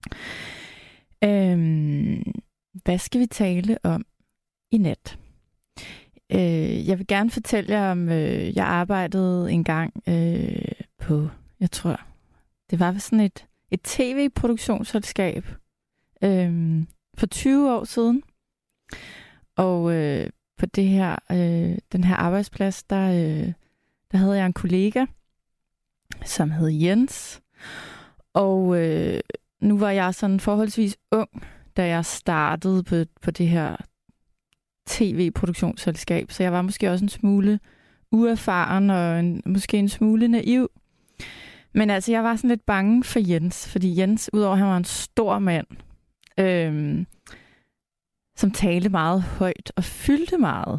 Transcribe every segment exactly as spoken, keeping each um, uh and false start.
Øhm, hvad skal vi tale om i nat? Øh, jeg vil gerne fortælle jer om, øh, jeg arbejdede engang øh, på, jeg tror, det var sådan et, et tv-produktionsselskab øh, for tyve år siden. Og øh, på det her, øh, den her arbejdsplads, der, øh, der havde jeg en kollega, som hed Jens. Og øh, nu var jeg sådan forholdsvis ung, da jeg startede på, på det her tv-produktionsselskab, så jeg var måske også en smule uerfaren og en, måske en smule naiv. Men altså, jeg var sådan lidt bange for Jens, fordi Jens, udover at han var en stor mand, øhm, som talte meget højt og fyldte meget,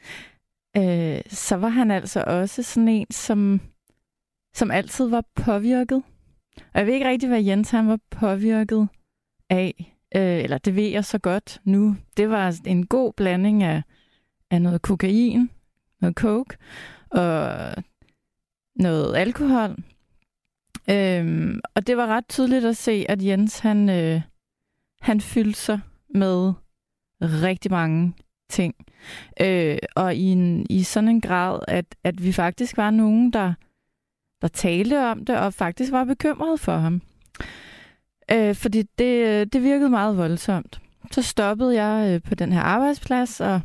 øh, så var han altså også sådan en, som, som altid var påvirket. Og jeg ved ikke rigtig, hvad Jens han var påvirket af. Øh, eller det ved jeg så godt nu. Det var en god blanding af, af noget kokain, noget coke og noget alkohol. Øhm, og det var ret tydeligt at se, at Jens han, øh, han fyldte sig med rigtig mange ting. Øh, og i, en, i sådan en grad, at, at vi faktisk var nogen, der, der talte om det, og faktisk var bekymrede for ham. Øh, fordi det, det virkede meget voldsomt. Så stoppede jeg øh, på den her arbejdsplads, og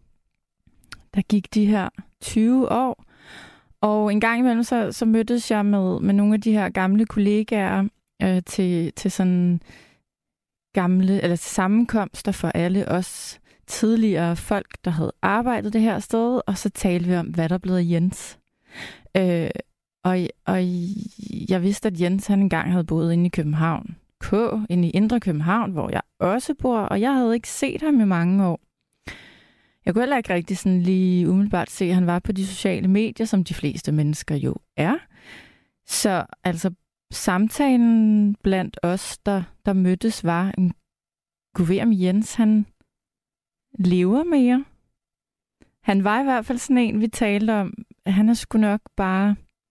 der gik de her tyve år. Og en gang imellem, så, så mødtes jeg med, med nogle af de her gamle kollegaer øh, til, til sådan gamle, eller til sammenkomster for alle os tidligere folk, der havde arbejdet det her sted, og så talte vi om, hvad der blev af Jens. Øh, og, og jeg vidste, at Jens han engang havde boet inde i København. K, inde i Indre København, hvor jeg også bor, og jeg havde ikke set ham i mange år. Jeg kunne heller ikke rigtig sådan lige umiddelbart se, at han var på de sociale medier, som de fleste mennesker jo er. Så altså samtalen blandt os, der, der mødtes, var en gud ved om Jens, han lever mere. Han var i hvert fald sådan en, vi talte om, han er sgu nok bare...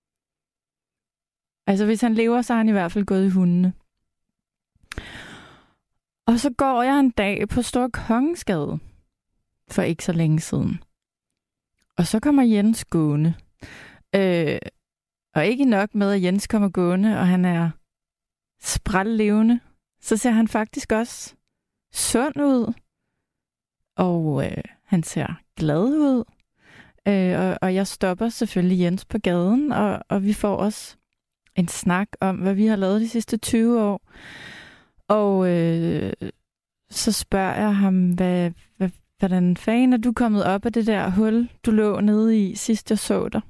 Altså hvis han lever, så er han i hvert fald gået i hundene. Og så går jeg en dag på Store Kongensgade for ikke så længe siden. Og så kommer Jens gående. Øh, og ikke nok med, at Jens kommer gående, og han er sprællevende, så ser han faktisk også sund ud. Og øh, han ser glad ud. Øh, og, og jeg stopper selvfølgelig Jens på gaden, og, og vi får også en snak om, hvad vi har lavet de sidste tyve år. Og øh, så spørger jeg ham, hvad, hvad, hvordan fanden er du kommet op af det der hul, du lå nede i, sidst jeg så dig?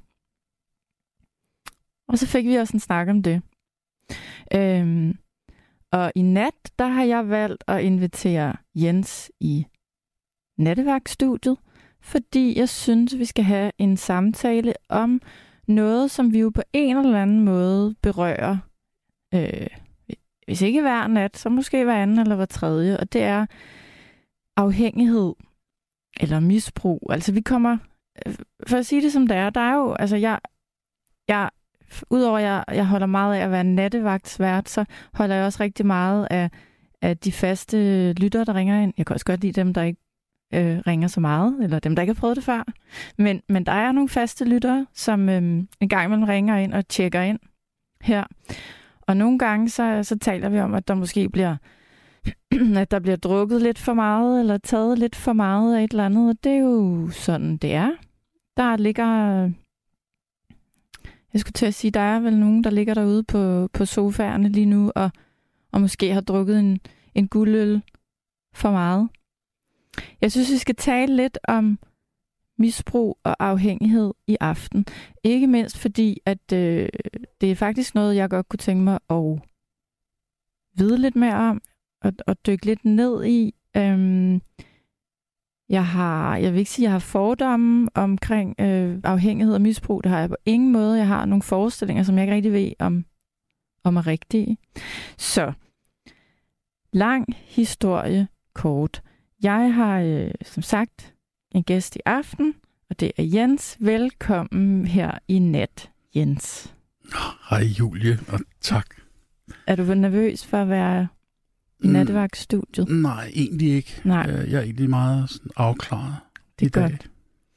Og så fik vi også en snak om det. Øhm, og i nat, der har jeg valgt at invitere Jens i nattevagtstudiet, fordi jeg synes, vi skal have en samtale om noget, som vi jo på en eller anden måde berører. Øh, hvis ikke hver nat, så måske hver anden eller hver tredje. Og det er afhængighed eller misbrug. Altså vi kommer, for at sige det som det er, der er jo, altså jeg, jeg udover at jeg, jeg holder meget af at være nattevagtsvært, så holder jeg også rigtig meget af, af de faste lyttere, der ringer ind. Jeg kan også godt lide dem, der ikke øh, ringer så meget, eller dem, der ikke har prøvet det før. Men, men der er nogle faste lyttere, som øh, en gang imellem ringer ind og tjekker ind her. Og nogle gange, så, så taler vi om, at der måske bliver at der bliver drukket lidt for meget, eller taget lidt for meget af et eller andet, og det er jo sådan, det er. Der ligger... Jeg skulle til at sige, der er vel nogen, der ligger derude på, på sofaerne lige nu, og, og måske har drukket en, en guldøl for meget. Jeg synes, vi skal tale lidt om misbrug og afhængighed i aften. Ikke mindst fordi, at øh, det er faktisk noget, jeg godt kunne tænke mig at vide lidt mere om, og, og dykke lidt ned i. Øhm, jeg har, jeg vil ikke sige, at jeg har fordomme omkring øh, afhængighed og misbrug. Det har jeg på ingen måde. Jeg har nogle forestillinger, som jeg ikke rigtig ved om, om er rigtige. Så, lang historie kort. Jeg har øh, som sagt en gæst i aften, og det er Jens. Velkommen her i nat, Jens. Hej Julie, og tak. Er du nervøs for at være i nattevagtstudiet? Nej, egentlig ikke. Nej. Jeg er egentlig meget sådan afklaret. Det er i dag. godt.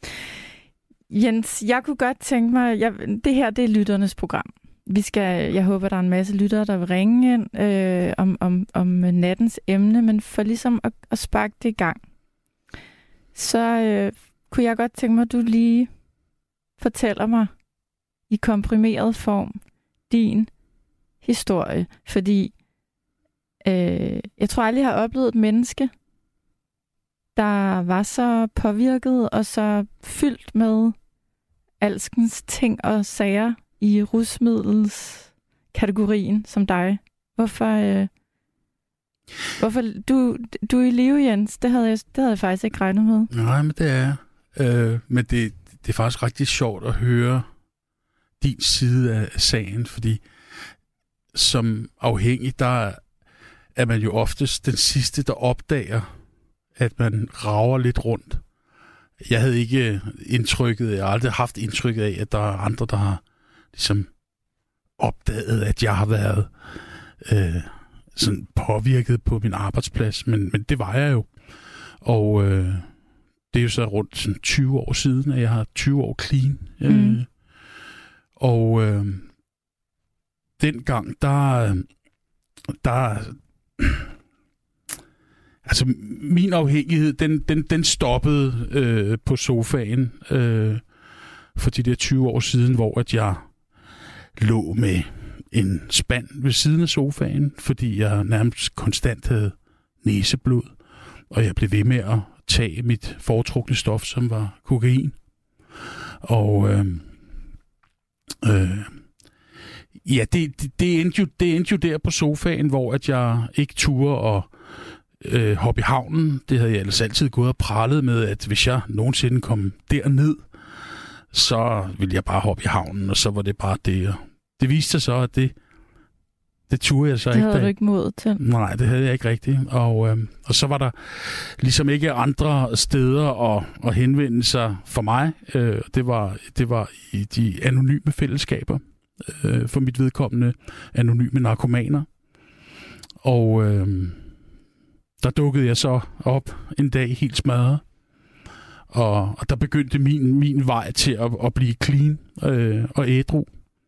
Jens, jeg kunne godt tænke mig, jeg, det her det er lytternes program. Vi skal, jeg håber, der er en masse lyttere, der vil ringe ind øh, om, om, om nattens emne, men for ligesom at, at sparke det i gang, så øh, kunne jeg godt tænke mig, at du lige fortæller mig i komprimeret form din historie, fordi øh, jeg tror aldrig, jeg har oplevet et menneske, der var så påvirket og så fyldt med alskens ting og sager i rusmiddelskategorien som dig. Hvorfor, øh, hvorfor du, du er i live, Jens? Det havde, jeg, det havde jeg faktisk ikke regnet med. Nej, men det er øh, men det, det er faktisk rigtig sjovt at høre din side af sagen, fordi som afhængig, der er man jo oftest den sidste, der opdager, at man rager lidt rundt. Jeg havde ikke indtrykket, jeg har aldrig haft indtrykket af, at der er andre, der har ligesom opdaget, at jeg har været øh, sådan påvirket på min arbejdsplads, men, men det var jeg jo. Og øh, det er jo så rundt sådan tyve år siden, at jeg har tyve år clean. Mm. Øh, og øh, dengang, der, der altså min afhængighed, den, den, den stoppede øh, på sofaen øh, for de der tyve år siden, hvor at jeg lå med en spand ved siden af sofaen, fordi jeg nærmest konstant havde næseblod, og jeg blev ved med at tage mit foretrukne stof, som var kokain. Og øh, øh, ja, det, det, det, endte jo, det endte jo der på sofaen, hvor at jeg ikke turde og øh, hoppe i havnen. Det havde jeg ellers altid gået og prallet med, at hvis jeg nogensinde kom derned, så ville jeg bare hoppe i havnen, og så var det bare det. Og det viste sig så, at det, det turde jeg så det ikke. Det havde du ikke mod til. Nej, det havde jeg ikke rigtigt. Og, øh, og så var der ligesom ikke andre steder at, at henvende sig for mig. Øh, det, var, det var i de anonyme fællesskaber. Øh, for mit vedkommende anonyme narkomaner. Og øh, der dukkede jeg så op en dag helt smadret. Og, og der begyndte min, min vej til at, at blive clean øh, og ædru.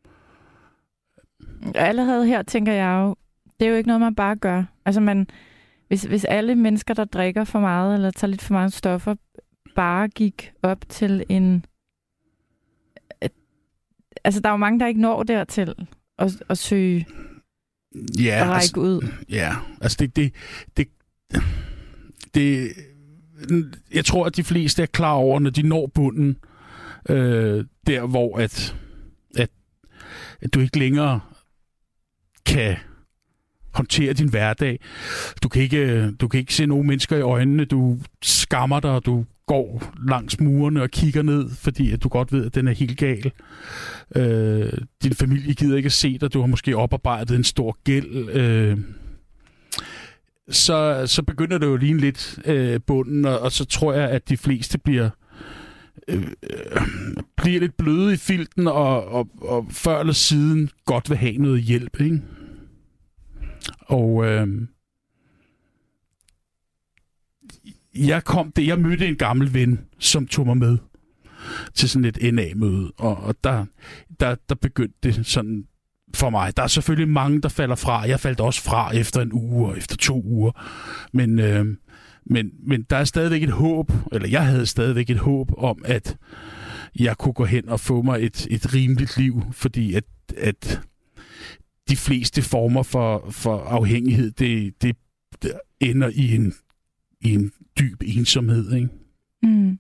Allerede her tænker jeg jo, det er jo ikke noget, man bare gør. Altså man, hvis, hvis alle mennesker, der drikker for meget, eller tager lidt for meget stoffer, bare gik op til en... Et, altså der er jo mange, der ikke når dertil at, at søge ja, og række altså, ud. Ja, altså det, det, det, det... Jeg tror, at de fleste er klar over, når de når bunden, øh, der hvor at, at, at du ikke længere kan håndtere din hverdag. Du kan ikke, du kan ikke se nogen mennesker i øjnene. Du skammer dig, og du går langs murene og kigger ned, fordi at du godt ved, at den er helt gal. Øh, din familie gider ikke at se dig. Du har måske oparbejdet en stor gæld. Øh, så, så begynder det jo lige lidt øh, bunden, og, og så tror jeg, at de fleste bliver øh, bliver lidt bløde i filten, og, og, og før eller siden godt vil have noget hjælp, ikke? Og øh, jeg kom det, jeg mødte en gammel ven, som tog mig med til sådan et N A-møde, og, og der, der, der begyndte det sådan for mig. Der er selvfølgelig mange, der falder fra. Jeg faldt også fra efter en uge og efter to uger. Men, øh, men, men der er stadigvæk et håb, eller jeg havde stadigvæk et håb om, at jeg kunne gå hen og få mig et, et rimeligt liv, fordi at, at de fleste former for, for afhængighed, det, det, det ender i en, i en dyb ensomhed, ikke? Mm.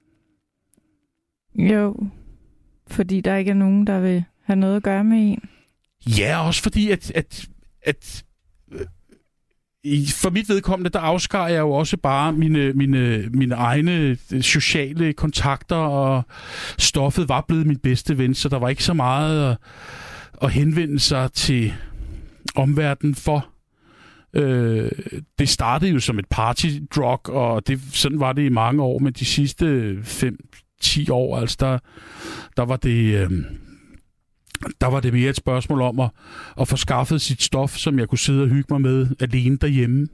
Jo, fordi der ikke er nogen, der vil have noget at gøre med en. Ja, også fordi, at, at, at øh, for mit vedkommende, der afskar jeg jo også bare mine, mine, mine egne sociale kontakter, og stoffet var blevet min bedste ven, så der var ikke så meget at, at henvende sig til omverdenen for. Øh, det startede jo som et partydrug, og det, sådan var det i mange år, men de sidste fem til ti år, altså der, der var det... Øh, der var det mere et spørgsmål om at, at få skaffet sit stof, som jeg kunne sidde og hygge mig med alene derhjemme.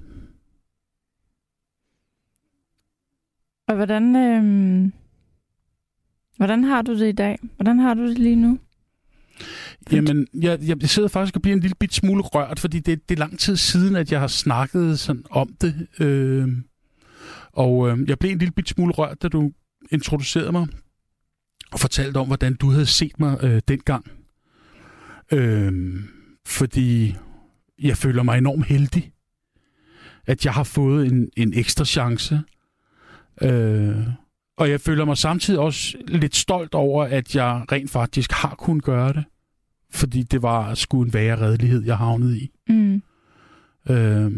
Og hvordan, øh, hvordan har du det i dag? Hvordan har du det lige nu? Jamen, jeg, jeg sidder faktisk og bliver en lille bit smule rørt, fordi det, det er lang tid siden, at jeg har snakket sådan om det. Øh, og øh, jeg blev en lille bit smule rørt, da du introducerede mig og fortalte om, hvordan du havde set mig øh, dengang. Øh, fordi jeg føler mig enormt heldig, at jeg har fået en, en ekstra chance. Øh, og jeg føler mig samtidig også lidt stolt over, at jeg rent faktisk har kunnet gøre det. Fordi det var sgu en værre redelighed, jeg havnede i. Mm. Øh,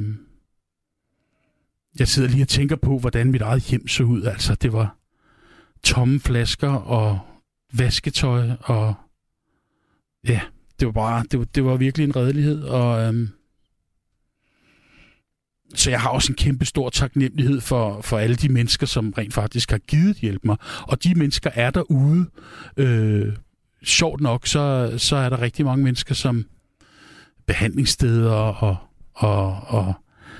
jeg sidder lige og tænker på, hvordan mit eget hjem så ud. Altså, det var tomme flasker og vasketøj, og ja, det var bare, det var, det var virkelig en redelighed, og øhm, så jeg har også en kæmpe stor taknemmelighed for, for alle de mennesker, som rent faktisk har givet hjælp mig, og de mennesker er derude. Øh, sjovt nok, så, så er der rigtig mange mennesker, som behandlingssteder og, og, og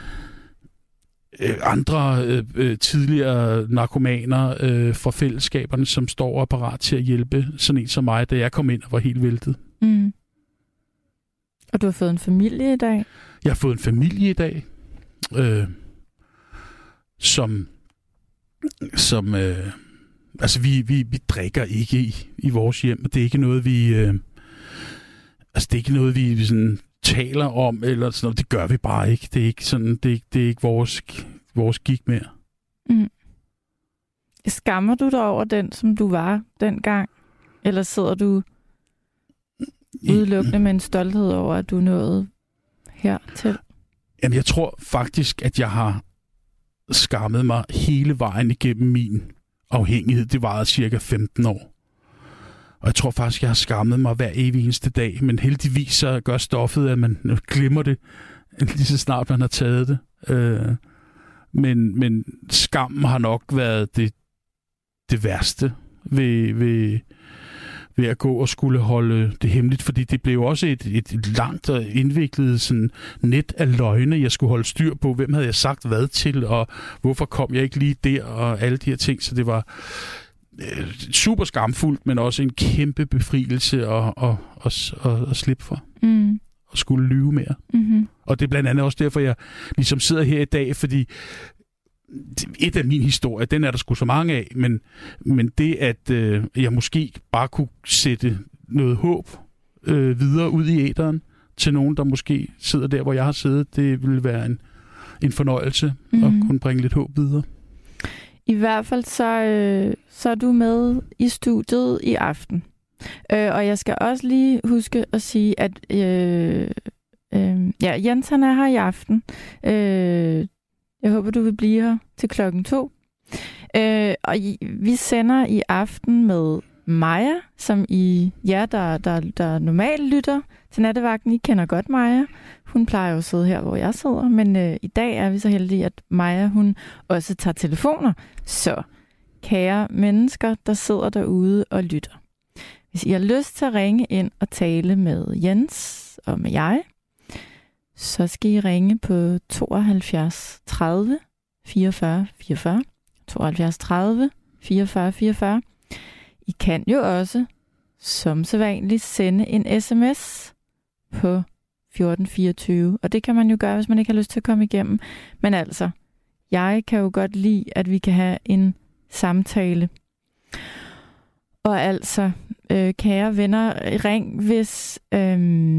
andre øh, tidligere narkomaner øh, fra fællesskaberne, som står og parat til at hjælpe sådan en som mig, da jeg kom ind og var helt væltet. Mm. Og du har fået en familie i dag? Jeg har fået en familie i dag, øh, som, som øh, altså vi, vi, vi drikker ikke i, i vores hjem. Det er ikke noget, vi, øh, altså det er ikke noget, vi sådan taler om, eller sådan noget. Det gør vi bare ikke. Det er ikke sådan, det er ikke, det er ikke vores, vores gik mere. Mm. Skammer du dig over den, som du var dengang? Eller sidder du udelukkende med en stolthed over, at du nåede hertil? Jamen, jeg tror faktisk, at jeg har skammet mig hele vejen igennem min afhængighed. Det varede cirka femten år. Og jeg tror faktisk, jeg har skammet mig hver evig eneste dag. Men heldigvis så gør stoffet, at man glemmer det lige så snart man har taget det. Øh, men, men skammen har nok været det, det værste ved, ved, ved at gå og skulle holde det hemmeligt. Fordi det blev også et, et langt og indviklet sådan, net af løgne, jeg skulle holde styr på. Hvem havde jeg sagt hvad til, og hvorfor kom jeg ikke lige der, og alle de her ting. Så det var super skamfuldt, men også en kæmpe befrielse at, at, at, at, at slippe for. Mm. Og skulle lyve mere. Mm-hmm. Og det er blandt andet også derfor, jeg ligesom sidder her i dag, fordi et af min historie, den er der sgu så mange af, men, men det, at øh, jeg måske bare kunne sætte noget håb øh, videre ud i æteren til nogen, der måske sidder der, hvor jeg har siddet, det ville være en, en fornøjelse mm-hmm. at kunne bringe lidt håb videre. I hvert fald så, øh, så er du med i studiet i aften. Øh, og jeg skal også lige huske at sige, at øh, øh, ja, Jens han er her i aften. Øh, jeg håber, du vil blive her til klokken to. Øh, og I, vi sender i aften med Maja, som I jer, der, der, der normalt lytter til Nattevagten. I kender godt Maja. Hun plejer jo at sidde her, hvor jeg sidder. Men øh, i dag er vi så heldige, at Maja hun også tager telefoner. Så kære mennesker, der sidder derude og lytter. Hvis I har lyst til at ringe ind og tale med Jens og med jeg, så skal I ringe på tooghalvfjerds tredive fireogfyrre fireogfyrre. tooghalvfjerds tredive fireogfyrre fireogfyrre. I kan jo også, som sædvanligt, sende en sms på fjorten fireogtyve. Og det kan man jo gøre, hvis man ikke har lyst til at komme igennem. Men altså, jeg kan jo godt lide, at vi kan have en samtale. Og altså, øh, kære venner, ring hvis, øh,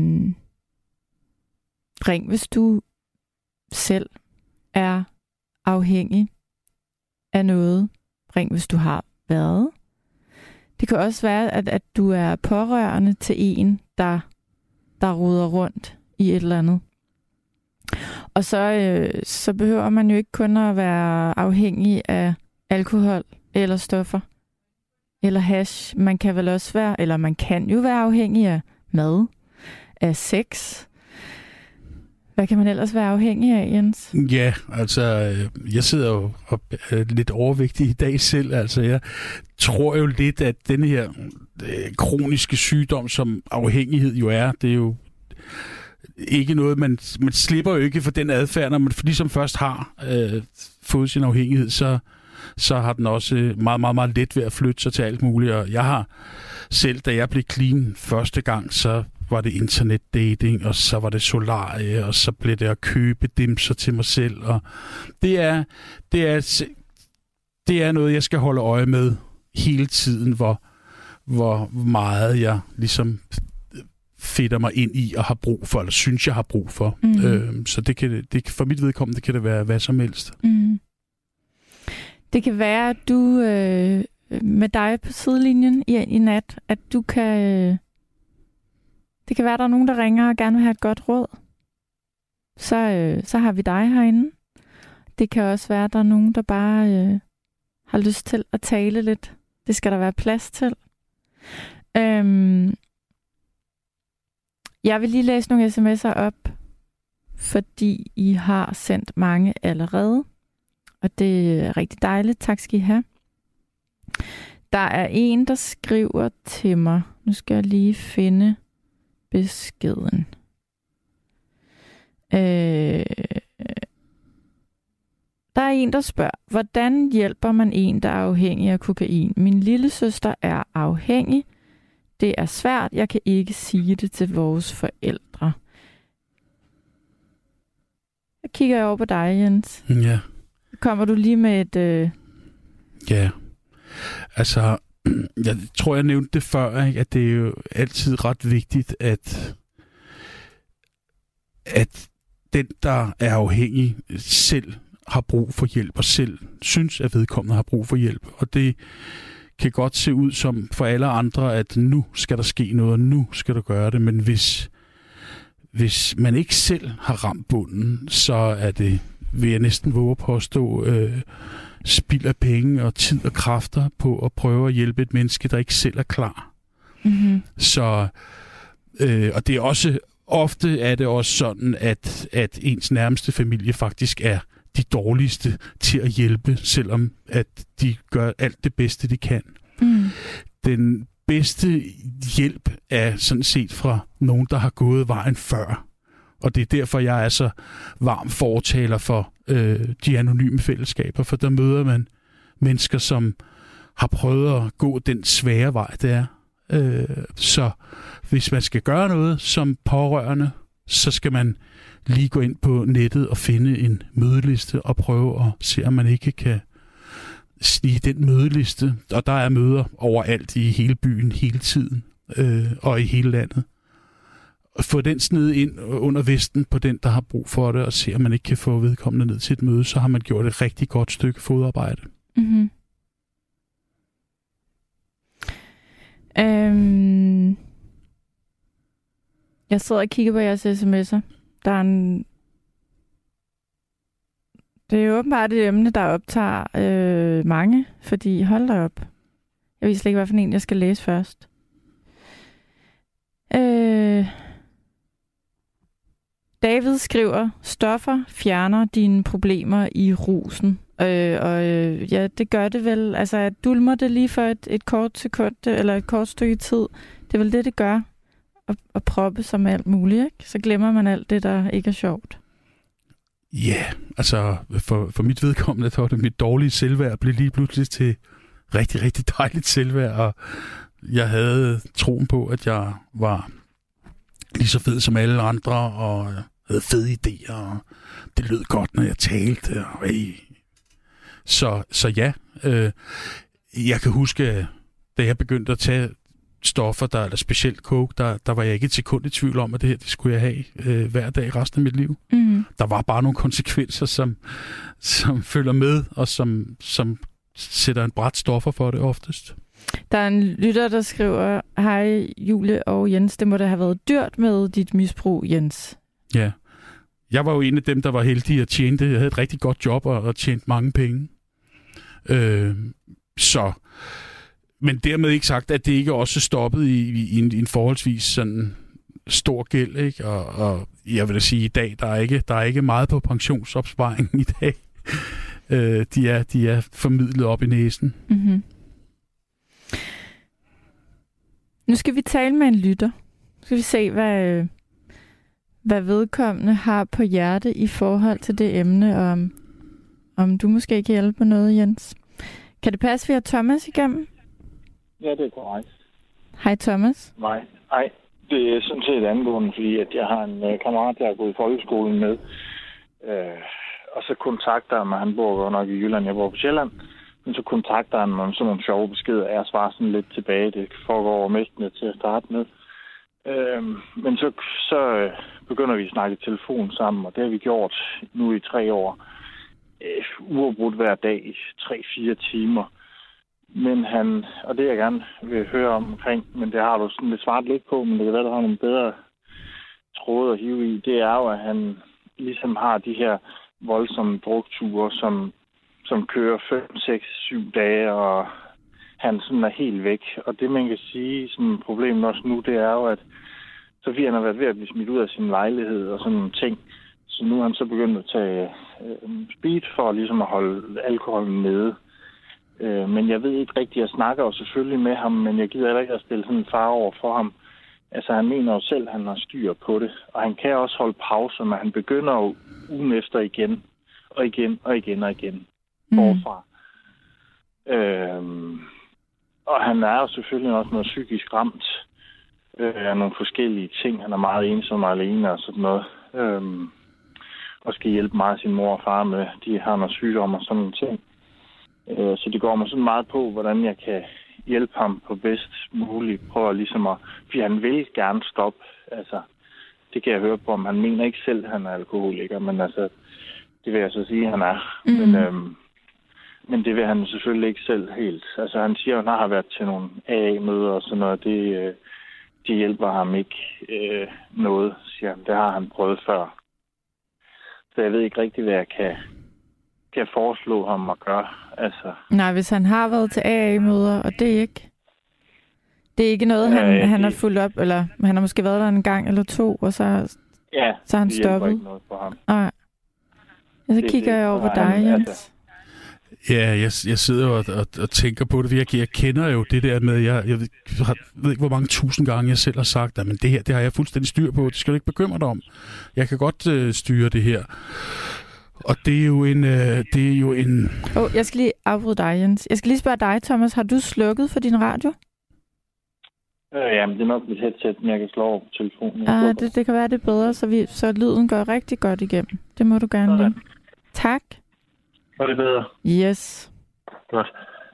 ring hvis du selv er afhængig af noget. Ring hvis du har været. Det kan også være, at, at du er pårørende til en, der, der roder rundt i et eller andet. Og så, øh, så behøver man jo ikke kun at være afhængig af alkohol eller stoffer eller hash. Man kan vel også være, eller man kan jo være afhængig af mad, af sex. Hvad kan man ellers være afhængig af, Jens? Ja, altså, jeg sidder jo og er lidt overvægtig i dag selv. Altså, jeg tror jo lidt, at den her øh, kroniske sygdom, som afhængighed jo er, det er jo ikke noget, man, man slipper jo ikke for den adfærd, når man ligesom først har øh, fået sin afhængighed, så, så har den også meget, meget, meget let ved at flytte sig til alt muligt. Og jeg har selv, da jeg blev clean første gang, så var det internetdating, og så var det solarie, og så blev det at købe dimser til mig selv. Og det er, det er, det er noget, jeg skal holde øje med hele tiden, hvor, hvor meget jeg ligesom fedter mig ind i og har brug for, eller synes, jeg har brug for. Mm. Øh, så det kan, det, for mit vedkommende kan det være hvad som helst. Mm. Det kan være, at du øh, med dig på sidelinjen i, i nat, at du kan... Øh, det kan være, at der er nogen, der ringer og gerne vil have et godt råd. Så, øh, så har vi dig herinde. Det kan også være, at der er nogen, der bare øh, har lyst til at tale lidt. Det skal der være plads til. Øhm, jeg vil lige læse nogle sms'er op, fordi I har sendt mange allerede. Og det er rigtig dejligt. Tak skal I have. Der er en, der skriver til mig. Nu skal jeg lige finde beskeden. Øh, der er en, der spørger, hvordan hjælper man en, der er afhængig af kokain? Min lille søster er afhængig. Det er svært. Jeg kan ikke sige det til vores forældre. Jeg kigger over på dig, Jens. Ja. Kommer du lige med et... Øh... Ja. Altså, jeg tror, jeg nævnte det før, ikke? At det er jo altid ret vigtigt, at, at den, der er afhængig, selv har brug for hjælp, og selv synes, at vedkommende har brug for hjælp. Og det kan godt se ud som for alle andre, at nu skal der ske noget, og nu skal du gøre det. Men hvis, hvis man ikke selv har ramt bunden, så er det, vil jeg næsten våge på at stå... Øh, spild af penge og tid og kræfter på at prøve at hjælpe et menneske, der ikke selv er klar. Mm-hmm. Så, øh, og det er også, ofte er det også sådan, at, at ens nærmeste familie faktisk er de dårligste til at hjælpe, selvom at de gør alt det bedste, de kan. Mm. Den bedste hjælp er sådan set fra nogen, der har gået vejen før. Og det er derfor, jeg er så varm fortaler for øh, de anonyme fællesskaber, for der møder man mennesker, som har prøvet at gå den svære vej, det er. Øh, så hvis man skal gøre noget som pårørende, så skal man lige gå ind på nettet og finde en mødeliste og prøve at se, om man ikke kan snige den mødeliste. Og der er møder overalt i hele byen, hele tiden øh, og i hele landet. Få den sned ind under vesten på den, der har brug for det, og se, om man ikke kan få vedkommende ned til et møde, så har man gjort et rigtig godt stykke fodarbejde. Mm-hmm. Øhm, jeg sidder og kigger på jeres sms'er. Der er en... Det er jo åbenbart et emne, der optager øh, mange, fordi hold da op. Jeg ved slet ikke, hvad for en jeg skal læse først. Øh... David skriver, stoffer fjerner dine problemer i rusen. Øh, og øh, ja, det gør det vel. Altså, at dulmer det lige for et, et kort sekund, eller et kort stykke tid. Det er vel det, det gør. At, at proppe sig med alt muligt, ikke? Så glemmer man alt det, der ikke er sjovt. Ja, yeah, altså, for, for mit vedkommende, så var det mit dårlige selvværd, blev lige pludselig til rigtig, rigtig dejligt selvværd, og jeg havde troen på, at jeg var lige så fed som alle andre, og havde fede idéer, og det lød godt, når jeg talte. Og, hey. Så, så ja, øh, jeg kan huske, da jeg begyndte at tage stoffer, der, eller specielt coke, der, der var jeg ikke et sekund i tvivl om, at det her, det skulle jeg have øh, hver dag resten af mit liv. Mm. Der var bare nogle konsekvenser, som, som følger med, og som, som sætter en bræt stoffer for det oftest. Der er en lytter, der skriver, hej Julie og Jens, det må da have været dyrt med dit misbrug, Jens. Ja, jeg var jo en af dem, der var heldig at tjene det. Jeg havde et rigtig godt job og, og tjente mange penge. Øh, så, men dermed ikke sagt, at det ikke også stoppede i, i, en, i en forholdsvis sådan stor gæld, ikke? Og, og jeg vil da sige, i dag, der er ikke, der er ikke meget på pensionsopsparingen i dag. Øh, de, er, de er formidlet op i næsen. Mm-hmm. Nu skal vi tale med en lytter. Nu skal vi se, hvad, hvad vedkommende har på hjerte i forhold til det emne, og om, om du måske kan hjælpe med noget, Jens. Kan det passe, vi har Thomas igennem? Ja, det er korrekt. Hej Thomas. Nej, nej. Det er sådan set angående, fordi at jeg har en øh, kammerat, der har gået i folkeskolen med. Øh, og så kontakter han mig, han bor godt nok i Jylland, jeg bor på Sjælland. Men så kontakter han mig om sådan nogle sjove beskeder, jeg svarer sådan lidt tilbage. Det foregår over mægtene til at starte med. Øh, men så, så øh, begynder vi at snakke i telefon sammen, og det har vi gjort nu i tre år. Øh, uafbrudt hver dag i tre-fire timer. Men han, og det jeg gerne vil høre om omkring, men det har du sådan lidt svaret lidt på, men det kan være, der har nogle bedre tråde at hive i, det er jo, at han ligesom har de her voldsomme drukture, som, som kører fem, seks, syv dage, og han sådan er helt væk. Og det, man kan sige, som problemet også nu, det er jo, at Sofie han har været ved at blive smidt ud af sin lejlighed og sådan nogle ting. Så nu er han så begyndt at tage øh, speed for ligesom at holde alkoholen nede. Øh, men jeg ved ikke rigtigt, jeg snakker jo selvfølgelig med ham, men jeg gider heller ikke at stille sådan en far over for ham. Altså han mener jo selv, at han har styr på det. Og han kan også holde pauser, men han begynder jo ugen efter igen. Og igen, og igen, og igen. Mm. Forfra. Øhm, og han er jo selvfølgelig også noget psykisk ramt øh, af nogle forskellige ting. Han er meget ensom og alene og sådan noget. Øhm, og skal hjælpe meget sin mor og far med. De har noget sygdom og sådan nogle ting. Øh, så det går mig sådan meget på, hvordan jeg kan hjælpe ham på bedst muligt. Prøver ligesom at... For han vil gerne stoppe. Altså, det kan jeg høre på, om han mener ikke selv, at han er alkoholiker. Men altså, det vil jeg så sige, at han er. Mm. Men, øhm, men det vil han selvfølgelig ikke selv helt. Altså, han siger, at han har været til nogle A A-møder og sådan noget. Det, øh, det hjælper ham ikke øh, noget, siger han. Det har han prøvet før. Så jeg ved ikke rigtig, hvad jeg kan... kan foreslå ham at gøre. Altså. Nej, hvis han har været til A A-møder, og det er ikke det er ikke noget, han, ja, han det... har fulgt op, eller han har måske været der en gang eller to, og så, ja, så har han det stoppet. Ikke noget for ham. Nej. Og så det, kigger det, jeg over på dig, han, Jens. Altså... Ja, jeg, jeg sidder og, og, og tænker på det, for jeg, jeg kender jo det der med, jeg, jeg ved ikke, hvor mange tusind gange jeg selv har sagt, men det her, det har jeg fuldstændig styr på, det skal du ikke bekymre dig om. Jeg kan godt øh, styre det her. Og det er jo en... Øh, det er jo en... Oh, jeg skal lige afbryde dig, Jens. Jeg skal lige spørge dig, Thomas. Har du slukket for din radio? Øh, jamen, det er nok mit headset, men jeg kan slå over på telefonen. Ah, det, det kan være, det er bedre, så, vi, så lyden går rigtig godt igennem. Det må du gerne lide. Tak. Var det bedre? Yes. Godt.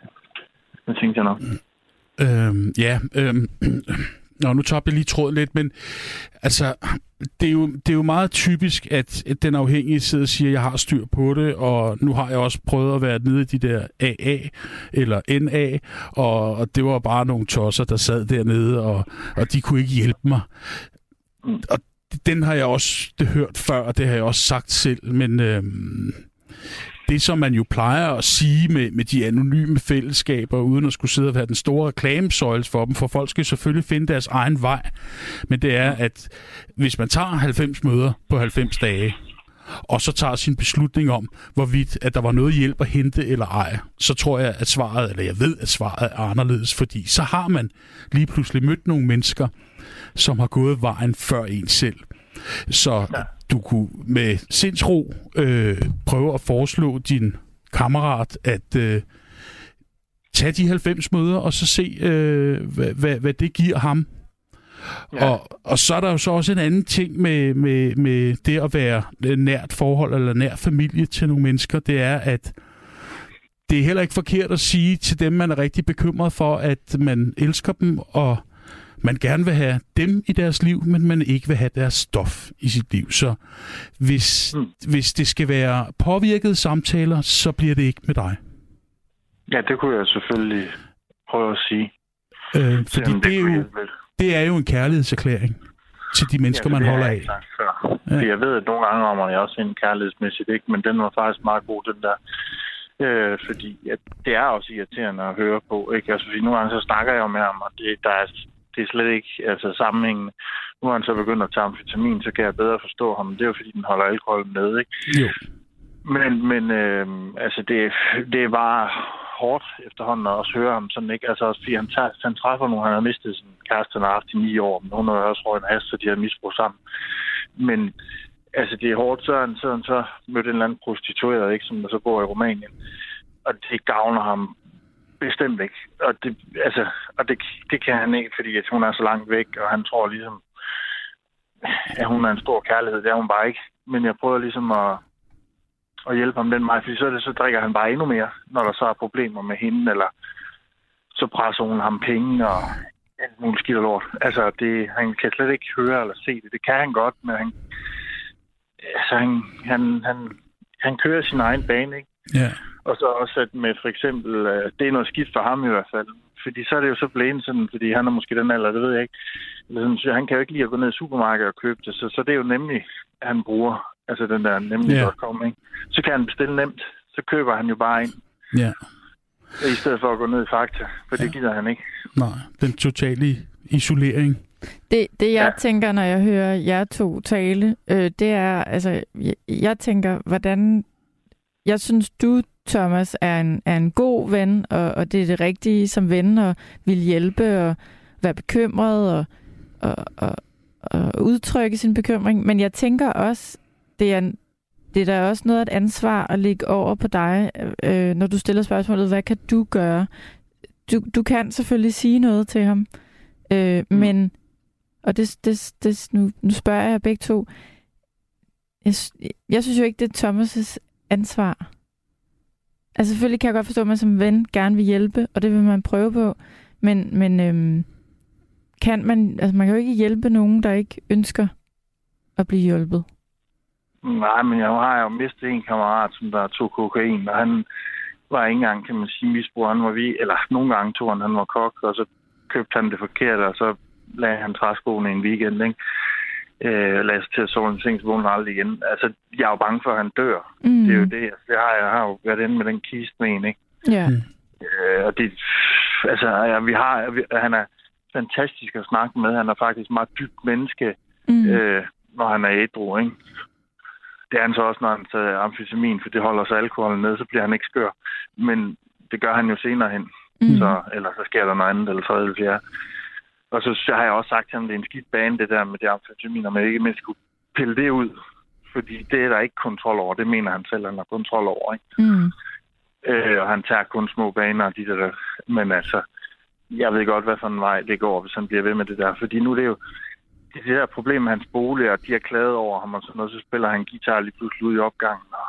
Det tænkte jeg nok. Øhm, ja, øhm, Nå, nu tager jeg lige tråden lidt, men altså, det er, jo, det er jo meget typisk, at den afhængige sidder og siger, at jeg har styr på det, og nu har jeg også prøvet at være nede i de der A A eller N A, og, og det var bare nogle tosser, der sad dernede, og, og de kunne ikke hjælpe mig. Mm. Og den har jeg også det hørt før, og det har jeg også sagt selv, men øhm, det, som man jo plejer at sige med, med de anonyme fællesskaber, uden at skulle sidde og være den store reklamesøjle for dem, for folk skal selvfølgelig finde deres egen vej. Men det er, at hvis man tager halvfems møder på halvfems dage, og så tager sin beslutning om, hvorvidt at der var noget hjælp at hente eller ej, så tror jeg, at svaret, eller jeg ved, at svaret er anderledes, fordi så har man lige pludselig mødt nogle mennesker, som har gået vejen før en selv. Så ja. Du kunne med sindsro øh, prøve at foreslå din kammerat at øh, tage de halvfems møder, og så se, øh, hvad, hvad, hvad det giver ham. Ja. Og, og så er der jo så også en anden ting med, med, med det at være nært forhold eller nær familie til nogle mennesker, det er, at det er heller ikke forkert at sige til dem, man er rigtig bekymret for, at man elsker dem, og man gerne vil have dem i deres liv, men man ikke vil have deres stof i sit liv. Så hvis, mm. hvis det skal være påvirkede samtaler, så bliver det ikke med dig. Ja, det kunne jeg selvfølgelig prøve at sige. Øh, fordi det, det, er jo, det er jo en kærlighedserklæring til de mennesker, ja, man holder af. Ja. Jeg ved, at nogle gange rammer jeg også en kærlighedsmæssigt, ikke? Men den var faktisk meget god, den der. Øh, fordi at det er også irriterende at høre på. Ikke? Altså, fordi nogle gange så snakker jeg jo med ham, og det, der er, det er slet ikke altså, sammenhængende. Nu har han så begyndt at tage amfetamin, så kan jeg bedre forstå ham. Det er jo fordi, den holder alkoholen nede, ikke? Jo. Men, men øh, altså, det, det er bare hårdt efterhånden at også høre ham sådan, ikke? Altså, også fordi han, tager, han træffer nu, han har mistet sin kæreste, han har haft i ni år, men hun har også røget en hast, så de har misbrugt sammen. Men altså, det er hårdt, så han så, han så mødt en eller anden prostitueret, ikke? Som der så bor i Rumænien. Og det gavner ham bestemt ikke. Og det, altså, og det, det kan han ikke, fordi at hun er så langt væk, og han tror ligesom, at hun er en stor kærlighed. Det er hun bare ikke. Men jeg prøver ligesom at, at hjælpe ham den vej, fordi så, det, så drikker han bare endnu mere, når der så er problemer med hende, eller så presser hun ham penge og alt muligt skidt og lort. Altså, det, han kan slet ikke høre eller se det. Det kan han godt, men han, altså, han, han, han, han kører sin egen bane, ikke? Ja. Og så også at med for eksempel, det er noget skidt for ham i hvert fald. Fordi så er det jo så blevet sådan, fordi han er måske den alder, det ved jeg ikke. Så han kan jo ikke lide at gå ned i supermarkedet og købe det. Så, så det er jo nemlig, at han bruger, altså den der nemlig ja. .com, ikke? Så kan han bestille nemt. Så køber han jo bare ind. Ja. I stedet for at gå ned i Fakta, for ja. det gider han ikke. Nej, den totale isolering. Det, det jeg ja. tænker, når jeg hører jer to tale, øh, det er, altså, jeg, jeg tænker, hvordan... Jeg synes, du, Thomas, er en, er en god ven, og, og det er det rigtige som ven, og vil hjælpe og være bekymret og, og, og, og udtrykke sin bekymring. Men jeg tænker også, det er, det er da også noget af et ansvar at lægge over på dig, øh, når du stiller spørgsmålet, hvad kan du gøre? Du, du kan selvfølgelig sige noget til ham, øh, mm. men, og det, det, det, nu, nu spørger jeg begge to, jeg, jeg synes jo ikke, det er Thomas' ansvar. Altså selvfølgelig kan jeg godt forstå, at man som ven gerne vil hjælpe, og det vil man prøve på, men, men øhm, kan man, altså man kan jo ikke hjælpe nogen, der ikke ønsker at blive hjulpet. Nej, men jeg har jo mistet en kammerat, som der tog kokain, og han var ikke engang, kan man sige, misbrug. Han var vi, eller nogle gange tog han, han var kok, og så købte han det forkerte, og så lagde han træskoene en weekend, ikke? Øh, lagde sig til at sove en seng, så vågner aldrig igen. Altså, jeg er jo bange for, at han dør. Mm. Det er jo det. Altså, det har jeg, jeg har jo været inde med den kiste med en, ikke? Ja. Mm. Øh, og det, altså, ja, vi har, vi, han er fantastisk at snakke med. Han er faktisk meget dybt menneske, mm. øh, når han er ædru, ikke? Det er han så også, når han tager amfetamin, for det holder sig alkoholen ned, så bliver han ikke skør. Men det gør han jo senere hen. Mm. Så, eller så sker der noget andet, eller tredje eller fjerde. Og så har jeg også sagt til ham, at det er en skidt bane, det der med det amfetamin, men ikke mindst skulle pille det ud. Fordi det er der ikke kontrol over. Det mener han selv, han har kontrol over, ikke? Mm. Øh, og han tager kun små baner og de der. Men altså, jeg ved godt, hvad for en vej det går, hvis han bliver ved med det der. Fordi nu det er jo det, det der problem med hans bolig, og de har klaget over ham og sådan noget, så spiller han guitar lige pludselig ud i opgangen og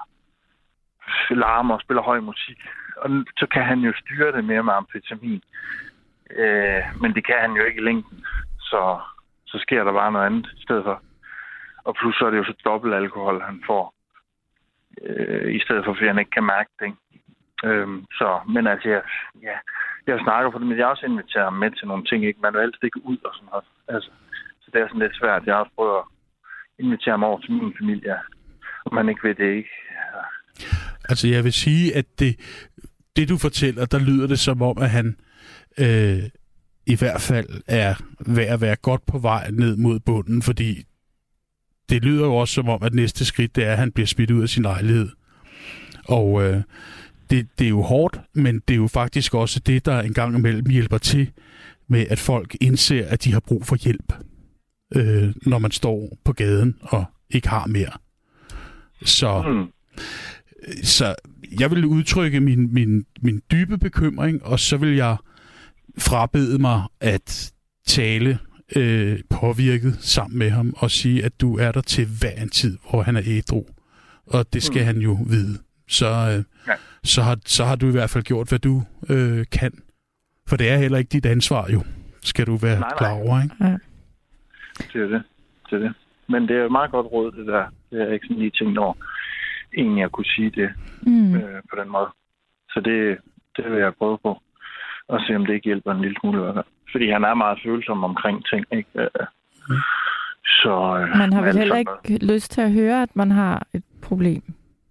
larmer og spiller høj musik. Og så kan han jo styre det mere med amfetamin. Øh, men det kan han jo ikke i længden. Så, så sker der bare noget andet i stedet for. Og plus så er det jo så dobbelt alkohol, han får. Øh, I stedet for, fordi han ikke kan mærke det. Øh, så, men altså, jeg, ja, jeg snakker på det, men jeg også inviterer ham med til nogle ting. Ikke? Man vil altid ikke ud og sådan noget. Altså, så det er sådan lidt svært. Jeg har også prøvet at invitere ham over til min familie. Og man ikke ved det, ikke? Ja. Altså, jeg vil sige, at det, det du fortæller, der lyder det som om, at han øh, i hvert fald er ved at være godt på vej ned mod bunden, fordi det lyder jo også som om, at næste skridt, det er, at han bliver smidt ud af sin lejlighed. Og øh, det, det er jo hårdt, men det er jo faktisk også det, der en gang imellem hjælper til med, at folk indser, at de har brug for hjælp, øh, når man står på gaden og ikke har mere. Så, mm. så jeg vil udtrykke min, min, min dybe bekymring, og så vil jeg frabede mig at tale øh, påvirket sammen med ham og sige, at du er der til hver en tid, hvor han er ædru. Og det skal mm. han jo vide. Så, øh, ja. så, har, så har du i hvert fald gjort, hvad du øh, kan. For det er heller ikke dit ansvar jo, skal du være nej, klar over, ikke? Ja. Det er det. det er det. Men det er jo meget godt råd, det der. Det er ikke sådan lige tænkt over. Ingen jeg kunne sige det mm. øh, på den måde. Så det, det vil jeg prøve på. Og se, om det ikke hjælper en lille smule. Fordi han er meget følsom omkring ting, ikke? Mm. Så, øh, man har vel heller ikke noget. lyst til at høre, at man har et problem?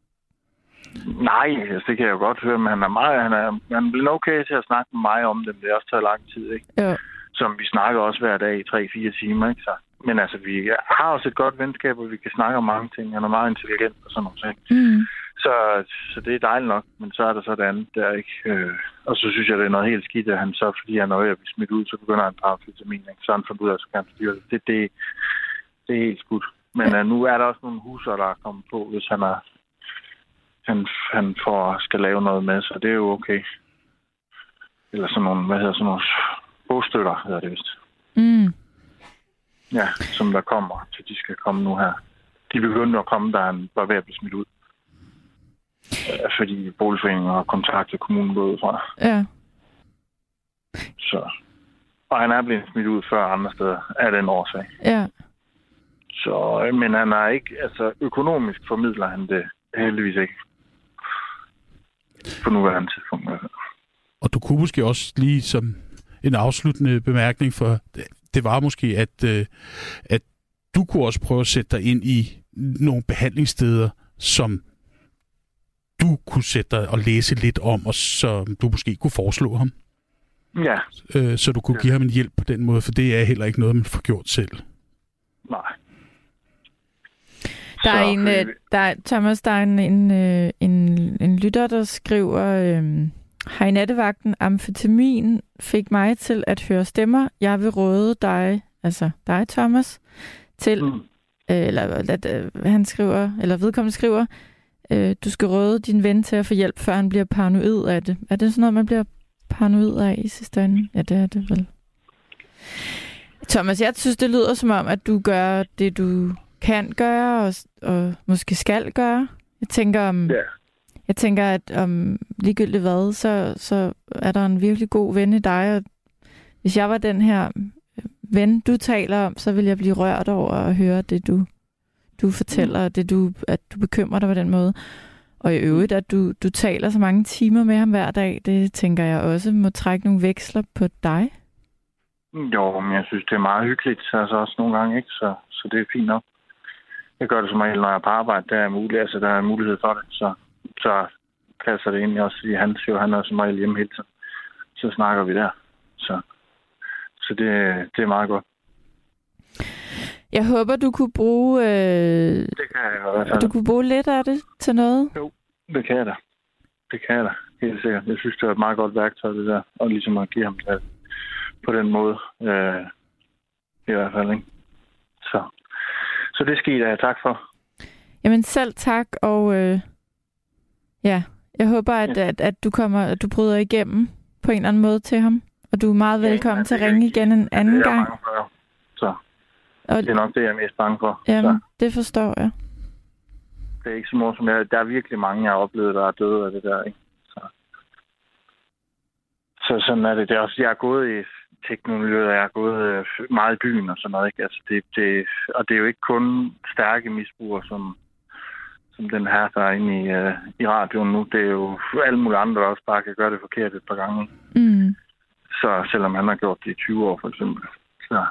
Nej, altså, det kan jeg jo godt høre, men han er meget, han er, han bliver okay til at snakke med mig om det, men det har også taget lang tid, ikke? Jo. Som vi snakker også hver dag i tre fire timer, ikke? Så, men altså, vi har også et godt venskab, og vi kan snakke om mange ting. Han er meget intelligent og sådan noget. Mm. Så, så det er dejligt nok, men så er der så det andet der, ikke? Øh, og så synes jeg, det er noget helt skidt, at han så, fordi han er ved at blive smidt ud, så begynder han at drage amfetamin, ikke? Så han fundet ud af, så kan han styre det. Det, det, det er helt skudt. Men ja. uh, nu er der også nogle huser, der er kommet på, hvis han er han, han får, skal lave noget med, så det er jo okay. Eller sådan nogle, hvad hedder sådan nogle bogstøtter, hedder det vist. Mm. Ja, som der kommer, til de skal komme nu her. De begyndte at komme, da han var ved at blive smidt ud. Fordi boligforeningen har kontaktet kommunen gået ud fra. Ja. Så. Og han er blevet smidt ud før andre steder af den årsag. Ja. Så, men han er ikke, altså økonomisk formidler han det heldigvis ikke. På nuværende tidspunkt. Og du kunne måske også lige som en afsluttende bemærkning, for det var måske, at, at du kunne også prøve at sætte dig ind i nogle behandlingssteder, som du kunne sætte dig og læse lidt om, og så du måske kunne foreslå ham. Ja. Øh, så du kunne ja. give ham en hjælp på den måde, for det er heller ikke noget, man får gjort selv. Nej. Der er en, øh, der er, Thomas, der er en, en, en, en lytter, der skriver, øh, hej nattevagten, amfetamin fik mig til at høre stemmer. Jeg vil råde dig, altså dig, Thomas, til, mm. øh, eller øh, han skriver, eller vedkommende skriver, øh, du skal råde din ven til at få hjælp, før han bliver paranoid af det. Er det sådan noget, man bliver paranoid af i sidste ende? Ja, det er det vel. Thomas, jeg synes, det lyder som om, at du gør det, du kan gøre, og, og måske skal gøre. Jeg tænker, om, yeah. jeg tænker at om ligegyldigt hvad, så, så er der en virkelig god ven i dig, og hvis jeg var den her ven, du taler om, så vil jeg blive rørt over at høre det, du, du fortæller, mm. det du, at du bekymrer dig på den måde. Og i øvrigt, at du, du taler så mange timer med ham hver dag, det tænker jeg også må trække nogle veksler på dig. Jo, men jeg synes, det er meget hyggeligt, altså også nogle gange, ikke? Så, så det er fint nok. Jeg gør det som regel, når jeg er på arbejde, der er muligt, altså der er mulighed for det, så, så passer det egentlig også i hans jo, han er som regel hjemme hele tiden. Så snakker vi der, så, så det, det er meget godt. Jeg håber, du kunne bruge, øh, det kan jeg jo, altså. du kunne bruge lidt af det til noget. Jo, det kan jeg da. Det kan jeg da, helt sikkert. Jeg synes, det er et meget godt værktøj, det der, og ligesom at give ham det på den måde, øh, i hvert fald, ikke? Så, så det skal I da tak for. Jamen selv tak, og øh, ja, jeg håber, at, ja. at, at du kommer, at du bryder igennem på en eller anden måde til ham, og du er meget velkommen ja, til at ringe igen en anden det er gang. For, så og, det er nok det, jeg er mest bange for. Jamen, så. Det forstår jeg. Det er ikke så meget som jeg. Der er virkelig mange, jeg har oplevet, der er døde af det der, ikke? Så, så sådan er det. Det er også, jeg er gået i teknologiet, og jeg er gået meget i byen og sådan noget, ikke? Altså, det, det, og det er jo ikke kun stærke misbrugere, som, som den her, der er inde i, uh, i radioen nu. Det er jo alle mulige andre, der også bare kan gøre det forkert et par gange. Mm. Så selvom han har gjort det i tyve år, for eksempel. Så.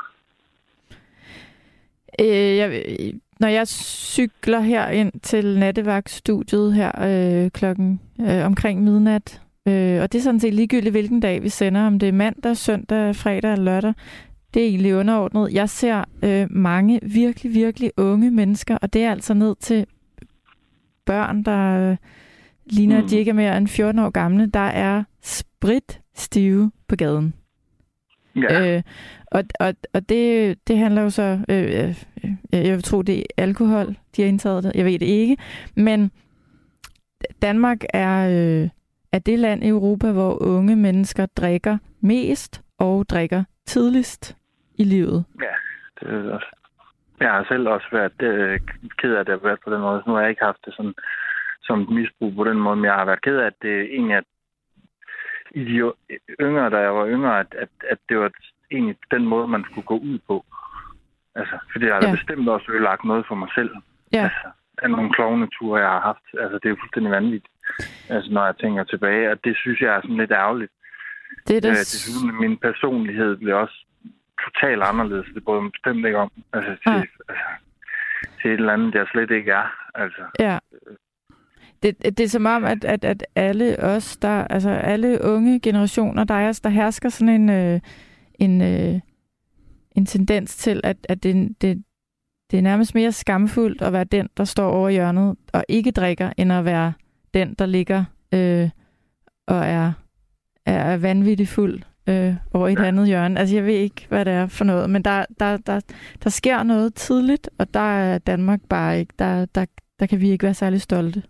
Øh, jeg, når jeg cykler her ind til nattevagtstudiet her øh, klokken øh, omkring midnat, øh, og det er sådan set ligegyldigt, hvilken dag vi sender, om det er mandag, søndag, fredag eller lørdag, det er egentlig underordnet. Jeg ser øh, mange virkelig, virkelig unge mennesker, og det er altså ned til børn, der øh, ligner, mm. at de ikke er mere end fjorten år gamle, der er spritstive på gaden. Ja. Øh, og og, og det, det handler jo så, øh, øh, jeg vil tro, det er alkohol, de har indtaget det. Jeg ved det ikke. Men Danmark er, øh, er det land i Europa, hvor unge mennesker drikker mest og drikker tidligst i livet. Ja, det er det også. Jeg har selv også været øh, ked af, at det har været på den måde. Nu har jeg ikke haft det sådan, som et misbrug på den måde, men jeg har været ked af, at det egentlig er i de yngre, da jeg var yngre, at, at, at det var egentlig den måde, man skulle gå ud på. Altså, fordi jeg har ja. bestemt også ødelagt noget for mig selv. Ja. Altså, af nogle klovneture, jeg har haft. Altså, det er jo fuldstændig vanvittigt. Altså, når jeg tænker tilbage, og det synes jeg er sådan lidt ærgerligt. Det er det. Øh, desuden, min personlighed bliver også totalt anderledes. Det bryder mig bestemt ikke om. Altså, til, ja. altså, til et eller andet, jeg slet ikke er. Altså. Ja. Det, det er som om, at, at, at alle os, der, altså alle unge generationer, der er der hersker sådan en, øh, en, øh, en tendens til, at, at det, det, det er nærmest mere skamfuldt at være den, der står over hjørnet og ikke drikker, end at være den, der ligger øh, og er, er vanvittigt fuld øh, over et ja. andet hjørne. Altså, jeg ved ikke, hvad det er for noget, men der, der, der, der sker noget tidligt, og der er Danmark bare ikke. Der, der, der kan vi ikke være særlig stolte.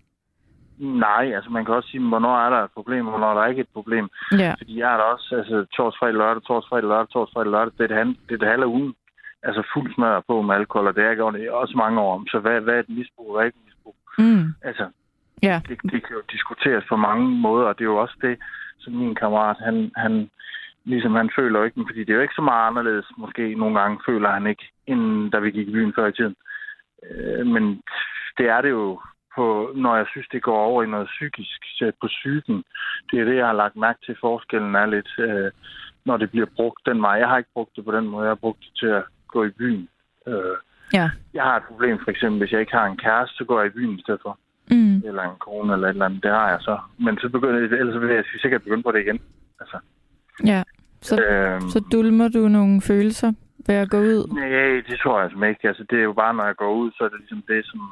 Nej, altså man kan også sige, hvornår er der et problem, og hvornår der er ikke et problem. Ja. Fordi jeg er der også, altså torsdag, fredag, lørdag, torsdag, fredag, lørdag, torsdag, fredag, lørdag, det er det, det, er det halve ugen. Altså fuld smadret på med alkohol, og det er jeg gjort også mange år om. Så hvad, hvad er et misbrug, hvad er ikke et misbrug? Mm. Altså, ja. det, det kan jo diskuteres på mange måder, og det er jo også det, som min kammerat, han, han ligesom han føler ikke, fordi det er jo ikke så meget anderledes, måske nogle gange føler han ikke, end da vi gik i byen før i tiden. Øh, men det er det jo på, når jeg synes, det går over i noget psykisk på psyken. Det er det, jeg har lagt mærke til. Forskellen er lidt, øh, når det bliver brugt den vej. Jeg har ikke brugt det på den måde. Jeg har brugt det til at gå i byen. Øh, ja. Jeg har et problem, for eksempel, hvis jeg ikke har en kæreste, så går jeg i byen i stedet for. Mm. Eller en kone eller et eller andet. Det har jeg så. Men så begynder jeg, ellers vil jeg sikkert begynde på det igen. Altså. Ja, så, øhm, så dulmer du nogle følelser ved at gå ud? Nej, det tror jeg altså ikke. Altså, det er jo bare, når jeg går ud, så er det ligesom det, som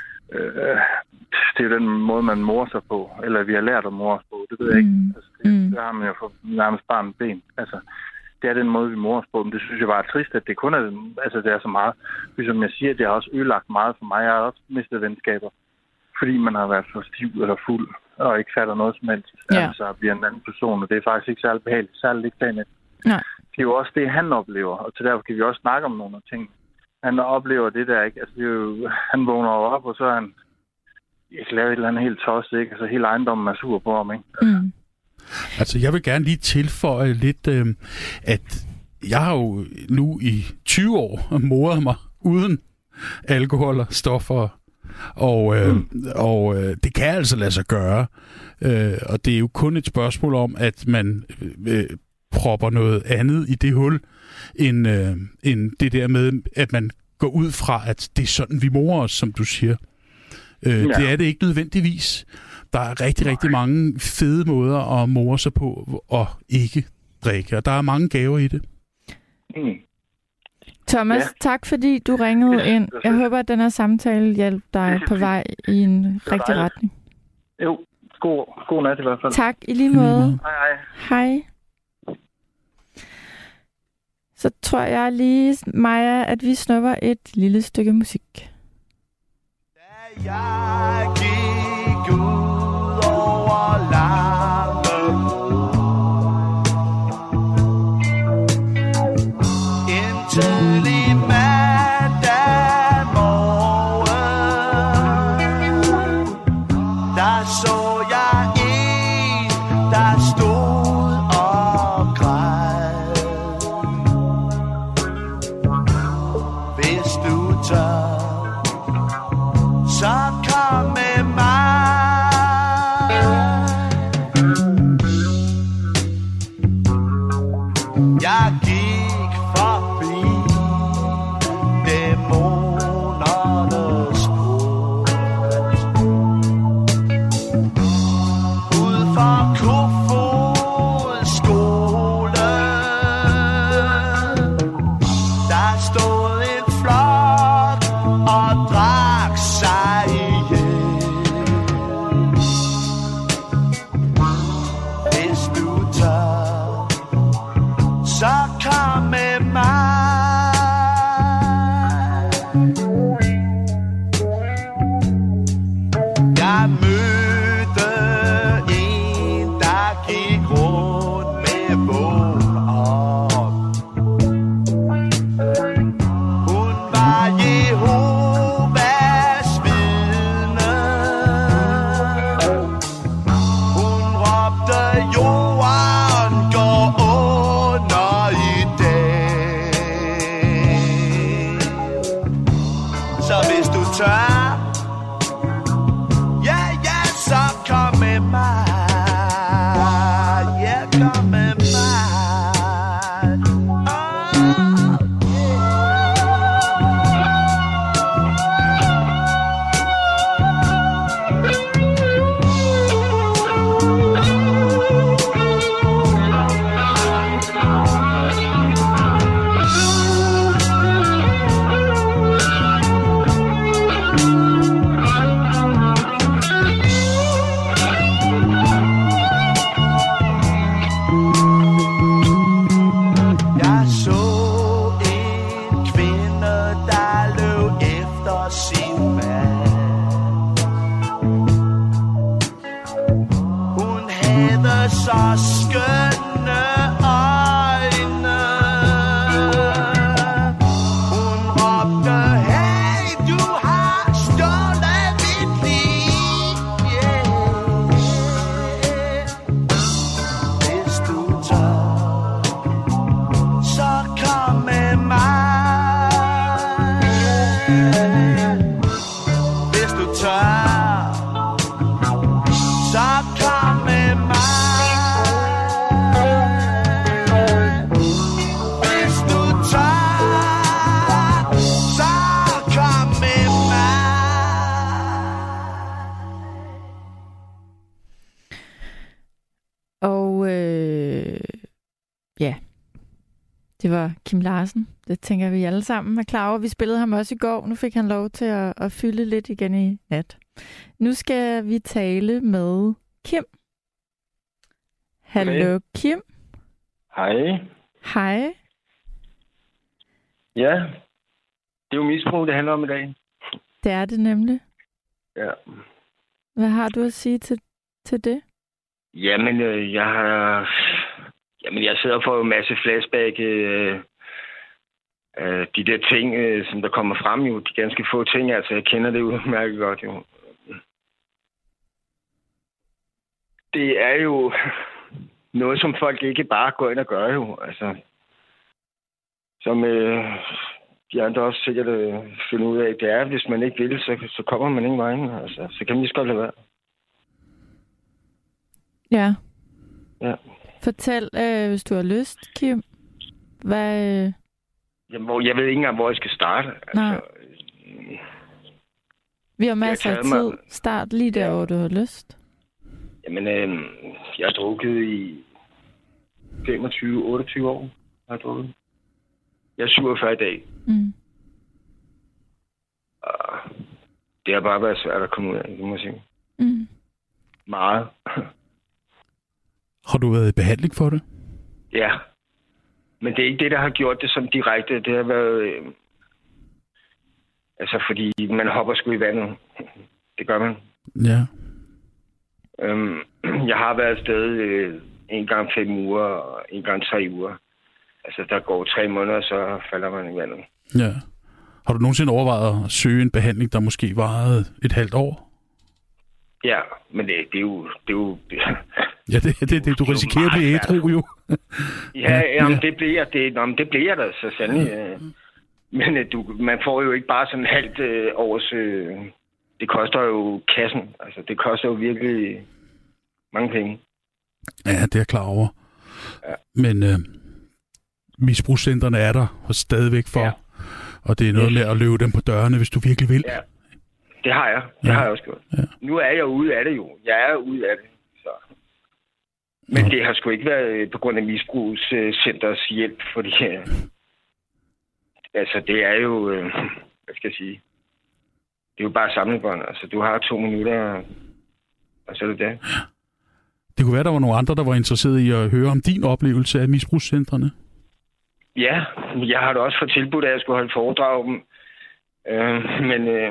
Øh, det er jo den måde, man morer sig på. Eller vi har lært at more os på. Det ved jeg mm. ikke. Altså, det, mm. det har man jo for nærmest bare en ben. Altså, det er den måde, vi morer os på. Men det synes jeg bare er trist, at det kun er, altså, det er så meget. Som jeg siger, det har også ødelagt meget for mig. Jeg har også mistet venskaber. Fordi man har været for stiv eller fuld. Og ikke fatter noget som helst. Ja. Altså, bliver en anden person. Og det er faktisk ikke særlig behageligt. Særligt ikke dagen efter. Nej. Det er jo også det, han oplever. Og til derfor kan vi også snakke om nogle af tingene. Han oplever det der, ikke? Altså, det er jo, han vågner op, og så er han ikke lavet et eller andet helt tosset, ikke? Altså, hele ejendommen er sur på ham, ikke? Mm. Altså, jeg vil gerne lige tilføje lidt, øh, at jeg har jo nu i tyve år moret mig uden alkohol og stoffer, og, øh, mm. og øh, det kan altså lade sig gøre. Øh, og det er jo kun et spørgsmål om, at man øh, propper noget andet i det hul, end, øh, end det der med, at man går ud fra, at det er sådan, vi morer os, som du siger. Øh, ja. Det er det ikke nødvendigvis. Der er rigtig, Nej. rigtig mange fede måder at more sig på og ikke drikke, og der er mange gaver i det. Mm. Thomas, ja. tak fordi du ringede ja, ind. Jeg håber, at den her samtale hjælper dig på vej i en rigtig retning. Jo, god, god nat i hvert fald. Tak, i lige måde. Hej, hej. Hej. Så tror jeg lige, Maja, at vi snupper et lille stykke musik. Da jeg gik ud over Langebro, indtil i mandag morgen, der så jeg en, der stod og græd. Hvis du tør, så kom med mig. Jeg gik forbi dæmonernes port, ud for Kofod skole. Der stod en flok og drak sig ihjel. Hvis du tør, så kom med mig. Jeg mødte en, der gik rundt med vågen op. Hun var Jehovas vidne. Hun råbte, jorden går under i dag. Så hvis du tør, ja, ja, så kom med mig. Ja, kom med mig. Oh, sin bag. Hun havde så skønne øjne. Hun råbte, hey, du har stjålet mit liv, yeah. Hvis du tør, så kom med mig. Hvis du tør, så kom med mig. Hvis du tør, så kom med mig. Og øh, ja, det var Kim Larsen. Det tænker vi alle sammen er klar over. Vi spillede ham også i går. Nu fik han lov til at, at fylde lidt igen i nat. Nu skal vi tale med Kim. Hallo, Okay. Kim. Hej. Hej. Ja, det er jo misbrug, det handler om i dag. Det er det nemlig. Ja. Hvad har du at sige til, til det? Jamen, øh, jeg har... Jamen, jeg sidder og får en masse flashback. Øh, øh, de der ting, øh, som der kommer frem jo, de ganske få ting, altså jeg kender det udmærket godt jo. Det er jo noget, som folk ikke bare går ind og gør jo, altså. Som øh, de andre også sikkert øh, finder ud af, det er, hvis man ikke vil, så, så kommer man ingen vejen, altså. Så kan man lige så godt lade være. Ja. Ja. Fortæl, øh, hvis du har lyst, Kim. Hvad... Øh... Jamen, hvor, jeg ved ikke engang, hvor jeg skal starte. Nej. Altså, Vi har masser af Jeg tid. tager mig- Start lige der, Ja. hvor du har lyst. jamen, øh, jeg har drukket i femogtyve otteogtyve år. Har jeg drukket. Jeg er syvogfyrre i dag. Mm. Og det har bare været svært at komme ud af, det må jeg sige. Mm. Meget. Har du været i behandling for det? Ja. Men det er ikke det, der har gjort det sådan direkte. Det har været... Øh, altså, fordi man hopper sgu i vandet. Det gør man. Ja. Øhm, jeg har været afsted øh, en gang fem uger, og en gang tre uger. Altså, der går tre måneder, så falder man i vandet. Ja. Har du nogensinde overvejet at søge en behandling, der måske varede et halvt år? Ja, men det, det er jo... Det er jo det, Ja, det er det, det. Du jo risikerer at blive meget ædru, jo. ja, Ja, jamen, ja. det bliver det. Nå, men det bliver der, så sandelig. Øh. Men øh, du, man får jo ikke bare sådan halvt øh, års... Øh, det koster jo kassen. Altså, det koster jo virkelig mange penge. Ja, det er jeg klar over. Ja. Men øh, misbrugscentrene er der og stadigvæk for. Ja. Og det er noget Yes. med at løbe dem på dørene, hvis du virkelig vil. Ja, det har jeg. Det Ja. har jeg også gjort. Ja. Nu er jeg ude af det jo. Jeg er ude af det. Så. Men Ja. det har sgu ikke været på grund af misbrugscenters hjælp, fordi... Øh, altså, det er jo... Øh, hvad skal jeg sige? Det er jo bare samlebånd. Altså, du har to minutter, og så er det det. Det kunne være, der var nogle andre, der var interesseret i at høre om din oplevelse af misbrugscentrene. Ja, jeg har da også fået tilbudt, at jeg skulle holde foredrag om dem. Øh, men... Øh,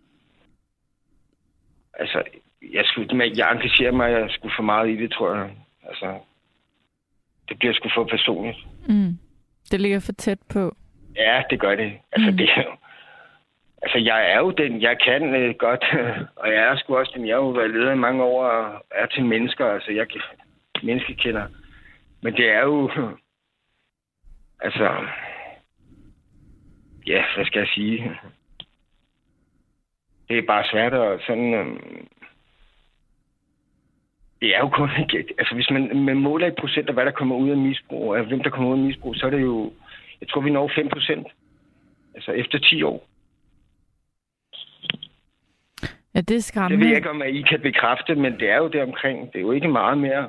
altså, jeg, skulle, jeg engagerer mig, jeg skulle for meget i det, tror jeg. Altså, det bliver sgu for personligt. Mm. Det ligger for tæt på. Ja, det gør det. Altså, Mm. det er jo... Altså, jeg er jo den, jeg kan øh, godt, og jeg er sgu også den, jeg har jo været leder i mange år, og er til mennesker, altså, jeg menneskekender. Men det er jo... Altså... Ja, hvad skal jeg sige? Det er bare svært at sådan... Øhm, det er jo kun ikke... Altså, hvis man, man måler i procent af, hvad der kommer ud af misbrug, af hvem der kommer ud af misbrug, så er det jo... Jeg tror, vi når fem procent. Altså, efter ti år. Ja, det er Det skræmmende. ved jeg ikke, om I kan bekræfte, men det er jo der omkring. Det er jo ikke meget mere.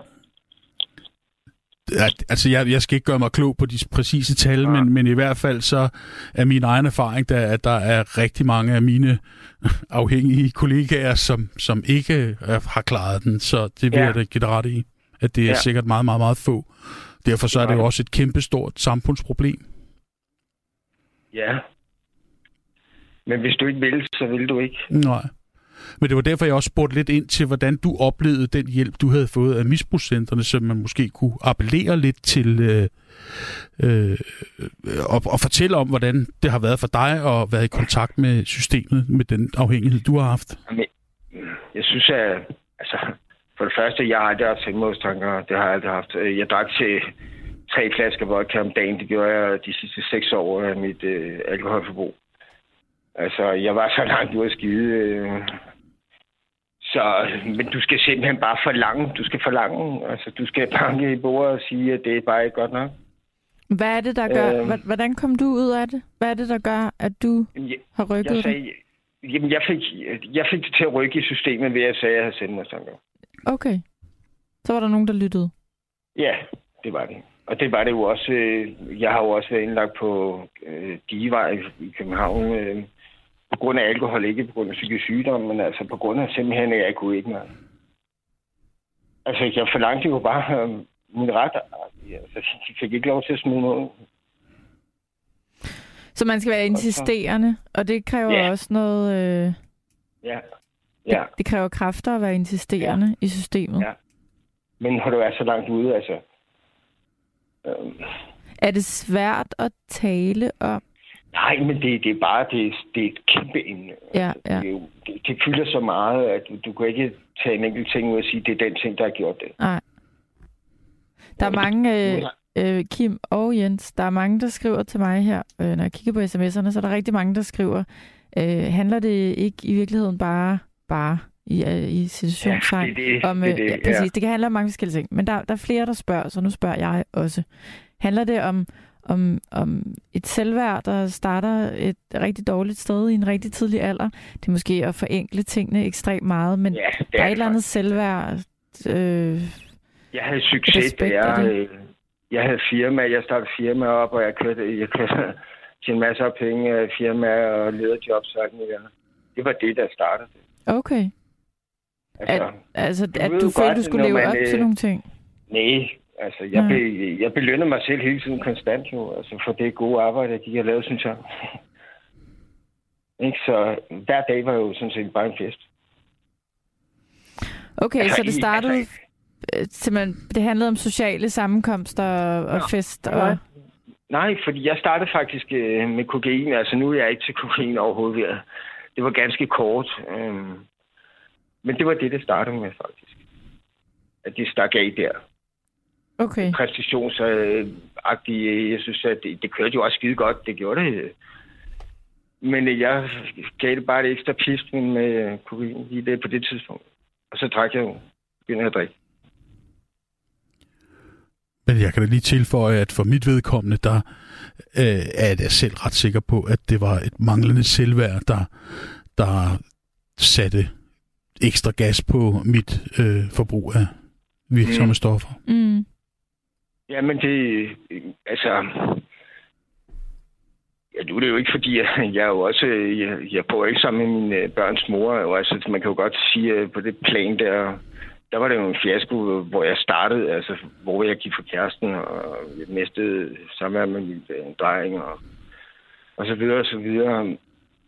Ja, altså, jeg, jeg skal ikke gøre mig klog på de præcise tal, ja. men, men i hvert fald så er min egen erfaring, der, at der er rigtig mange af mine afhængige kollegaer, som, som ikke er, har klaret den. Så det vil Ja. jeg da give dig ret i, at det er Ja. sikkert meget, meget, meget få. Derfor så er det jo også et kæmpestort samfundsproblem. Ja. Men hvis du ikke vil, så vil du ikke. Nej. Men det var derfor, jeg også spurgte lidt ind til, hvordan du oplevede den hjælp, du havde fået af misbrugscentrene, så man måske kunne appellere lidt til øh, øh, og, og fortælle om, hvordan det har været for dig at være i kontakt med systemet, med den afhængighed, du har haft. Jamen, jeg synes, at altså, for det første, jeg har aldrig haft selvmordstanker. Det har jeg aldrig haft. Jeg drak til tre flasker vodka om dagen. Det gjorde jeg de sidste seks år af mit øh, alkoholforbrug. Altså, jeg var så langt ude at skide. Øh, så, men du skal simpelthen bare forlange. Du skal forlange. Altså, du skal banke i bordet og sige, at det er bare ikke godt nok. Hvad er det, der gør... Øh, hvordan kom du ud af det? Hvad er det, der gør, at du jeg, har rykket jeg sagde, det? Jamen, jeg fik, jeg fik det til at rykke i systemet ved at sige, at jeg havde selvmordstanker. Okay. Så var der nogen, der lyttede? Ja, det var det. Og det var det jo også. Jeg har jo også været indlagt på øh, Digevej i København øh, på grund af alkohol, ikke på grund af psykisk sygdom, men altså på grund af simpelthen, at jeg kunne ikke mere. Altså, jeg forlangte jo bare øh, min ret. Altså, jeg fik ikke lov til at smide noget. Så man skal være insisterende, og det kræver ja. også noget... Øh... Ja. ja. Det, det kræver kræfter at være insisterende ja. i systemet. Ja. Men har du været så langt ude, altså... Øhm... Er det svært at tale om? Nej, men det, det er bare det, det er et kæmpe emne. Ja, ja. Det, det, det fylder så meget, at du, du kan ikke tage en enkelt ting ud og sige, at det er den ting, der har gjort det. Nej. Der er mange... Øh... Øh, Kim og Jens, der er mange, der skriver til mig her, øh, når jeg kigger på sms'erne, så er der rigtig mange, der skriver, øh, handler det ikke i virkeligheden bare, bare i, øh, i situationstegn? Ja, det, det, om, øh, det, det, ja, præcis, ja. det kan handle om mange forskellige ting, men der, der er flere, der spørger, så nu spørger jeg også. Handler det om, om, om et selvværd, der starter et rigtig dårligt sted i en rigtig tidlig alder? Det er måske at forenkle tingene ekstremt meget, men ja, der er et eller andet selvværd. Øh, jeg havde succes, da jeg... Jeg havde firma, jeg startede firma op, og jeg kørte, jeg kørte til en masse af penge, firma og lederjobs og alt muligt. Det var det, der startede det. Okay. Altså, at, altså, at du følte, du skulle leve man, op til nogle ting? Nej, altså, jeg, be, jeg belønner mig selv hele tiden konstant, jo, altså, for det gode arbejde, jeg gik og lavede, synes jeg. Ikke? Så hver dag var jo sådan set bare en fest. Okay, altså, så det startede... Altså, simpelthen, det handlede om sociale sammenkomster og ja, fest? Og... Nej. nej, fordi jeg startede faktisk øh, med kokain. Altså nu er jeg ikke til kokain overhovedet. Det var ganske kort. Øh, men det var det, det startede med faktisk. At det stak af der. Okay. Præstationsagtigt. Jeg synes, at det, det kørte jo også skide godt. Det gjorde det. Men jeg gav det bare et ekstra pisk med kokain lige det på det tidspunkt. Og så drak jeg jo. Begyndte at drikke. Men jeg kan da lige tilføje, at for mit vedkommende, der øh, er jeg selv ret sikker på, at det var et manglende selvværd, der, der satte ekstra gas på mit øh, forbrug af virksomme mm. stoffer. Mm. Jamen det, altså, ja, nu er det jo ikke fordi, jeg, jeg er jo også, jeg, jeg bor ikke sammen med mine børns mor, og altså, man kan jo godt sige, på det plan der, der var det jo en fiasko, hvor jeg startede, altså, hvor jeg gik for kæresten, og jeg mistede samvær med min øh, dreng, og, og så videre, og så videre.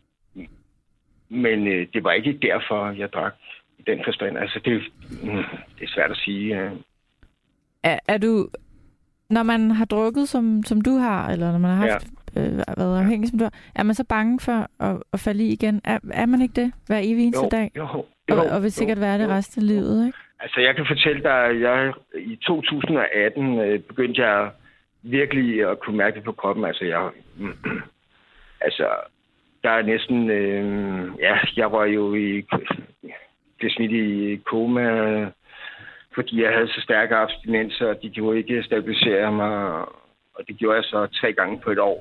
Men øh, det var ikke derfor, jeg drak i den forstand. Altså, det, mm, det er svært at sige. Øh. Er, er du, når man har drukket, som, som du har, eller når man har haft ja. øh, været afhængig, som du har, er man så bange for at, at falde i igen? Er, er man ikke det hver evig eneste jo, dag? Jo, jo, og, og vil sikkert jo, være det jo, resten af livet, ikke? Altså, jeg kan fortælle dig, at jeg i to tusind og atten øh, begyndte jeg virkelig at kunne mærke det på kroppen. Altså, jeg, øh, altså, der er næsten, øh, ja, jeg var jo i, blev smidt i koma, fordi jeg havde så stærke abstinenser, og de kunne ikke stabilisere mig, og det gjorde jeg så tre gange på et år.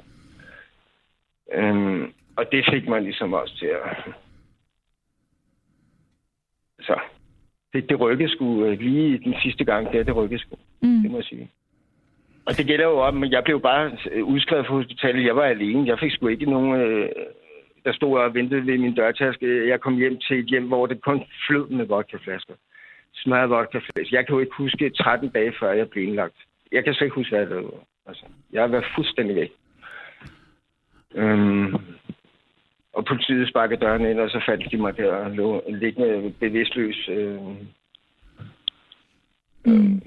Øh, og det fik man ligesom også til at... Så... Det, det rykkede sgu lige den sidste gang, det, det rykkede sgu. Mm. Det må jeg sige. Og det gælder jo om, men jeg blev bare udskrevet fra hospitalet. Jeg var alene. Jeg fik sgu ikke nogen, øh, der stod og ventede ved min dørtaske. Jeg kom hjem til et hjem, hvor det kun flød med vodkaflasker. Smadret vodkaflasker. Jeg kan jo ikke huske tretten dage før jeg blev indlagt. Jeg kan slet ikke huske, hvad jeg lavede. Altså, jeg har været fuldstændig væk. Øhm, Og politiet sparkede døren ind, og så fandt de mig der og lå liggende bevidstløs. Øh, mm.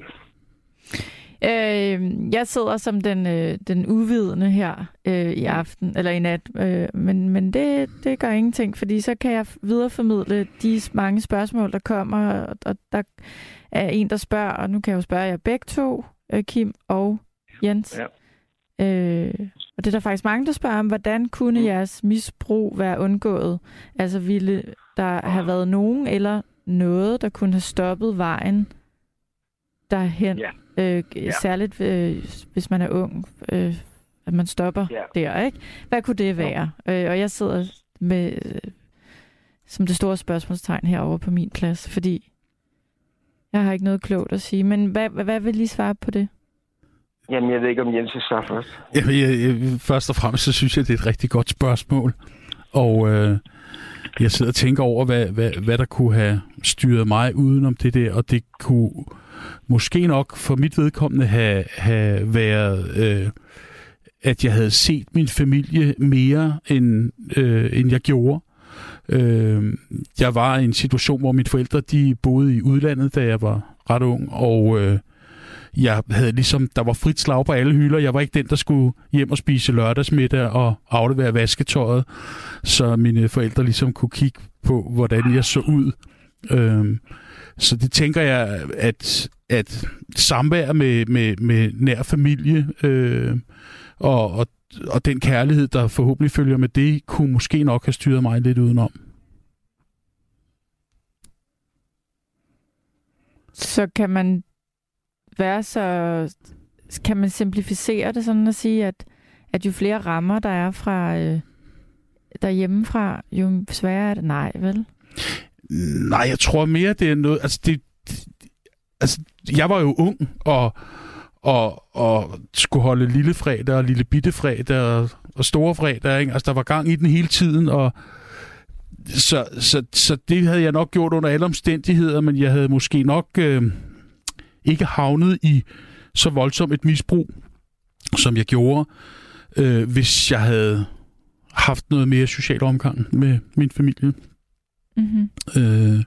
Øh, jeg sidder som den, øh, den uvidende her øh, i aften, eller i nat, øh, men, men det, det gør ingenting, fordi så kan jeg videreformidle de mange spørgsmål, der kommer, og, og der er en, der spørger, og nu kan jeg jo spørge jer begge to, øh, Kim og Jens. Ja. Øh, og det er der faktisk mange, der spørger om, hvordan kunne mm. jeres misbrug være undgået? Altså ville der have været nogen eller noget, der kunne have stoppet vejen derhen? Ja. Øh, ja. Særligt øh, hvis man er ung, øh, at man stopper ja. der, ikke? Hvad kunne det være? Ja. Øh, og jeg sidder med øh, som det store spørgsmålstegn herovre på min plads, fordi jeg har ikke noget klogt at sige. Men hvad, hvad vil I svare på det? Jamen, jeg ved ikke, om Jens vil svare først. Jamen, jeg, jeg, først og fremmest, så synes jeg, det er et rigtig godt spørgsmål. Og øh, jeg sidder og tænker over, hvad, hvad, hvad der kunne have styret mig udenom det der, og det kunne måske nok for mit vedkommende have, have været, øh, at jeg havde set min familie mere, end, øh, end jeg gjorde. Øh, jeg var i en situation, hvor mine forældre de boede i udlandet, da jeg var ret ung, og øh, jeg havde ligesom, der var frit slag på alle hylder. Jeg var ikke den, der skulle hjem og spise lørdagsmiddag og aflevere vasketøjet, så mine forældre ligesom kunne kigge på, hvordan jeg så ud. Øh, Så det tænker jeg, at, at samvær med, med, med nær familie øh, og, og, og den kærlighed, der forhåbentlig følger med det, kunne måske nok have styret mig lidt udenom. Så kan man være så... Kan man simplificere det sådan at sige, at, at jo flere rammer, der er fra øh, derhjemmefra, jo sværere er det? Nej, vel? Nej, jeg tror mere, det er noget... Altså, det, altså jeg var jo ung, og, og, og skulle holde lille fredag og lille bitte fredag og, og store fredag, ikke? Altså, der var gang i den hele tiden, og så, så, så det havde jeg nok gjort under alle omstændigheder, men jeg havde måske nok øh, ikke havnet i så voldsomt et misbrug, som jeg gjorde, øh, hvis jeg havde haft noget mere social omgang med min familie. Mm-hmm. Øh,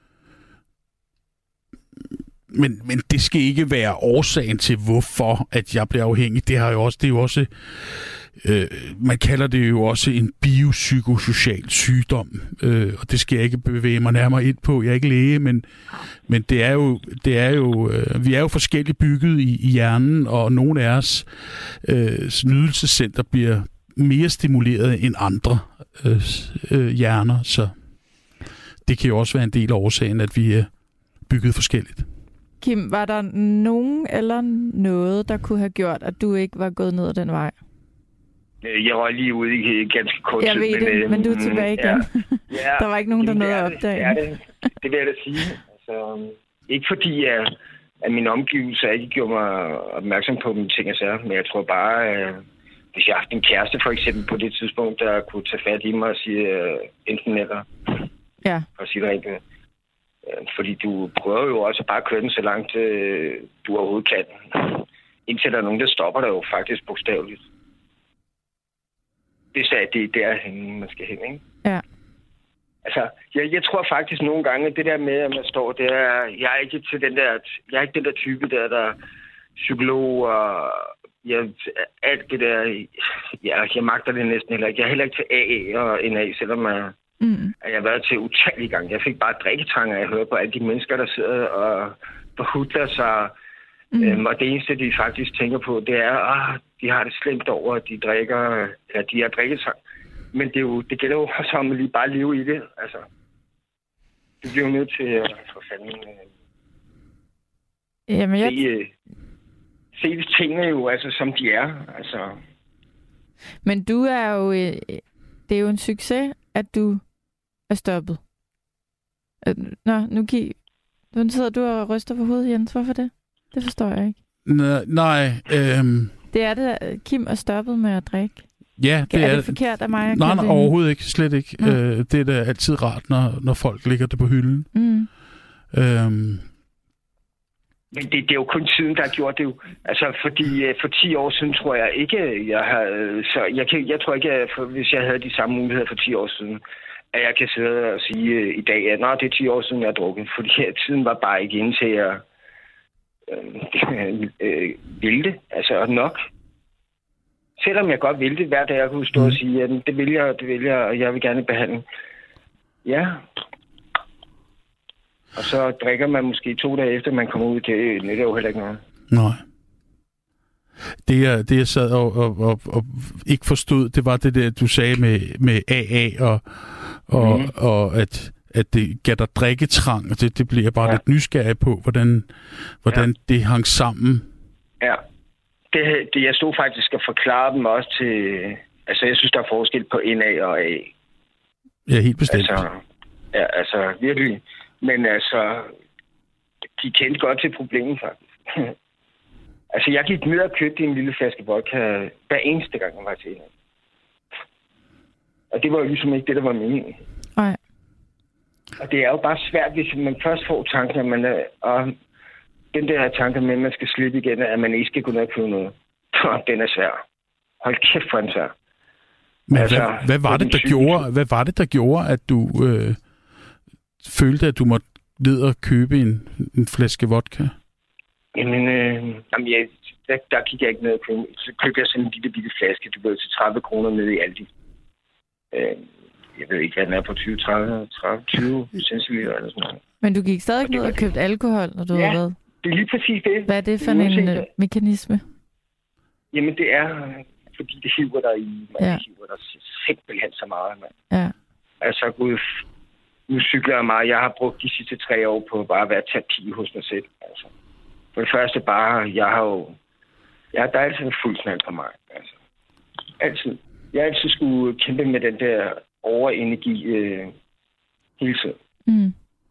men, men det skal ikke være årsagen til, hvorfor at jeg bliver afhængig. Det har jo også, det er jo også, øh, man kalder det jo også en biopsykosocial sygdom, øh, og det skal jeg ikke bevæge mig nærmere ind på. Jeg er ikke læge, men, men det er jo, det er jo øh, vi er jo forskelligt bygget i, i hjernen, og nogle af os øh, nydelsescenter bliver mere stimuleret end andre øh, øh, hjerner, så det kan jo også være en del af årsagen, at vi er bygget forskelligt. Kim, var der nogen eller noget, der kunne have gjort, at du ikke var gået ned ad den vej? Jeg var lige ude i ganske kort tid. Jeg ved det, men, men du er tilbage igen. Ja. Ja. Der var ikke nogen, der nåede at opdage. Ja, det, det vil jeg da sige. Altså, ikke fordi, at, at mine omgivelser ikke gjorde mig opmærksom på mine ting og sager, men jeg tror bare, at hvis jeg havde haft en kæreste for eksempel på det tidspunkt, der kunne tage fat i mig og sige uh, enten eller. Ja. Og sige det rent. Fordi du prøver jo også bare at køre den så langt, øh, du overhovedet kan. Indtil der er nogen, der stopper dig jo faktisk bogstaveligt. Det er det derhen, man skal hen, ikke? Ja. Altså, jeg, jeg tror faktisk nogle gange, det der med, at man står der, jeg er ikke til den der, jeg er ikke den der type der, der psykolog og jeg, alt det der, jeg, jeg magter det næsten heller ikke. Jeg er heller ikke til A A og N A, selvom jeg Mm. Jeg har været til utallige gange. Jeg fik bare drikketanger, jeg hører på alle de mennesker, der sidder og forhudler sig. Mm. Øhm, og det eneste, de faktisk tænker på, det er, at ah, de har det slemt over, at de drikker, eller de har drikketang. Men det, er jo, det gælder jo også om at lige bare leve i det. Altså, du bliver jo nødt til at for fanden Jamen, jeg... se, se tingene jo, altså, som de er. Altså. Men du er jo... Det er jo en succes, at du er stoppet. Nå, nu, ki- nu sidder du og ryster på hovedet, Jens. Hvorfor det? Det forstår jeg ikke. Nej, nej øhm... Det er det, at Kim er stoppet med at drikke. Ja, det er... Er det forkert af mig? Nej, nej, overhovedet ikke. Slet ikke. Mm. Øh, det er da altid rart, når, når folk lægger det på hylden. Mm. Øhm... Men det, det er jo kun tiden, der har gjort det jo. Altså, fordi øh, for ti år siden tror jeg ikke, jeg har... Øh, så jeg, kan, jeg tror ikke, at for, hvis jeg havde de samme muligheder for ti år siden, at jeg kan sidde og sige øh, i dag, at nej, det er ti år siden, jeg har drukket. Fordi ja, tiden var bare ikke inde til at øh, øh, ville det. Altså, nok. Selvom jeg godt ville det, hver dag jeg kunne stå og sige, at det vil jeg, det vil jeg, og jeg vil gerne behandle. Ja. Og så drikker man måske to dage efter, man kommer ud. Det nytter jo heller ikke noget. Nej. Det jeg, det, jeg sad og, og, og, og ikke forstod, det var det der, du sagde med, med A A, og, og, mm. og at, at det gav dig drikketrang. Det, det bliver jeg bare ja. lidt nysgerrig på, hvordan, hvordan ja. det hang sammen. Ja. Det, det, jeg stod faktisk og forklare dem også til... Altså, jeg synes, der er forskel på N A og A. Ja, helt bestemt. Altså, ja, altså, virkelig. Men altså, de kendte godt til problemet, faktisk. Altså, jeg gik ned og købte en lille flaske vodka hver eneste gang, jeg var til N A. Og det var jo ligesom ikke det, der var meningen. Nej. Og det er jo bare svært, hvis man først får tanken, at man er... Og den der tanke med, at man skal slippe igen, at man ikke skal gå ned og købe noget. Den er svær. Hold kæft for den svær. Men altså, hvad, hvad, var det, der gjorde, hvad var det, der gjorde, at du øh, følte, at du måtte ned og købe en, en flaske vodka? Jamen, øh, jamen jeg, der, der gik jeg ikke ned og købe. Så købte jeg sådan en lille bitte flaske, du ved, til tredive kroner nede i Aldi. Øh, jeg ved ikke, hvad den er på tyve, tredive, tredive, tyve centiliter eller sådan noget. Men du gik stadig ned og købte alkohol, når du ja, havde været? Det er lige præcis det. Hvad er det for en uh, mekanisme? Jamen, det er, fordi det hiver dig i. Man. Ja. Det hiver dig simpelthen så meget, mand. Ja. Altså, gud, nu cykler jeg meget. Jeg har brugt de sidste tre år på bare at være terapi hos mig selv. Altså, for det første bare, jeg har jo... Jeg, der er altid en fuld knald på mig. Altså. Altid. Jeg har altid skulle kæmpe med den der overenergi øh, hele tiden. Mm.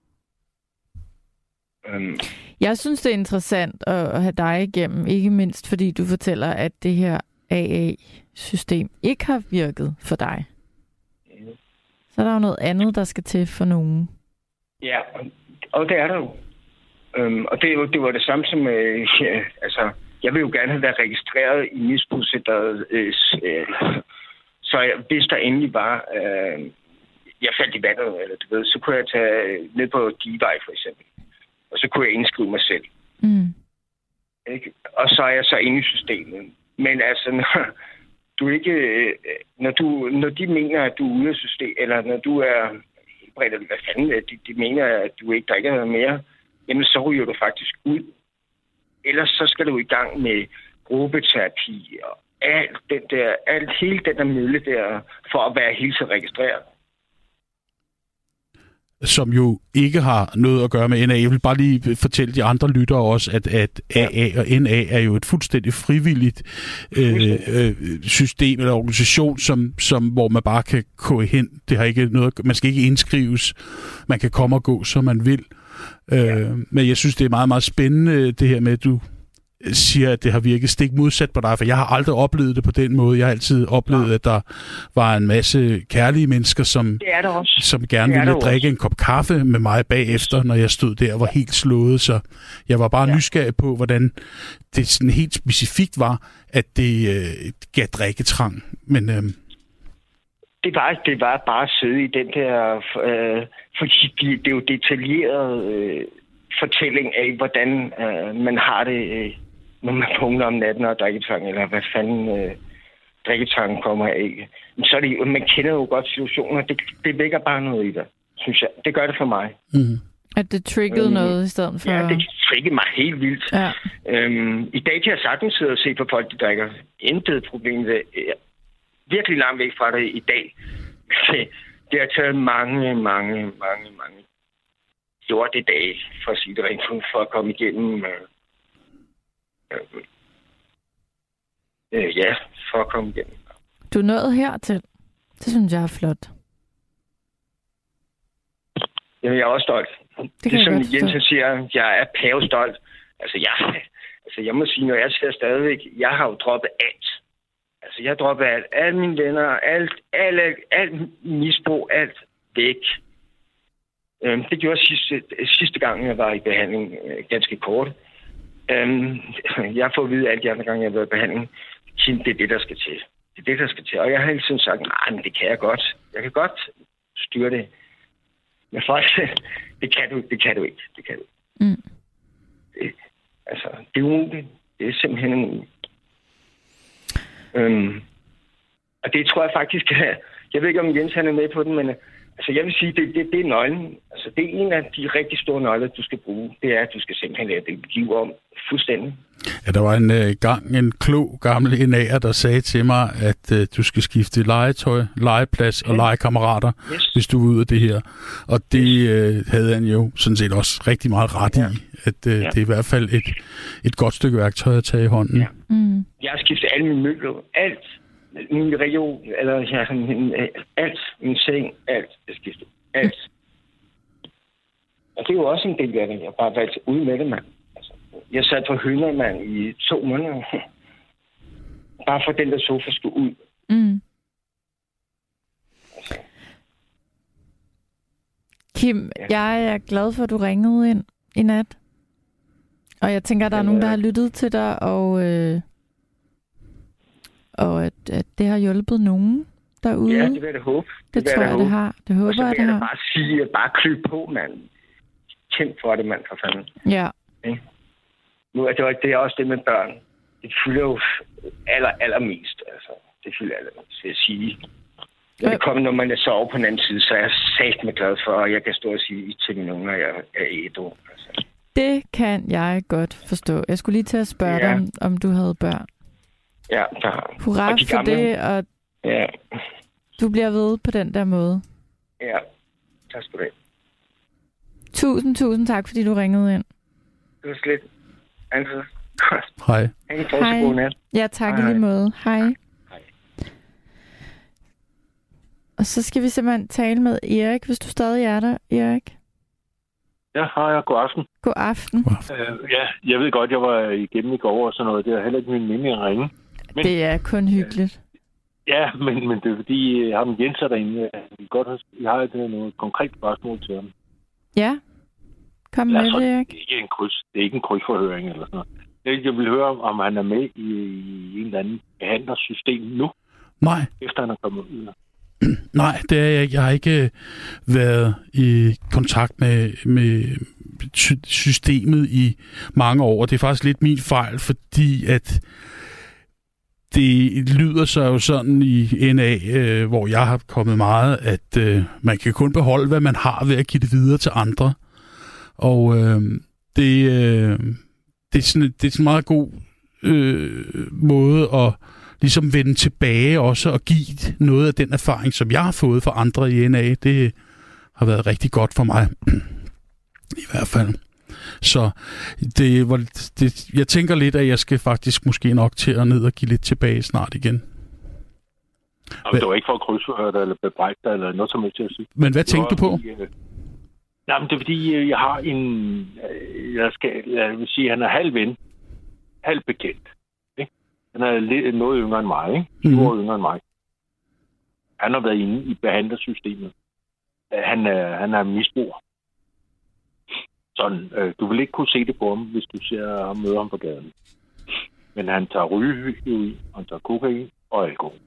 Um, Jeg synes, det er interessant at have dig igennem, ikke mindst fordi du fortæller, at det her A A-system ikke har virket for dig. Mm. Så er der jo noget andet, der skal til for nogen. Ja, og det er der jo. Um, og det, er jo, det var det samme som... Øh, ja, altså, jeg vil jo gerne have været registreret i misbrugscenteret. Øh, øh, så jeg, hvis der endelig var... Øh, jeg faldt i vandet, eller du ved, så kunne jeg tage ned på Divej for eksempel. Og så kunne jeg indskrive mig selv. Mm. Ikke? Og så er jeg så inde i systemet. Men altså, når du ikke, når, du, når de mener, at du er ude af systemet, eller når du er helbredt, hvad fanden, de, de mener, at du ikke drikker noget mere, jamen så ryger du faktisk ud. Ellers så skal du i gang med gruppeterapi og alt den der, alt, hele den der mølle der, for at være helt så registreret. Som jo ikke har noget at gøre med N A. Jeg vil bare lige fortælle de andre lyttere også, at, at A A og N A er jo et fuldstændig frivilligt øh, øh, system eller organisation, som, som, hvor man bare kan gå hen. Det har ikke noget, man skal ikke indskrives. Man kan komme og gå, som man vil. Ja. Øh, men jeg synes, det er meget, meget spændende, det her med, at du siger, at det har virket stik modsat på dig, for jeg har aldrig oplevet det på den måde. Jeg har altid oplevet, ja. at der var en masse kærlige mennesker, som, som gerne ville drikke også. en kop kaffe med mig bagefter, når jeg stod der og var helt slået. Så jeg var bare ja. nysgerrig på, hvordan det sådan helt specifikt var, at det øh, gav drikketrang. Men øh, det var det var bare at sidde i den der, øh, fordi det er jo detaljeret øh, fortælling af, hvordan øh, man har det, øh, når man vågner om natten og drikketrang, eller hvad fanden øh, drikketrangen kommer af. Men så er det, man kender jo godt situationer, det, det vækker bare noget i dig, synes jeg. Det gør det for mig. Mm. At det triggede mm. noget i stedet for... Ja, det triggede mig helt vildt. Ja. Øhm, I dag kan jeg sagtens sidde og se på folk, der drikker. Intet problem. Det er virkelig langt væk fra det i dag. Det, det har taget mange, mange, mange, mange lorte dage, for at sige det rent, for at komme igennem... Øh, øh, øh, ja, for at komme igennem. Du er nået hertil. Det synes jeg er flot. Jamen, jeg er også stolt. Det, det som Jensen siger, jeg er pavestolt. Altså, jeg, altså, jeg må sige, når jeg ser stadigvæk, jeg har jo droppet alt. Altså, jeg har droppet alt. Alle mine venner, alt, alt, alt, alt misbrug, alt væk. Øhm, det gjorde jeg sidste, sidste gang, jeg var i behandling, øh, ganske kort. Øhm, jeg har fået at vide alt de andre gange, jeg har været i behandling. Kim, det er det, der skal til. Det er det, der skal til. Og jeg har hele tiden sagt, nej, men det kan jeg godt. Jeg kan godt styre det. Men folk, det kan du, det kan du ikke. Det kan du ikke. Mm. Det, altså, det er umuligt. Det er simpelthen umuligt. Øhm, og det tror jeg faktisk, jeg ved ikke, om Jens han er med på den, men altså, jeg vil sige, det, det, det er nøglen. Altså, det er en af de rigtig store nøgler, du skal bruge. Det er, at du skal simpelthen lade dit liv om fuldstændig. Ja, der var en øh, gang en klog gammel enærer, der sagde til mig, at øh, du skal skifte legetøj, legeplads og legekammerater, yes. hvis du er ude af det her. Og det øh, havde han jo sådan set også rigtig meget ret ja. i, at øh, ja. det er i hvert fald et, et godt stykke værktøj at tage i hånden. Ja. Mm. Jeg har skiftet alle mine møbler, alt. Min region, eller ja, sådan, alt. Min seng, alt er skiftet. Alt. Og det er jo også en del af det. Jeg har bare valgt ud med det, mand. Altså, jeg sad på hønder, mand, i to måneder. Bare for den der sofa skulle ud. Mm. Altså. Kim, ja. jeg er glad for, at du ringede ind i nat. Og jeg tænker, at der er nogen, der har lyttet til dig, og, øh, og at, at det har hjulpet nogen derude. Ja, det vil jeg da håbe. Det, det tror jeg, jeg det har. Det håber og så vil jeg, det jeg da har. bare sige, bare kryb på, mand. Kæmp for det, mand, for fanden. Ja. Okay? Nu er det, jo, det er også det med børn. Det fylder jo aller, allermest. Altså, det fylder allermest, vil jeg sige. Når det kommer, når man er så over på den anden side, så er jeg sagt med glad for, at jeg kan stå og sige til mine unger, at jeg er ædru. Altså. Det kan jeg godt forstå. Jeg skulle lige til at spørge ja. dig, om, om du havde børn. Ja, der har jeg. Hurra og de for gamle, det, og ja. du bliver ved på den der måde. Ja, tak skal du have. Tusind, tusind tak, fordi du ringede ind. Det var slet. Altså. Hej. Hej. God nat. Ja, tak hej. I lige måde. Hej. Hej. Og så skal vi simpelthen tale med Erik, hvis du stadig er der, Erik. Ja, hej, god aften. God aften. God aften. Uh, ja, jeg ved godt, jeg var igennem i går og sådan noget. Det er heller ikke min mening at ringe. Men, det er kun hyggeligt. Ja, men, men det er fordi, ham Jens er derinde. Jeg, godt, jeg har et noget konkret spørgsmål til ham. Ja, kom med det, Erik. Det er ikke en kryds, det er ikke en krydsforhøring eller sådan noget. Jeg vil høre, om han er med i, i en eller anden behandlersystem nu. Nej. Efter han er kommet ud. Nej, det er jeg ikke. Jeg har ikke været i kontakt med, med systemet i mange år. Det er faktisk lidt min fejl, fordi at det lyder så jo sådan i N A, øh, hvor jeg har kommet meget, at øh, man kan kun beholde, hvad man har ved at give det videre til andre. Og øh, det, øh, det, er sådan, det er sådan en meget god øh, måde at ligesom vende tilbage også og give noget af den erfaring, som jeg har fået fra andre i N A. Det har været rigtig godt for mig. I hvert fald. Så det, var, det, jeg tænker lidt, at jeg skal faktisk måske nok til at ned og give lidt tilbage snart igen. Jamen, det var ikke for at krydsforhøre dig, eller bebrejde dig, eller noget som helst til at sige. Men hvad tænkte du på? Øh, nej, men det er fordi, jeg har en... Jeg, skal, jeg vil sige, han er halv ven, halv bekendt. Ikke? Han er lidt, noget yngre end mig, ikke? tyve år yngre end mig. Han har været inde i behandlersystemet. Han er, han er misbruger. Sådan, øh, du vil ikke kunne se det på ham, hvis du ser ham møde ham på gaden. Men han tager rygeheroin, han tager kokain og alkohol.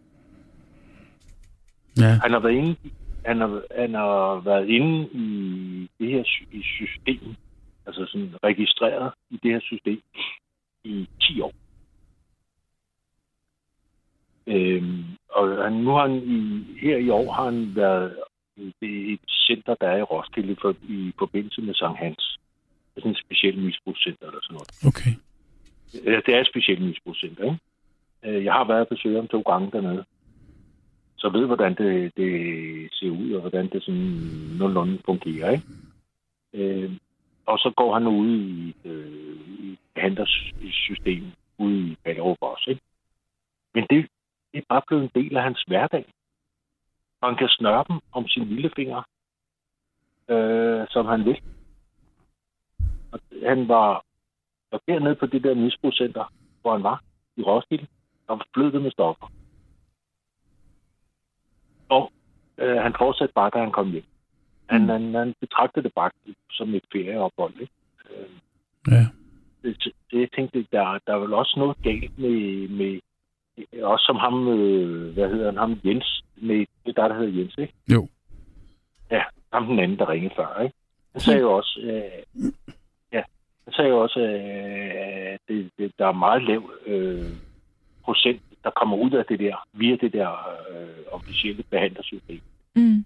Ja. Han har været inde, han har, han har været inde i det her i system, altså sådan registreret i det her system i ti år. Øhm, og han, nu har han i, her i år har han været i et center, der er i Roskilde for, i forbindelse med Sankt Hans. Det er sådan et specielt misbrugscenter eller sådan noget. Okay. Det er et specielt misbrugscenter, ikke? Jeg har været og besøgt ham to gange dernede. Så jeg ved, hvordan det, det ser ud, og hvordan det sådan nogenlunde fungerer, ikke? Øh, og så går han ud i et øh, behandlersystem ude i Ballerup også, ikke? Men det, det er bare blevet en del af hans hverdag. Og han kan snøre dem om sine lillefinger, øh, som han vil. Og han var, var dernede på det der misbrugscenter, hvor han var i Roskilde, og flød det med stoffer. Og øh, han fortsatte bare, da han kom hjem. Han, mm. han, han betragtede det bare som et ferieophold, ikke? Øh, ja. det, det, jeg tænkte, der, der er vel også noget galt med, med også som ham, øh, hvad hedder han, ham Jens, med, det er der, der hedder Jens, ikke? Jo. Ja, ham den anden, der ringede før, ikke? Han sagde jo også, øh, ja, han sagde jo også, øh, at det, det, der er meget lav øh, procent, der kommer ud af det der, via det der øh, officielle behandlersystem. Mm.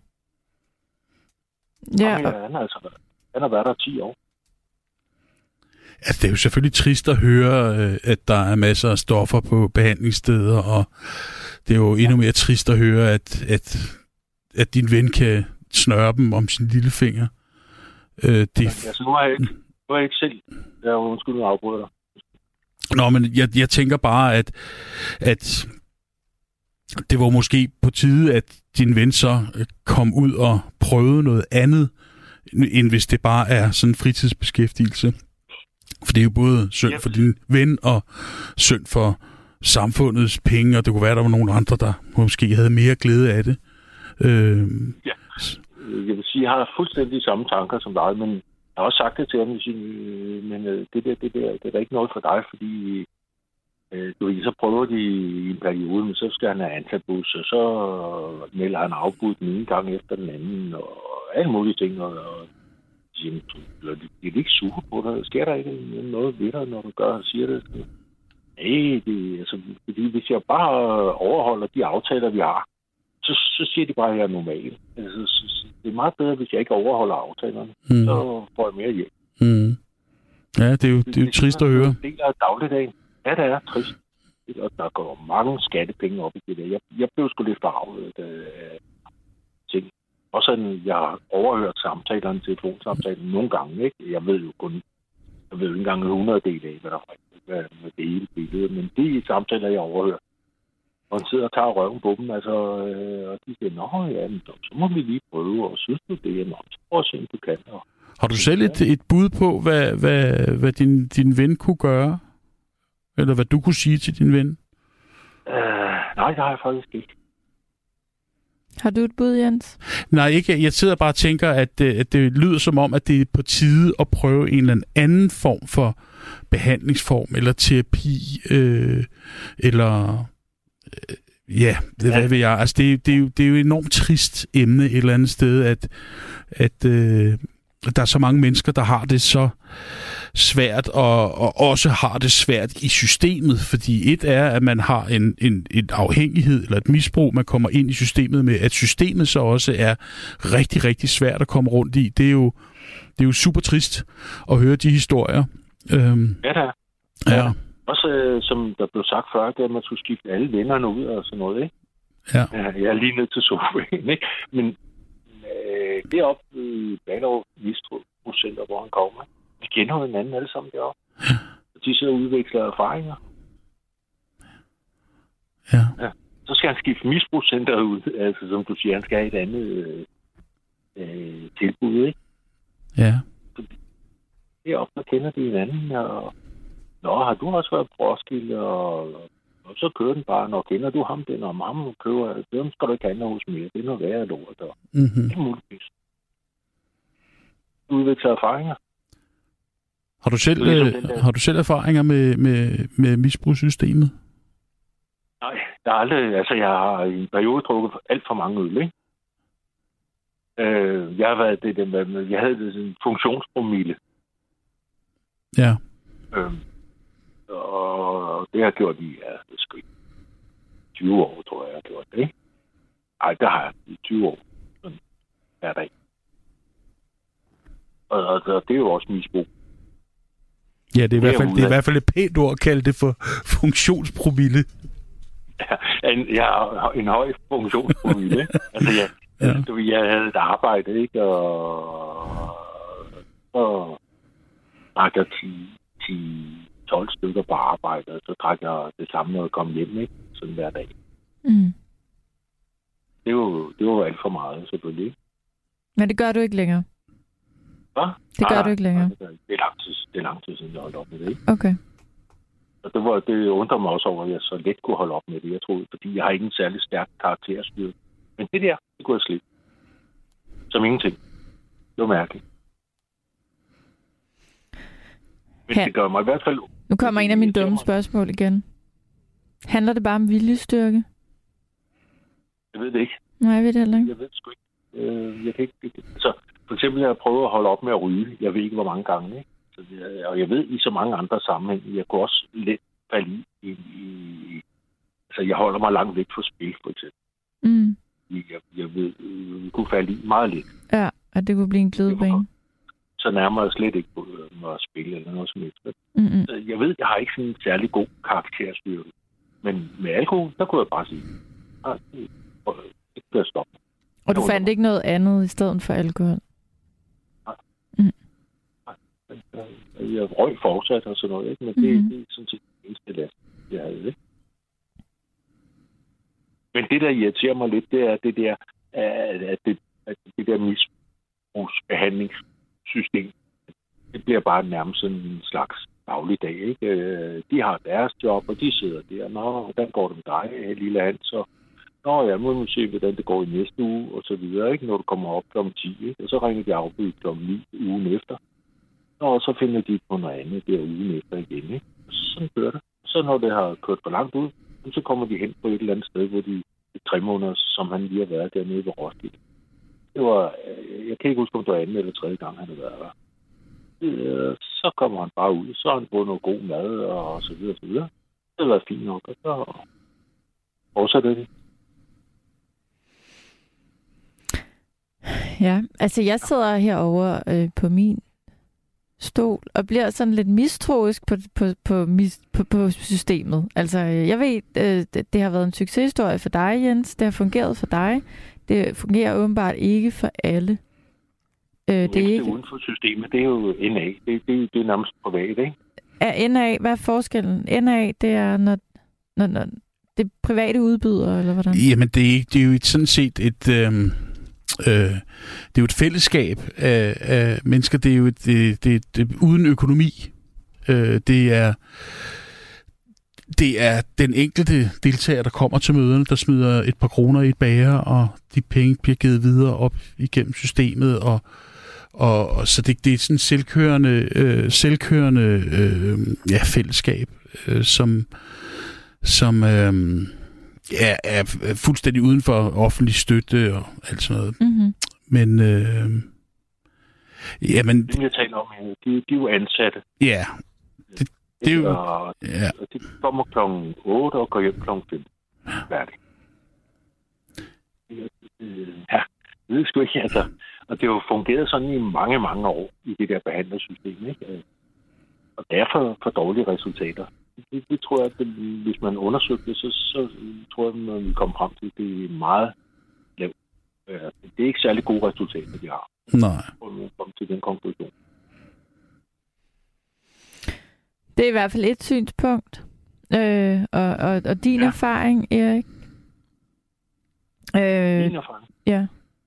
Ja, han, han, har altså, han har været der ti år. Altså, det er jo selvfølgelig trist at høre, at der er masser af stoffer på behandlingssteder, og det er jo endnu mere trist at høre, at, at, at din ven kan snøre dem om sin lille finger. Øh, det... ja, altså, nu har jeg ikke, nu har jeg ikke selv... Jeg er undskyld, nu afbryder dig. Nå, men jeg, jeg tænker bare, at, at det var måske på tide, at din ven så kom ud og prøvede noget andet, end hvis det bare er sådan en fritidsbeskæftigelse. For det er jo både synd for din ven og synd for samfundets penge, og det kunne være, at der var nogle andre, der måske havde mere glæde af det. Øh... Ja, jeg vil sige, jeg har fuldstændig samme tanker som dig, men jeg har også sagt det til ham, men det der, det der, det er da ikke noget for dig, fordi du ved, så prøver de i en periode, men så skal han have antabus, og så melder han afbud den ene gang efter den anden, og alle mulige ting, og de er ikke sure på dig. Sker der ikke noget ved dig, når du gør og siger det? Nej, det, altså, fordi hvis jeg bare overholder de aftaler, vi har, så, så siger de bare, at jeg er normal. Altså, så, det er meget bedre, hvis jeg ikke overholder aftalerne. Mm. Så får jeg mere hjælp. Mm. Ja, det er jo, det er jo det, trist at høre. Det er en del af dagligdagen. Ja, det er trist. Og der går mange skattepenge op i det der. Jeg, jeg blev sgu lidt forarvet af ting. Og sådan, jeg har overhørt samtalerne, telefonsamtalen nogle gange, ikke? Jeg ved jo kun, jeg ved jo ikke engang hundrede del af, hvad der er med det hele billede, men det er samtaler, jeg overhører. Og han sidder og tager røven på dem, altså, øh, og de siger, nå ja, men så må vi lige prøve, og synes du det, nå, så prøv at se, om du kan. Og har du selv et, et bud på, hvad, hvad, hvad din, din ven kunne gøre? Eller hvad du kunne sige til din ven? Øh, nej, det har jeg faktisk ikke. Har du et bud, Jens? Nej, ikke. Jeg sidder bare og tænker, at, at det lyder som om, at det er på tide at prøve en eller anden form for behandlingsform, eller terapi, øh, eller... Øh, ja, det, ja, hvad ved jeg. Altså, det, det, er jo, det er jo et enormt trist emne et eller andet sted, at, at øh, der er så mange mennesker, der har det så svært, og, og også har det svært i systemet, fordi et er, at man har en, en, en afhængighed eller et misbrug, man kommer ind i systemet med, at systemet så også er rigtig, rigtig svært at komme rundt i. Det er jo, det er jo super trist at høre de historier. Øhm, ja, der. Ja. ja. Også øh, som der blev sagt før, at man skulle skifte alle vennerne ud og sådan noget, ikke? Ja. Jeg er lige ned til sofaen, ikke? Men øh, deroppe i Ballerup Misbrugscenter, hvor han kommer, vi kender jo hinanden alle sammen deroppe. Ja. De sidder og udvikler erfaringer. Ja. Ja. Så skal han skifte misbrugscenter ud, altså som du siger, han skal have et andet øh, tilbud, ikke? Ja. Deroppe, der kender de hinanden, og nå, har du også været på Roskilde, og, og så kører den bare, når kender du ham, den og mamma kører, dem skal du ikke handle hos mere, det er noget værre lort, og mm-hmm. det er muligvis. Du udvikler erfaringer. Har du selv, øh, har du selv erfaringer med, med, med misbrugssystemet? Nej, der er aldrig, altså jeg har i en periode drukket alt for mange øl, ikke? Øh, jeg har været det, det med, jeg havde det sådan en funktionspromille. Ja. Øhm, og det har jeg gjort i, ja, det skal tyve år, tror jeg, jeg har gjort det, ikke? Ej, det har jeg i tyve år. Sådan, hver dag. Og, og, og det er jo også misbrug. Ja, det er, i hvert fald, det er i hvert fald et pænt ord at kalde det for funktionspromille. Ja, en, jeg har en høj funktionspromille. altså, jeg, ja. du, jeg havde et arbejde, ikke? Og, og drak jeg ti tolv stykker på arbejde, og så drak jeg det samme, når jeg kom hjem, ikke? Sådan hver dag. Mm. Det var det var alt for meget, selvfølgelig, ikke? Men det gør du ikke længere? Hvad? Det gør nej, du ikke længere? Nej, det er lang tid, det er lang tid siden, jeg holdt op med det, ikke? Okay. Og det, var, det undrer mig også over, at jeg så let kunne holde op med det, jeg troede, fordi jeg har ikke en særlig stærk karakterstyrke. Men det der, det kunne jeg slippe. Som ingenting. Det var mærkeligt. Men Ja. det gør mig i hvert fald... Nu kommer en af mine det irriterer dumme mig. spørgsmål igen. Handler det bare om viljestyrke? Jeg ved det ikke. Nej, jeg ved det heller ikke. Jeg ved det sgu ikke. Øh, jeg kan ikke... Så for eksempel, jeg har prøvet at holde op med at ryge. Jeg ved ikke, hvor mange gange. Ikke? Så det, og jeg ved i så mange andre sammenhænge, jeg kunne også let falde i... i, i altså, jeg holder mig langt væk fra spil, for eksempel. Mm. Jeg, jeg ved, jeg kunne falde i meget lidt. Ja, og det kunne blive en glidebane. Så nærmer jeg slet ikke på at spille eller noget som helst. Mm-hmm. Så jeg ved, jeg har ikke sådan en særlig god karakterstyrke. Men med alkohol, der kunne jeg bare sige, nej, det kan jeg stoppe. Og du fandt ikke noget andet i stedet for alkohol? Nej. Mm. Nej. Jeg røg fortsat og sådan noget, ikke? Men det, mm-hmm. det er sådan set det eneste last, jeg havde, ikke? Men det, der irriterer mig lidt, det er det der, at det, at det der misbrugsbehandlingssystem, det bliver bare nærmest sådan en slags dagligdag, ikke? De har deres job, og de sidder der. Nå, hvordan går det med dig, lille Hans? Så, nå ja, må vi se, hvordan det går i næste uge, og så videre, ikke? Når du kommer op klokken ti, ikke? Og så ringer de afbud klokken ni ugen efter. Nå, og så finder de på noget andet der ugen efter igen, ikke? Og sådan kører det. Så når det har kørt for langt ud, så kommer de hen på et eller andet sted, hvor de tre måneder, som han lige har været dernede ved Roskilde. Det var, jeg kan ikke huske, om det var anden eller tredje gang, han har været der. Så kommer han bare ud, så har han fået noget god mad, og så videre, og så videre. Det har været fint nok, og så fortsætter det. Ja, altså jeg sidder herovre øh, på min stol og bliver sådan lidt mistroisk på, på, på, mis, på, på systemet. Altså, jeg ved, øh, det, det har været en succeshistorie for dig, Jens. Det har fungeret for dig. Det fungerer åbenbart ikke for alle. Øh, det er ikke uden for systemet, det er jo N A. Det, det, det er nærmest privat, ikke? Er N A, hvad er forskellen? N A, det er, når, når, når det er private udbydere, eller hvordan? Jamen, det er, det er jo et, sådan set et... Øh... Øh, det er jo et fællesskab af, af mennesker. Det er jo et, det, det, det, uden økonomi. Øh, det er det er den enkelte deltager, der kommer til møderne, der smider et par kroner i et bager, og de penge bliver givet videre op igennem systemet, og, og, og så det, det er sådan et selvkørende, øh, selvkørende øh, ja, fællesskab, øh, som som øh, Ja, er fuldstændig uden for offentlig støtte og alt sådan noget. Mm-hmm. Men, øh, jamen... Det, jeg taler om, de, de er jo ansatte. Ja. Det, det er jo... Og, ja. og de kommer klokken otte og går hjem klokken fem. Færdig. Ja, det ved sgu ikke, altså. Og det har jo fungeret sådan i mange, mange år i det der behandlersystem, ikke? Og derfor for dårlige resultater. Det, det tror jeg, at det, hvis man undersøgte det, så, så tror jeg, at man vil komme frem til, at det er meget lavt. Det er ikke særlig gode resultater, de har. Nej. For at komme til den konklusion. Det er i hvert fald et synspunkt. Øh, og, og, og din ja. erfaring, Erik? Øh, din erfaring? Ja.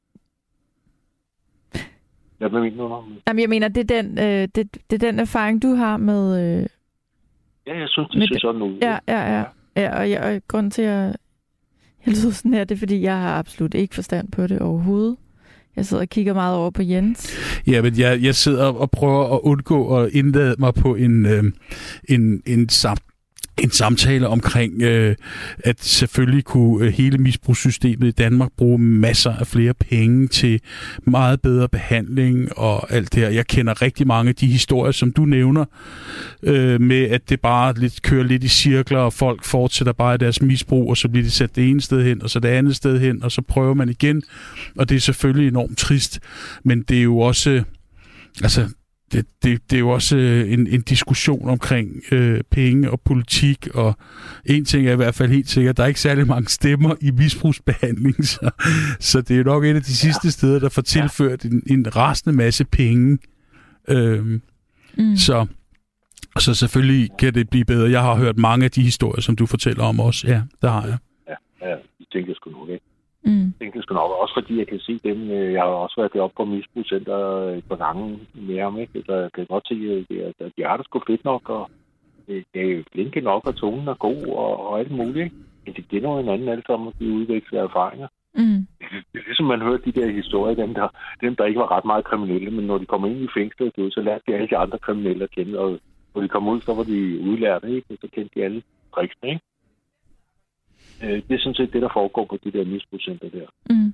Hvad mener du om det? Jamen, jeg mener, det er den, øh, det, det er den erfaring, du har med... Øh, ja, jeg synes, det ser sådan ud. Ja, ja, ja. ja og, jeg, og grunden til, at jeg, jeg lyder sådan her, det er, fordi jeg har absolut ikke forstand på det overhovedet. Jeg sidder og kigger meget over på Jens. Ja, men jeg, jeg sidder og prøver at undgå at indlade mig på en, øh, en, en sam- en samtale omkring, øh, at selvfølgelig kunne øh, hele misbrugssystemet i Danmark bruge masser af flere penge til meget bedre behandling og alt det her. Jeg kender rigtig mange af de historier, som du nævner, øh, med at det bare lidt, kører lidt i cirkler, og folk fortsætter bare i deres misbrug, og så bliver de sat det ene sted hen, og så det andet sted hen, og så prøver man igen. Og det er selvfølgelig enormt trist, men det er jo også... altså Det, det, det er jo også en, en diskussion omkring øh, penge og politik, og en ting er i hvert fald helt sikkert, der er ikke særlig mange stemmer i misbrugsbehandling, så, så det er nok et af de sidste ja. steder, der får tilført en, en rasende masse penge. Øhm, mm. så, så selvfølgelig kan det blive bedre. Jeg har hørt mange af de historier, som du fortæller om også. Ja, det har jeg. Ja, ja det tænker jeg sgu nok ikke. Mm. Jeg tænker sgu nok, også fordi jeg kan se dem. Jeg har også været deroppe på misbrugscenter et par gange med ham, ikke? Så jeg kan godt se, at de har det sgu fedt nok, og det er flinke nok, og tonen er god, og, og alt muligt, ikke? Men det giver noget en anden alle sammen, at de udveksler erfaringer. Mm. Det er ligesom man hørte de der historier, dem der, dem der ikke var ret meget kriminelle, men når de kommer ind i fængslet, så lærte de alle de andre kriminelle at kende, og Når de kom ud, så var de udlærte, ikke? Og så kendte de alle tricksene, ikke? Øh, det er sådan set det, der foregår på de der misbrugscenter der. Mm.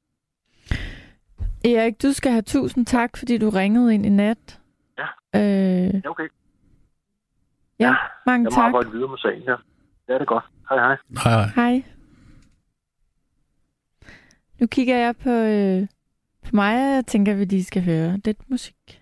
Erik, du skal have tusind tak, fordi du ringede ind i nat. Ja. Øh... Ja, okay. Ja, Ja, mange Jeg må tak. arbejde videre med sagen her. Ja, det er godt. Hej, hej. Hej, hej. Hej. Nu kigger jeg på, øh, på mig, og jeg tænker, at vi lige skal høre lidt musik.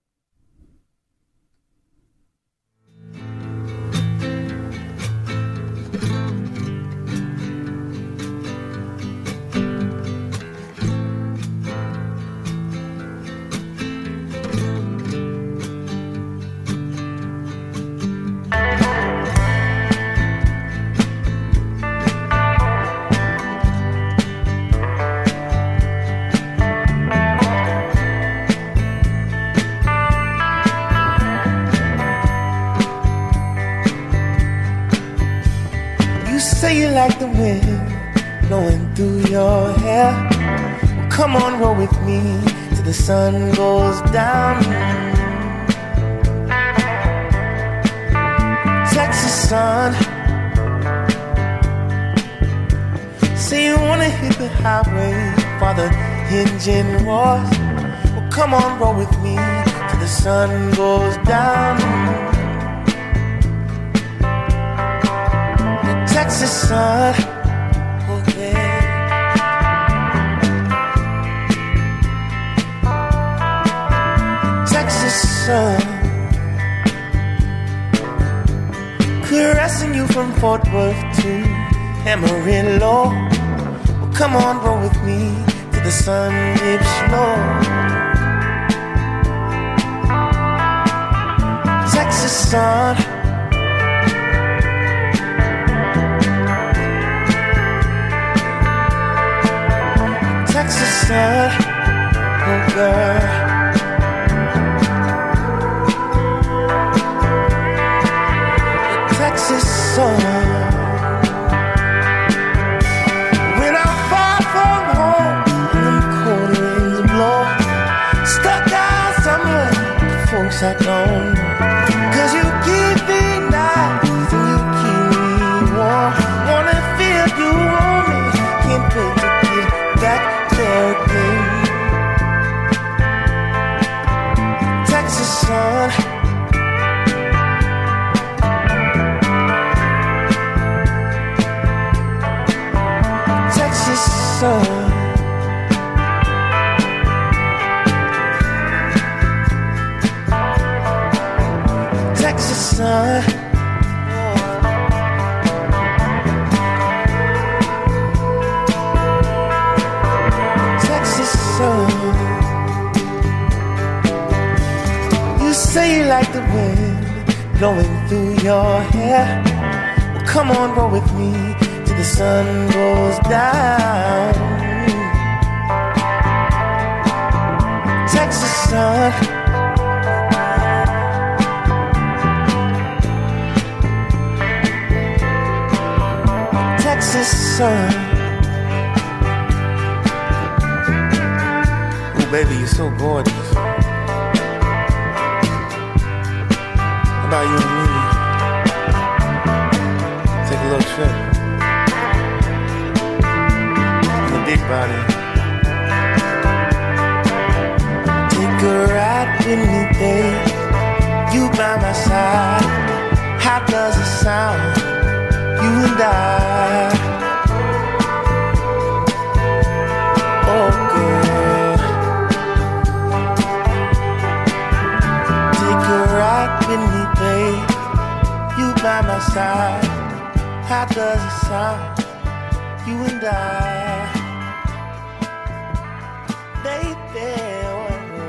Say you like the wind blowing through your hair. Well, come on, roll with me till the sun goes down. Texas sun. Say you wanna hit the highway while the engine roars. Well, come on, roll with me till the sun goes down. Texas sun, oh yeah. Texas sun, caressing you from Fort Worth to Amarillo. Well, come on, roll with me till the sun dips low. Texas sun. Texas sun, oh girl. Texas sun. When I'm far from home and the cold winds blow, stuck out somewhere, folks I don't know. 'Cause you keep me nice and you keep me warm. Wanna feel you on me, can't wait to get back. Texas sun. Texas sun. Texas sun. You say you like the wind blowing through your hair. Well, come on, roll with me till the sun goes down. Texas sun. Texas sun. Baby, you're so gorgeous. How about you and me? Take a little trip. In the big body. Take a ride with me, babe. You by my side. How does it sound? You and I. Oh, girl. Take a ride with me, babe. You by my side. How does it sound? You and I, baby. Oh.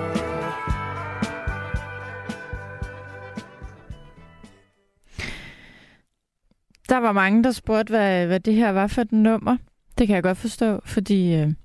Der var mange, der spurgte, hvad, hvad det her var for et nummer. Det kan jeg godt forstå, fordi øh,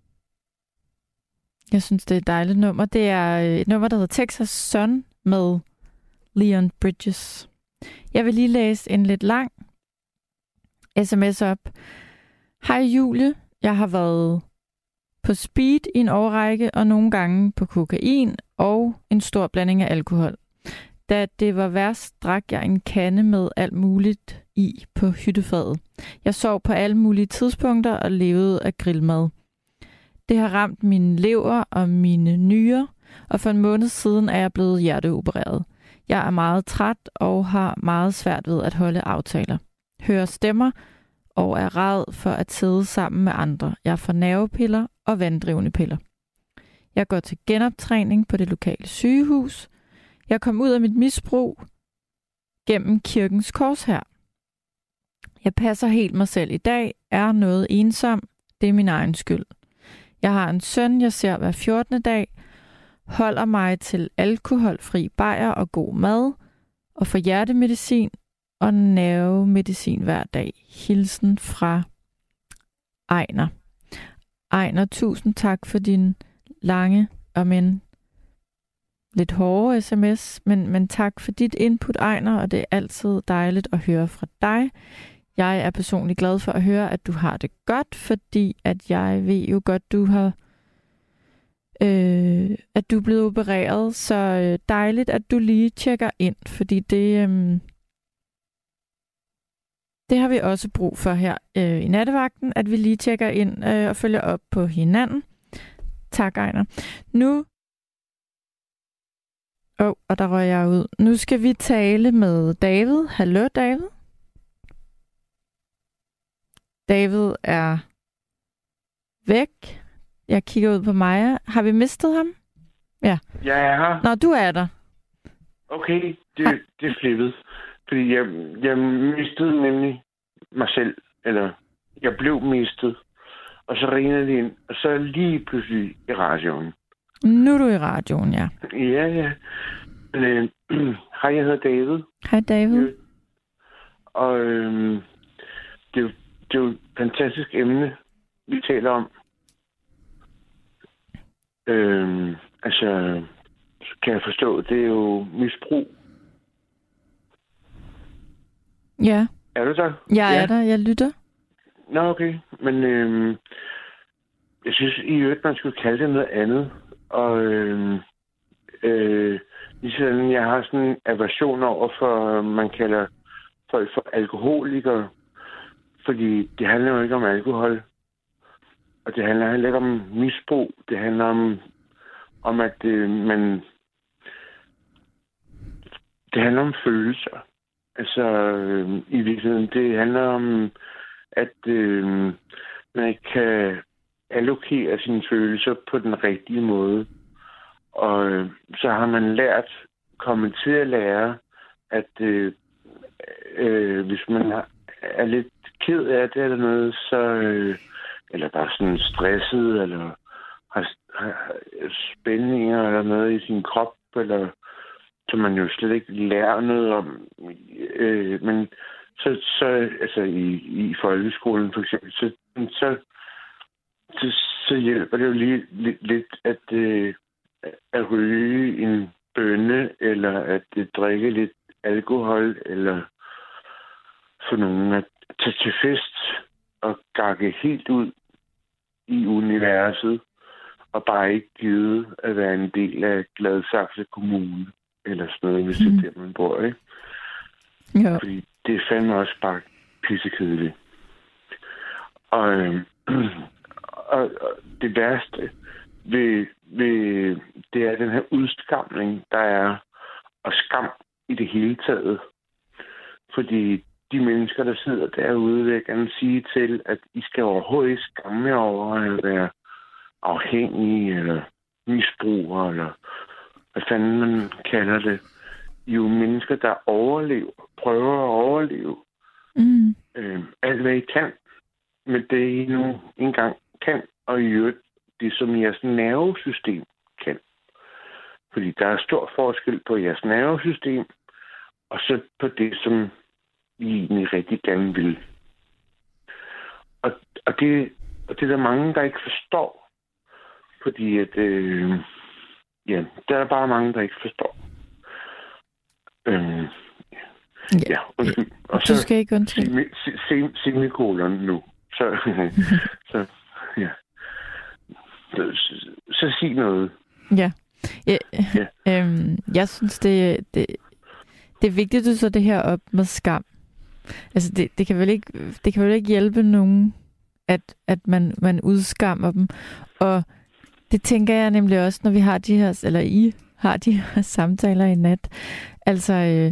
jeg synes, det er et dejligt nummer. Det er et nummer, der hedder Texas Sun med Leon Bridges. Jeg vil lige læse en lidt lang sms op. Hej Julie, jeg har været på speed i en årrække og nogle gange på kokain og en stor blanding af alkohol. Da det var værst, drak jeg en kande med alt muligt i på hyttefadet. Jeg sov på alle mulige tidspunkter og levede af grillmad. Det har ramt mine lever og mine nyrer, og for en måned siden er jeg blevet hjerteopereret. Jeg er meget træt og har meget svært ved at holde aftaler. Hører stemmer og er ræd for at sidde sammen med andre. Jeg får nervepiller og vanddrivende piller. Jeg går til genoptræning på det lokale sygehus. Jeg kom ud af mit misbrug gennem Kirkens Korshær. Jeg passer helt mig selv i dag, er noget ensom. Det er min egen skyld. Jeg har en søn, jeg ser hver fjortende dag, holder mig til alkoholfri bajer og god mad, og får hjertemedicin og nervemedicin hver dag. Hilsen fra Ejner. Ejner, tusind tak for din lange og men lidt hårde sms, men, men tak for dit input, Ejner, og det er altid dejligt at høre fra dig. Jeg er personligt glad for at høre, at du har det godt, fordi at jeg ved jo godt, du har øh, at du er blevet opereret, så øh, dejligt, at du lige tjekker ind, fordi det, øh, det har vi også brug for her øh, i nattevagten, at vi lige tjekker ind øh, og følger op på hinanden. Tak, Ejner. Nu Åh, oh, og der røg jeg ud. Nu skal vi tale med David. Hallo, David. David er væk. Jeg kigger ud på Maja. Har vi mistet ham? Ja. Jeg er her. Nå, du er der. Okay, det, det er flippet. Fordi jeg, jeg mistede nemlig mig selv. Eller, jeg blev mistet. Og så ringede det ind. Og så lige pludselig i radioen. Nu er du i radioen, ja. Ja, ja. Men, øh, hej, jeg hedder David. Hej, David. Ja. Og øh, det, er jo, det er jo et fantastisk emne, vi taler om. Øh, altså, kan jeg forstå, det er jo misbrug. Ja. Er du der? Jeg ja. er der, jeg lytter. Nå, okay. Men øh, jeg synes i øvrigt, man skulle kalde det noget andet. Og øh, øh, ligesom jeg har sådan en aversion over for, man kalder folk for alkoholikere. Fordi det handler jo ikke om alkohol. Og det handler heller ikke om misbrug. Det handler om, om at øh, man... Det handler om følelser. Altså, øh, i virkeligheden, det handler om, at øh, man ikke kan allokere sine følelser på den rigtige måde. Og øh, så har man lært, kommet til at lære, at øh, øh, hvis man er, er lidt ked af det eller noget, så, øh, eller bare sådan stresset, eller har, har spændinger eller noget i sin krop, eller som man jo slet ikke lærer noget om. Øh, men så, så altså i, i folkeskolen for eksempel, så, så, så, så hjælper det jo lige lidt, lidt at, øh, at ryge en bønne, eller at øh, drikke lidt alkohol, eller for nogen at tage til fest og gakke helt ud i universet, og bare ikke gide at være en del af Gladsaxe Kommune, eller sådan noget, hvis det er der, man bor, ikke? Ja. Fordi det er fandme også bare pissekedeligt. Og, øh, og, og det værste ved, ved, det er den her udskamning, der er, og skam i det hele taget. Fordi de mennesker, der sidder derude, vil jeg gerne sige til, at I skal overhovedet ikke skamme jer over at være afhængige, eller misbrugere, eller hvad fanden man kalder det. I er jo mennesker, der overlever, prøver at overleve mm. øh, alt, hvad I kan. Men det I nu engang kan, og i øvrigt det, som jeres nervesystem kan. Fordi der er stor forskel på jeres nervesystem, og så på det, som I egentlig rigtig gerne vil. Og, og, det, og det er der mange, der ikke forstår. Fordi at, øh, ja, der er bare mange, der ikke forstår. Øhm, ja, ja undskyld. Og så, du skal ikke undskylde. Semikolon nu. Så, så, ja. Så, så, så sig noget. Ja. Jeg, ja. Øhm, jeg synes, det, det, Det er vigtigt, at du så det her op med skam. Altså, det, det, kan vel ikke, det kan vel ikke hjælpe nogen, at, at man, man udskammer dem. Og det tænker jeg nemlig også, når vi har de her, eller I har de her samtaler i nat. Altså, øh,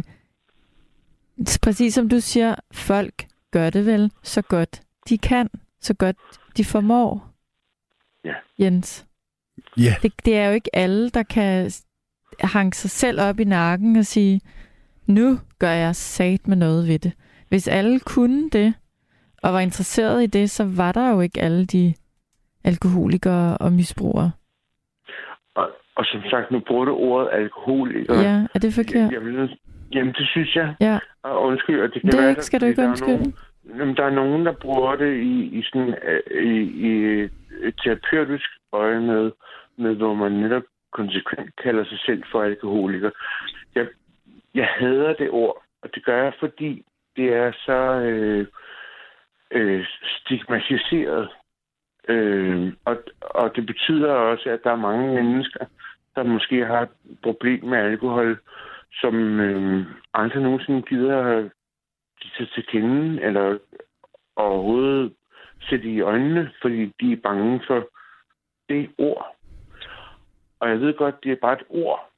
præcis som du siger, folk gør det vel så godt de kan, så godt de formår. Ja. Jens. Ja. Det, det er jo ikke alle, der kan hanke sig selv op i nakken og sige, nu gør jeg sat med noget ved det. Hvis alle kunne det, og var interesseret i det, så var der jo ikke alle de alkoholikere og misbrugere. Og, og som sagt, nu bruger du ordet alkoholiker. Ja, er det forkert? Jamen, jamen det synes jeg. Ja. Og undskyld, og det kan det være, ikke, skal du ikke undskylde. Jamen, der er nogen, der bruger det i, i sådan i, i et terapeutisk øje med, med, hvor man netop konsekvent kalder sig selv for alkoholiker. Jeg, jeg hader det ord, og det gør jeg, fordi det er så øh, øh, stigmatiseret. Øh, og, og det betyder også, at der er mange mennesker, der måske har et problem med alkohol, som øh, aldrig nogensinde gider at give til kende, eller overhovedet sætte i øjnene, fordi de er bange for det ord. Og jeg ved godt, det er bare et ord.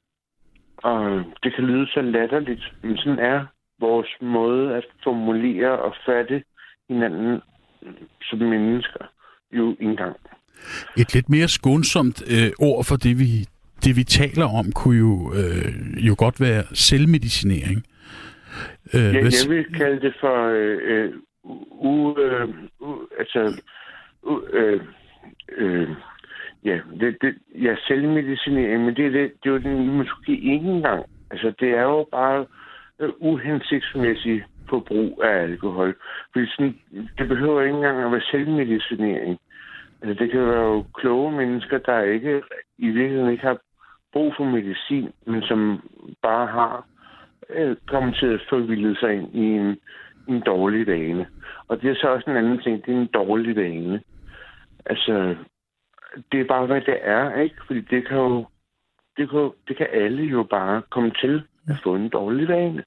Og det kan lyde så latterligt, men sådan er vores måde at formulere og fatte hinanden som mennesker jo engang. Et lidt mere skånsomt øh, ord for det vi, det, vi taler om, kunne jo, øh, jo godt være selvmedicinering. Øh, ja, hvis... Jeg vil kalde det for øh, u, øh, u, altså, u, øh, øh, ja, det, det, ja, selvmedicinering, men det, det, det er jo den måske ikke engang. Altså, det er jo bare øh, uhensigtsmæssigt forbrug af alkohol. Fordi sådan, det behøver ikke engang at være selvmedicinering. Altså, det kan være jo kloge mennesker, der ikke i virkeligheden ikke har brug for medicin, men som bare har øh, kommet til at forvilde sig ind i en, en dårlig vane. Og det er så også en anden ting, det er en dårlig vane. Altså, det er bare, hvad det er, ikke? Fordi det kan jo, det kan, det kan alle jo bare komme til at få en dårlig vane.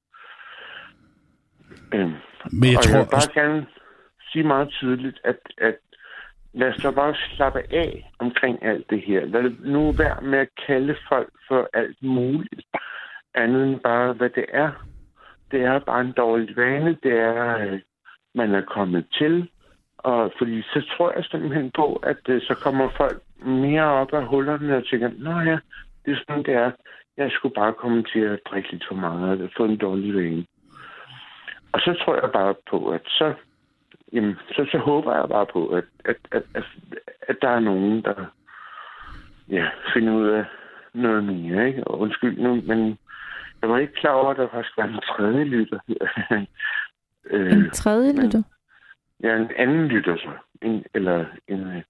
Øhm, Men jeg og tror... jeg vil bare gerne sige meget tydeligt, at, at lad os da bare slappe af omkring alt det her. Lad nu være med at kalde folk for alt muligt, andet end bare, hvad det er. Det er bare en dårlig vane. Det er, at man er kommet til. Og fordi så tror jeg simpelthen på, at uh, så kommer folk mere op af hullerne og tænker, nå ja, det er sådan, det er. Jeg skulle bare komme til at drikke lidt for meget og få en dårlig vane. Og så tror jeg bare på, at så, jamen, så, så håber jeg bare på, at, at, at, at, at der er nogen, der ja, finder ud af noget mere. Ikke? Og undskyld nu, men jeg var ikke klar over, at der faktisk var en tredje lytter her. En tredje men, lytter? Ja, en anden lytter så. En, eller en...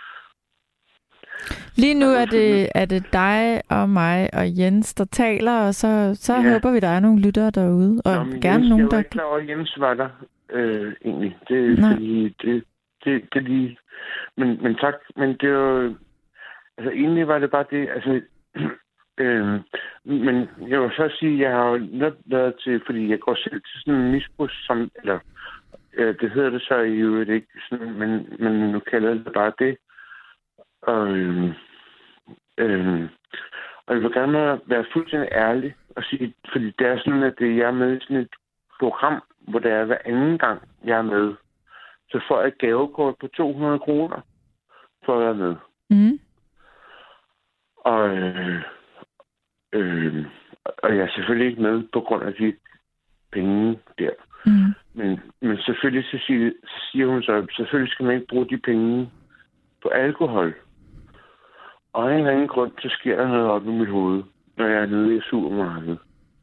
Lige nu er det, er det dig og mig og Jens, der taler, og så, så ja. håber vi, der er nogle lyttere derude. Og Nå, gerne Jens, nogen, jeg var der... ikke klar over, at Jens var der, øh, egentlig. Det er fordi, det, det, det lige... Men, men tak, men det er jo... Altså, egentlig var det bare det, altså... øh, men jeg vil så sige, at jeg har jo netop været til, fordi jeg går selv til sådan en misbrugs, som... Eller, øh, det hedder det så i øvrigt ikke, sådan, men, men nu kalder jeg det bare det. Og, øh, øh, og jeg vil gerne være fuldstændig ærlig og sige, fordi det er sådan, at jeg er med i sådan et program, hvor det er hver anden gang, jeg er med, så får jeg et gavekort på to hundrede kroner for at være med. Mm. Og, øh, øh, og jeg er selvfølgelig ikke med på grund af de penge der. Mm. Men, men selvfølgelig så siger, så siger hun så, selvfølgelig skal man ikke bruge de penge på alkohol. Og af en eller anden grund, så sker der noget op i mit hoved, når jeg er nede i supermarkedet.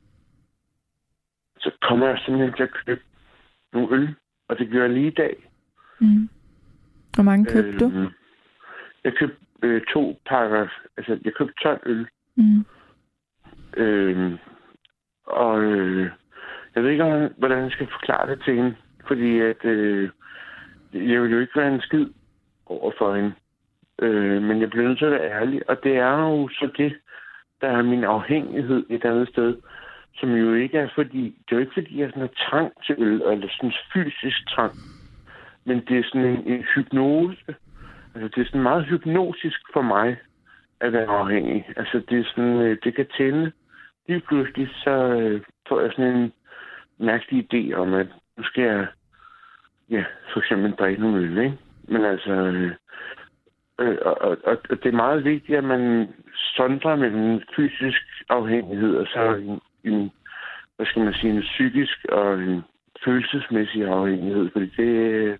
Så kommer jeg simpelthen til at købe nogle øl, og det gør jeg lige i dag. Mm. Hvor mange købte øh, du? Jeg købte øh, to pakker, altså jeg købte tolv øl. Mm. Øh, og øh, jeg ved ikke, hvordan jeg skal forklare det til hende, fordi at, øh, jeg vil jo ikke være en skid over for hende. Øh, men jeg bliver nødt til at være ærlig, og det er jo så det, der er min afhængighed et andet sted. som jo ikke er fordi... Det er jo ikke, fordi jeg sådan har trang til øl, eller sådan fysisk trang. Men det er sådan en, en hypnose. Altså, det er sådan meget hypnotisk for mig at være afhængig. Altså, det er sådan... Det kan tænde. Lige pludselig, så øh, får jeg sådan en mærkelig idé om, at nu skal jeg... Ja, for eksempel drikke nogle øl, ikke? Men altså... Øh, øh, og, og, og det er meget vigtigt, at man sondrer mellem fysisk afhængighed og så en, en, hvad skal man sige, en psykisk og en følelsesmæssig afhængighed. Fordi det...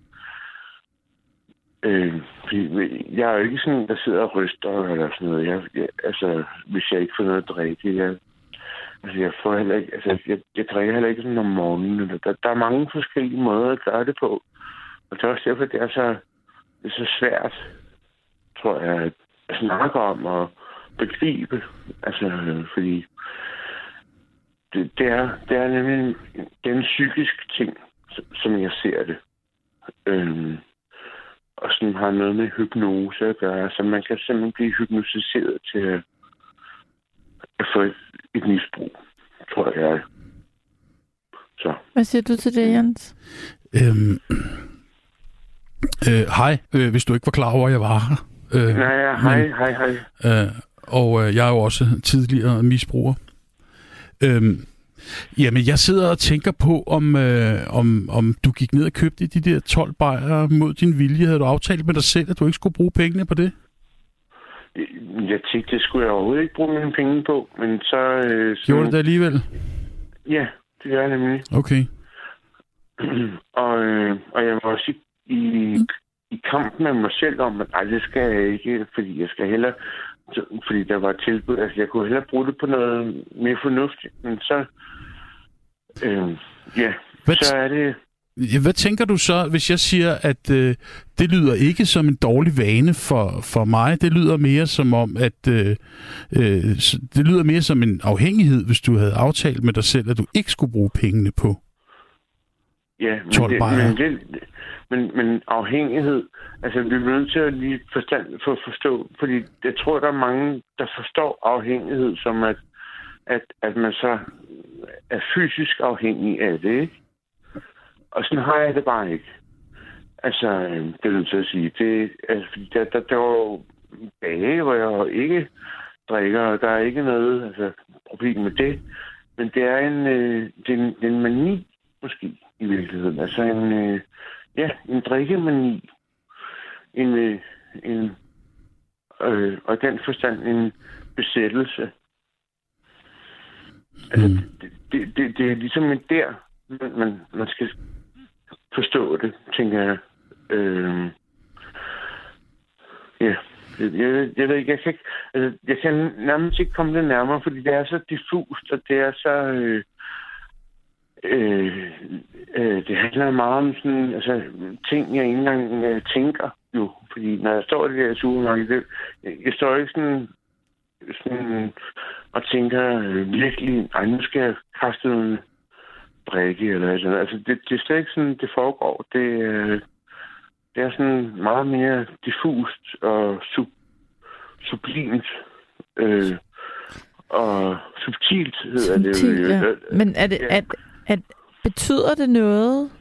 Øh, fordi jeg er jo ikke sådan, der sidder og ryster eller sådan noget. Jeg, jeg, altså, hvis jeg ikke får noget at drikke, jeg... Altså, jeg får heller ikke... Altså, jeg, jeg drikker heller ikke sådan om morgenen. Der, der er mange forskellige måder at gøre det på. Og det er også derfor, det er så, det er så svært, tror jeg, at snakke om og begribe. Altså, fordi det, det, er, det er nemlig den psykiske ting, som jeg ser det. Øhm, og som har noget med hypnose at gøre. Så man kan simpelthen blive hypnotiseret til at, at få et, et misbrug, tror jeg. Så. Hvad siger du til det, Jens? Øhm, øh, hej, øh, hvis du ikke var klar over, at jeg var her. Øh, Nej, ja, hej, men, hej, hej. Øh, og øh, jeg er jo også tidligere misbruger. Øhm, jamen, jeg sidder og tænker på, om, øh, om, om du gik ned og købte de der tolv bajere mod din vilje. Havde du aftalt med dig selv, at du ikke skulle bruge pengene på det? Jeg tænkte, det skulle jeg overhovedet ikke bruge mine penge på, men så... Øh, så Gjorde du det alligevel? Ja, det gør jeg nemlig. Okay. og, øh, og jeg var også i, i, i kampen med mig selv om, at ej, det skal jeg ikke, fordi jeg skal hellere... Fordi der var et tilbud, altså jeg kunne hellere bruge det på noget mere fornuftigt, men så... Øh, ja, hvad så er det... Hvad tænker du så, hvis jeg siger, at øh, det lyder ikke som en dårlig vane for, for mig? Det lyder mere som om, at øh, øh, det lyder mere som en afhængighed, hvis du havde aftalt med dig selv, at du ikke skulle bruge pengene på ja, men tolv bajere. Men, det, men, men afhængighed, altså vi er nødt til at lige forstand, for at forstå, fordi jeg tror, der er mange, der forstår afhængighed som, at, at, at man så er fysisk afhængig af det, ikke? Og sådan har jeg det bare ikke. Altså, det er nødt til at sige. Det, altså, der, der, der var jo dage, hvor jeg ikke drikker, og der er ikke noget altså, problem med det. Men det er en, øh, det er en, det er en mani, måske, i virkeligheden. Altså en, øh, ja, en drikkemani. En, øh, en, øh, og i den forstand en besættelse. Altså, mm. det, det, det, det er ligesom en der, man, man skal forstå det, tænker jeg. Øh, ja, jeg, jeg, jeg ved ikke, jeg kan, ikke, altså, jeg kan nærmest ikke komme det nærmere, fordi det er så diffust, og det er så... Øh, øh, øh, det handler meget om sådan, altså, ting, jeg ikke engang øh, tænker jo. Fordi når jeg står i det der supermarked, det, jeg, jeg står ikke sådan, sådan og tænker øh, virkelig, ej, nu skal jeg kaste noget drikke eller sådan. Altså, det, det er slet ikke sådan, det foregår. Det, øh, det er sådan meget mere diffust og sub, sublimt. Øh, og subtilt hedder Subtil, det. Ja. Men er det, ja. at, at, betyder det noget,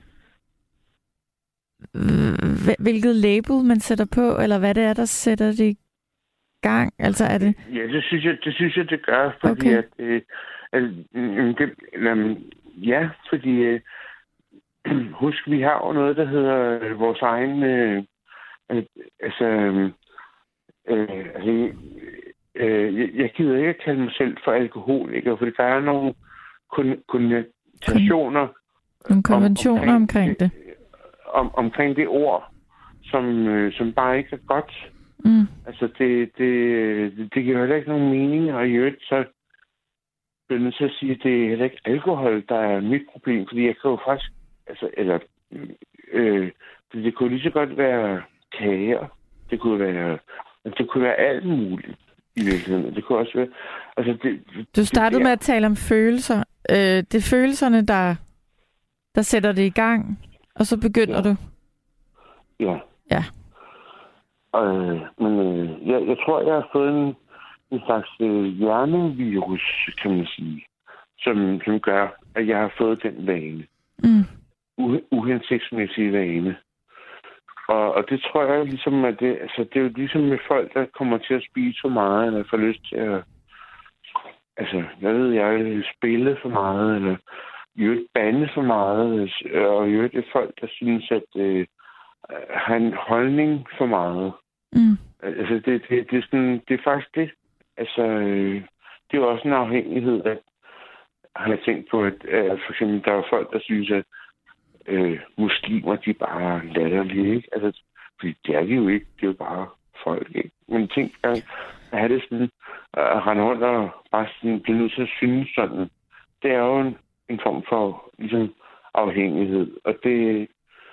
hvilket label man sætter på, eller hvad det er, der sætter det i gang? Altså, er det... Ja, det synes jeg, det, synes jeg, det gør, fordi okay. at, øh, at det, øh, ja, fordi øh, husk, vi har jo noget, der hedder øh, vores egen øh, øh, altså øh, altså øh, jeg, jeg gider ikke at kalde mig selv for alkoholiker, fordi der er nogle kon- konnotationer nogle konventioner om, omkring, omkring det om, omkring det ord, som, øh, som bare ikke er godt. Mm. Altså, det, det, det giver heller ikke nogen mening, og i øvrigt, så bliver jeg nødt til at sige, at det er heller ikke alkohol, der er mit problem, fordi jeg kan jo faktisk, altså, eller, øh, det kunne lige så godt være kager, det kunne være, det kunne være alt muligt i virkeligheden, det kunne også være, altså, det, du startede det, med at tale om følelser. Øh, det er følelserne, der, der sætter det i gang, og så begynder ja. du. Ja. Ja. Øh, men øh, jeg, jeg tror, jeg har fået en, en slags øh, hjernevirus, kan man sige, som, som gør, at jeg har fået den vane. Mm. U- uhensigtsmæssige vane. Og, og det tror jeg ligesom, at det, altså, det er jo ligesom med folk, der kommer til at spise for meget, eller får lyst til at, altså, jeg ved, jeg spille for meget, eller i øvrigt bande for meget, og i øvrigt det er folk, der synes, at øh, har en holdning for meget. Mm. Altså, det, det, det, er sådan, det er faktisk det. Altså, øh, det er jo også en afhængighed, at har jeg tænkt på, at øh, for eksempel, der er folk, der synes, at øh, muslimer, de er bare latterlige, ikke? Altså, fordi det er de jo ikke. Det er jo bare folk, ikke? Men tænk at, at have det sådan, at rende rundt og bare sådan blive nødt til at synes sådan. Det er jo en, en form for, ligesom, afhængighed. Og det,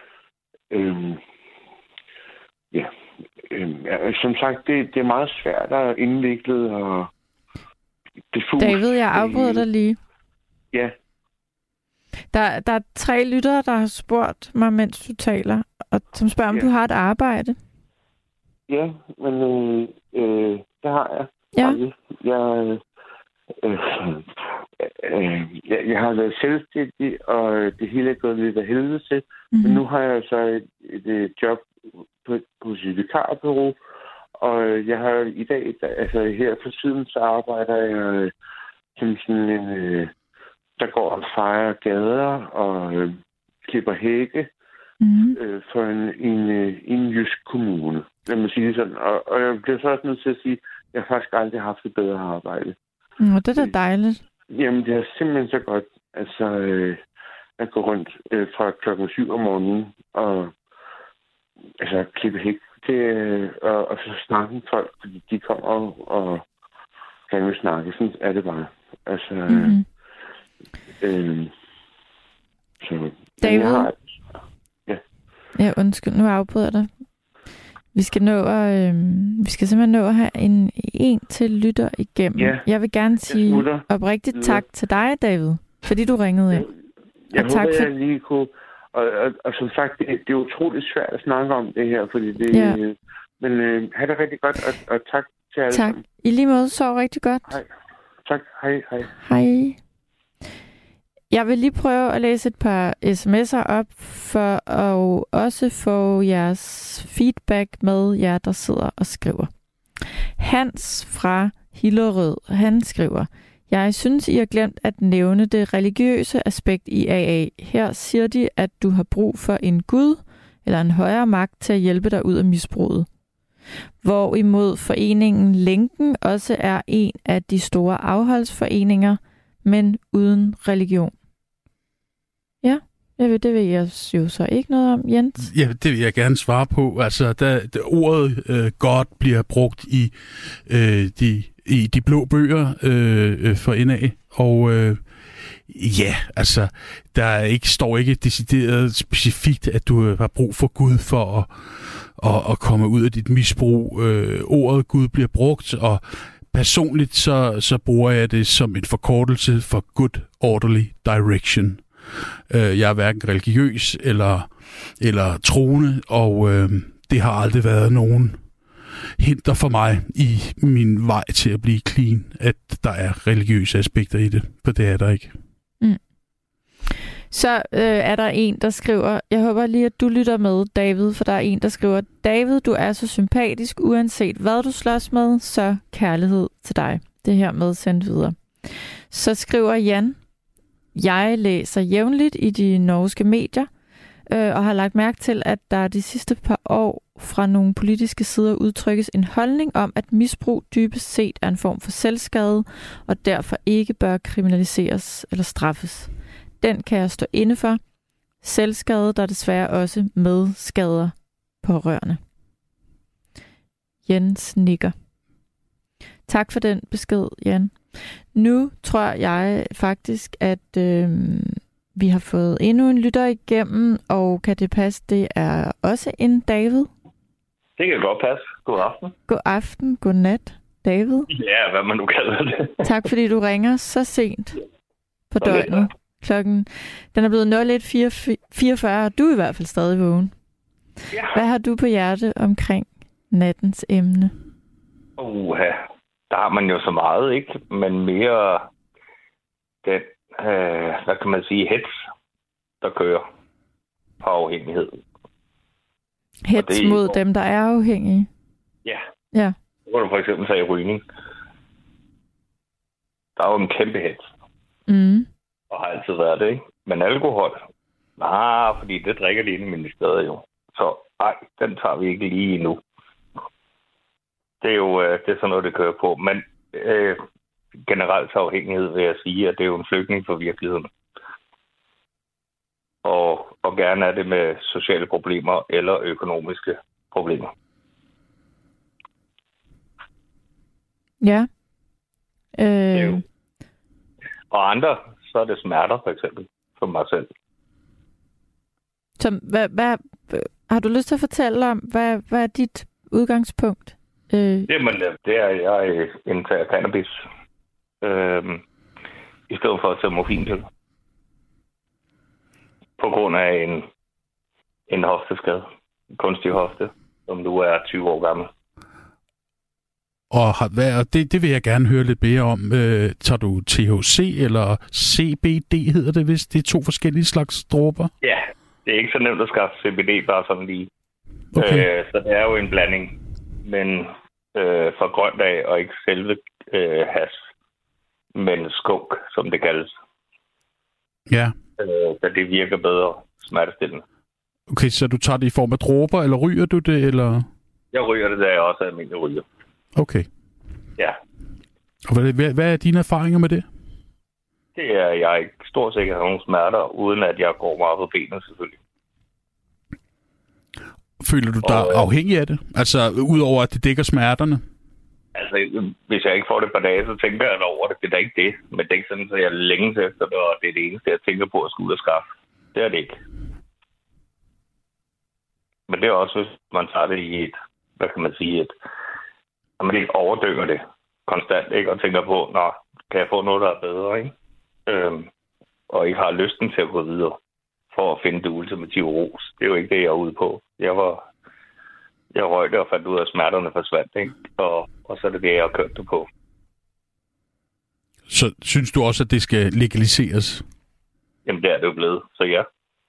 øh, ja, øh, som sagt, det, det er meget svært og indviklet og diffust. David, jeg afbryder dig lige. Ja. Der, der er tre lyttere, der har spurgt mig, mens du taler, og som spørger, om Ja. du har et arbejde. Ja, men øh, øh, det har jeg. Ja. Faktisk. Jeg, øh, øh, jeg, jeg har været selvstændig, og det hele er gået lidt af helvede til. Mm-hmm. Men nu har jeg så et, et, et job på, på et vikarbureau, og jeg har i dag, altså her for tiden, så arbejder jeg øh, som sådan en, øh, der går og fejrer gader og øh, klipper hække Mm-hmm. øh, for en, en, øh, en jysk kommune. Lad mig sige det sådan. Og, og jeg bliver så også nødt til at sige, at jeg har faktisk aldrig haft et bedre arbejde. Mm, det er da dejligt. Jamen, det er simpelthen så godt. Altså, øh, at gå rundt øh, fra klokken syv om morgenen og altså klippe hæk. Det, øh, og, og så snakke med folk, fordi de kommer og, og gerne vil snakke. Sådan er det bare. Altså, Mm-hmm. øh, så, David? jeg har, Ja, undskyld, nu afbryder jeg dig. Vi skal nå at, øh, vi skal simpelthen nå at have en, en til lytter igennem. Ja, jeg vil gerne sige smutter. oprigtigt tak til dig, David, fordi du ringede ind. Jeg og tak håber, for... jeg lige kunne... Og, og, og som sagt, det, det er utroligt svært at snakke om det her, fordi det... Ja. Øh, men øh, have det rigtig godt, og, og tak til alle Tak. sammen. I lige måde, sov rigtig godt. Hej. Tak. Hej, hej. Hej. Jeg vil lige prøve at læse et par sms'er op, for at også få jeres feedback med jer, der sidder og skriver. Hans fra Hillerød, han skriver: Jeg synes, I har glemt at nævne det religiøse aspekt i A A. Her siger de, at du har brug for en Gud eller en højere magt til at hjælpe dig ud af misbruget. Hvorimod foreningen Lænken også er en af de store afholdsforeninger, men uden religion. Ja, det ved jeg jo så ikke noget om, Jens. Ja, det vil jeg gerne svare på. Altså, da, da ordet øh, God bliver brugt i, øh, de, i de blå bøger øh, for N A, og øh, ja, altså, der er ikke, står ikke decideret specifikt, at du har brug for Gud for at, at, at komme ud af dit misbrug. Øh, ordet Gud bliver brugt, og personligt så, så bruger jeg det som en forkortelse for Good Orderly Direction. Jeg er hverken religiøs eller, eller troende, og øh, det har aldrig været nogen hinder for mig i min vej til at blive clean, at der er religiøse aspekter i det, for det er der ikke. Mm. Så øh, er der en, der skriver, jeg håber lige, at du lytter med, David, for der er en, der skriver: David, du er så sympatisk, uanset hvad du slås med, så kærlighed til dig. Det her med sendt videre. Så skriver Jan: Jeg læser jævnligt i de norske medier, øh, og har lagt mærke til, at der de sidste par år fra nogle politiske sider udtrykkes en holdning om, at misbrug dybest set er en form for selvskade, og derfor ikke bør kriminaliseres eller straffes. Den kan jeg stå inde for. Selvskade, der desværre også medskader pårørende. Jens nikker. Tak for den besked, Jan. Nu tror jeg faktisk, at øh, vi har fået endnu en lytter igennem, og kan det passe, det er også en David? Det kan godt passe. God aften. God aften, god nat, David. Ja, hvad man nu kalder det. Tak fordi du ringer så sent på døgnet. Klokken, den er blevet nul et fireogfyrre, og du er i hvert fald stadig vågen. Ja. Hvad har du på hjerte omkring nattens emne? Uha, der har man jo så meget, ikke? Men mere den øh, hvad kan man sige, hets, der kører på afhængighed. Hets det, mod dem, der er afhængige? Ja. Ja. Så kan du for eksempel tage rygning. Der er jo en kæmpe hets. Mm. Og har altid været det, ikke? Men alkohol, nej, fordi det drikker de inde i ministeriet jo. Så ej, den tager vi ikke lige endnu. Det er jo øh, det er sådan noget, det kører på. Men øh, generelt afhængighed vil jeg sige, at det er jo en flygtning for virkeligheden. Og, og gerne er det med sociale problemer eller økonomiske problemer. Ja. Øh... Og andre, så er det smerter for eksempel, for mig selv. Så hvad, hvad, har du lyst til at fortælle om, hvad, hvad er dit udgangspunkt? Øh... Jamen, det er, jeg indtager cannabis. Øh, I stedet for at tage morfinpiller. På grund af en, en hofteskade. En kunstig hofte, som nu er tyve år gammel. Og har, hvad, det, det vil jeg gerne høre lidt mere om. Øh, tager du T H C eller C B D hedder det, hvis det er to forskellige slags dråber? Ja, det er ikke så nemt at skaffe C B D bare sådan lige. Okay. Øh, så det er jo en blanding, men øh, fra grønt af, og ikke selve øh, has, men skunk, som det kaldes. Ja. Øh, så det virker bedre smertestillende. Okay, så du tager det i form af dråber, eller ryger du det, eller? Jeg ryger det, da jeg også er almindelig ryger. Okay. Ja. Og hvad, hvad, hvad er dine erfaringer med det? Det er, jeg er ikke stort sikkert har nogle smerter, uden at jeg går meget på benet, selvfølgelig. Føler du dig og, afhængig af det? Altså, udover at det dækker smerterne? Altså, hvis jeg ikke får det et par dage, så tænker jeg over det. Det er da ikke det. Men det er ikke sådan, at jeg længes efter det, og det er det eneste, jeg tænker på at skulle ud og skaffe. Det er det ikke. Men det er også, hvis man tager det i et, hvad kan man sige, et, at man ikke overdøver det konstant, ikke? Og tænker på, nå, kan jeg få noget, der er bedre, ikke? Øhm, og ikke har lysten til at gå videre for at finde det ultimative ros. Det er jo ikke det, jeg er ude på. Jeg var, jeg røgte og fandt ud af, at smerterne forsvandt, ikke? Og, og så er det det, jeg har kørt det på. Så synes du også, at det skal legaliseres? Jamen, det er det jo blevet, så ja.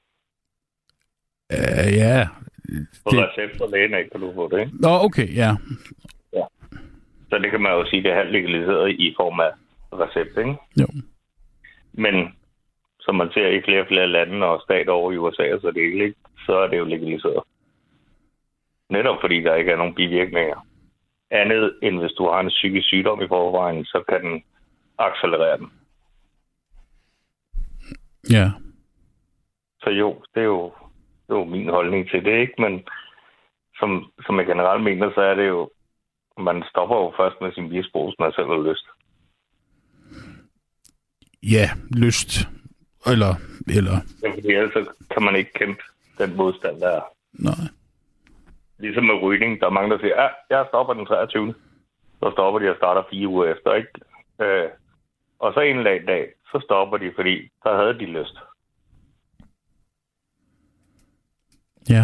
Uh, ja. På det... recept og lægen af, kan du få det, ikke? Nå, okay, ja. Ja. Så det kan man jo sige, det er halvt legaliseret i form af recept, ikke? Jo. Men som man ser i flere og flere lande og stater over i U S A, så, det ikke, så er det jo legaliseret. Netop fordi der ikke er nogen bivirkninger. Andet end hvis du har en psykisk sygdom i forvejen, så kan den accelerere den. Ja. Så jo, det er jo, det er jo min holdning til det, ikke? Men som, som jeg generelt mener, så er det jo, man stopper jo først med sin misbrug, hvis man selv har lyst. Ja, lyst. Eller, eller... Ja, fordi ellers kan man ikke kæmpe den modstand, der er. Nej. Ligesom med rygning, der er mange, der siger, ja, jeg stopper den treogtyvende Så stopper de og starter fire uger efter, ikke? Øh, og så en dag, dag, så stopper de, fordi der havde de lyst. Ja.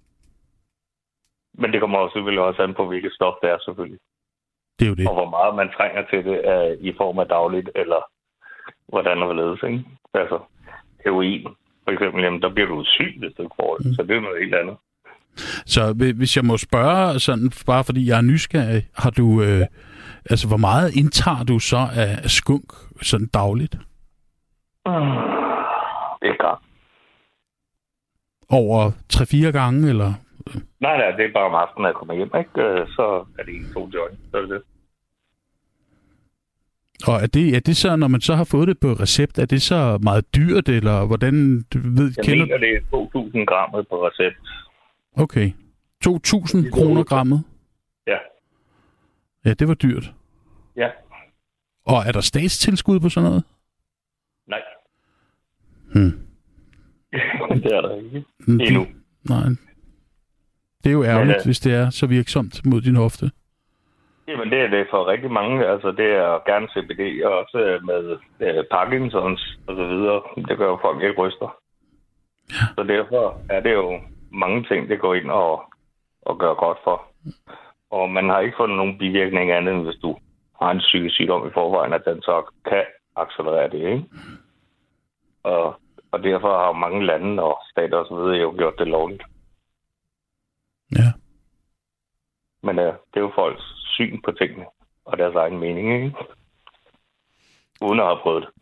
Men det kommer også selvfølgelig også an på, hvilket stof det er, selvfølgelig. Det er jo det. Og hvor meget man trænger til det uh, i form af dagligt, eller hvordan der vil ledes, ikke? Altså, heroin, for eksempel, jamen, der bliver du syg, hvis du ikke får det. Mm. Så det er noget helt andet. Så hvis jeg må spørge, sådan, bare fordi jeg er nysgerrig, har du, øh, altså, hvor meget indtager du så af, af skunk sådan dagligt? Mm. Det er klart. Over tre-fire gange, eller? Nej, nej, det er bare om aftenen, når jeg kommer hjem, ikke? Så er det en to joint, så er det det. Og er det, er det så, når man så har fået det på recept, er det så meget dyrt, eller hvordan du ved, jeg kender... mener, det er to tusind grammet på recept. Okay. to tusind kroner grammet? Ja. Ja, det var dyrt. Ja. Og er der statstilskud på sådan noget? Nej. Hmm. Det er der ikke. Det, endnu. Nej. Det er jo ærgerligt, Men, hvis det er så virksomt mod din hofte. Jamen, det er det for rigtig mange. Altså, det er gerne C B D, og også med øh, Parkinsons og så videre. Det gør jo folk ikke ryster. Ja. Så derfor er det jo mange ting, det går ind og, og gør godt for. Og man har ikke fundet nogen bivirkning andet, end hvis du har en psykisk sygdom i forvejen, at den så kan accelerere det, ikke? Og, og derfor har mange lande og stater og så videre jo gjort det lovligt. Ja. Men uh, det er jo folks syn på tingene og deres egen mening, ikke? Uden at have prøvet det.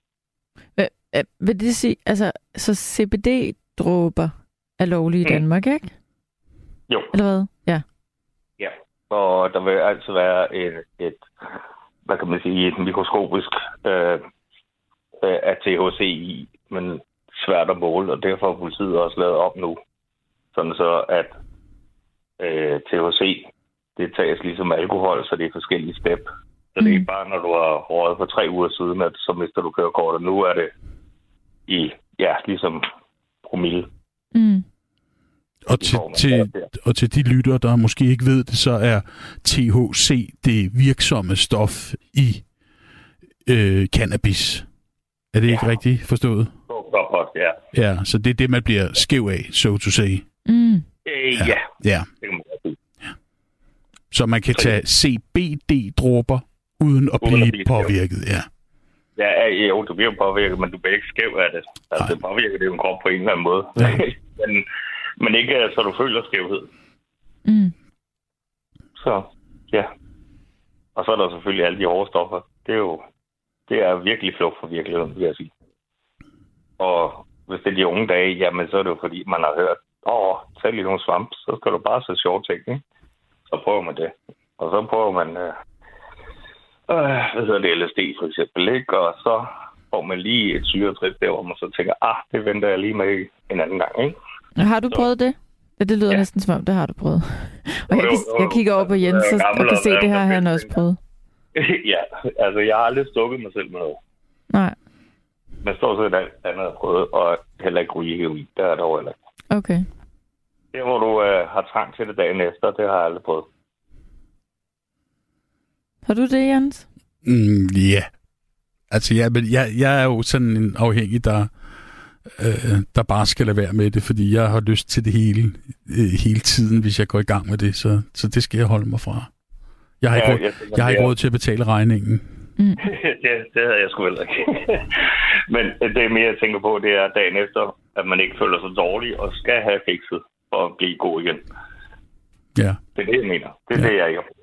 H- vil det sige, altså, så C B D-dråber er lovlige i Danmark, mm. ikke? Jo. Eller hvad? Ja. Ja, og der vil altid være et, et hvad kan man sige, et mikroskopisk øh, af T H C i, men svært at måle, og derfor har politiet også lavet op nu. Sådan så, at øh, T H C, det tages ligesom alkohol, så det er forskellige step. Så det er ikke bare, når du har røget for tre uger siden, at så mister du kørekortet. Nu er det i, ja, ligesom promille. Mm. Og til, til, og til de lyttere, der måske ikke ved det, så er T H C det virksomme stof i øh, cannabis. Er det ikke ja. rigtigt forstået? Ja. Ja, så det er det, man bliver skæv af, so to say. Mm. Øh, ja. ja. Det kan man sige. Ja. Så man kan tage C B D-dråber uden at uden blive, at blive påvirket. Ja. Ja, jo, du bliver påvirket, men du bliver ikke skæv af det. Altså, det påvirker det jo en krop på en eller anden måde. Ja. men, men ikke så du føler skævhed. Mm. Så, ja. Og så er der selvfølgelig alle de hårde stoffer. Det er jo det er virkelig flugt fra virkeligheden, vil jeg sige. Og hvis det er de unge dage, jamen så er det jo fordi, man har hørt, åh, tag lige nogle svamp, så skal du bare se sjove ting, ikke? Så prøver man det. Og så prøver man, øh, øh, hvad hedder det, L S D for eksempel, ikke? Og så får man lige et syretrip der, hvor man så tænker, ah, det venter jeg lige med en anden gang, ikke? Har du så prøvet det? Ja, det lyder ja. næsten som om, det har du prøvet. Og jeg, jeg kigger over på Jens og kan se, det her har han også prøvet. Ja, altså jeg har aldrig stukket mig selv med noget. Nej. Men stort set alt andet har prøvet, og heller ikke ryge heroin. Der er dog heller ikke. Okay. Der, hvor du øh, har trang til det dagen efter, det har jeg aldrig prøvet. Har du det, Jens? Mm, ja. Altså, ja, men jeg, jeg er jo sådan en afhængig, der, øh, der bare skal lade være med det, fordi jeg har lyst til det hele, øh, hele tiden, hvis jeg går i gang med det, så, så det skal jeg holde mig fra. Jeg har ikke, ja, råd, jeg, tænker, jeg har ikke råd til at betale regningen. Mm. det, det havde jeg sgu heller ikke. Men det mere, jeg tænker på, det er dagen efter, at man ikke føler sig dårlig og skal have fikset for at blive god igen. Ja. Det er det, jeg mener. Det er ja. det, jeg ikke har.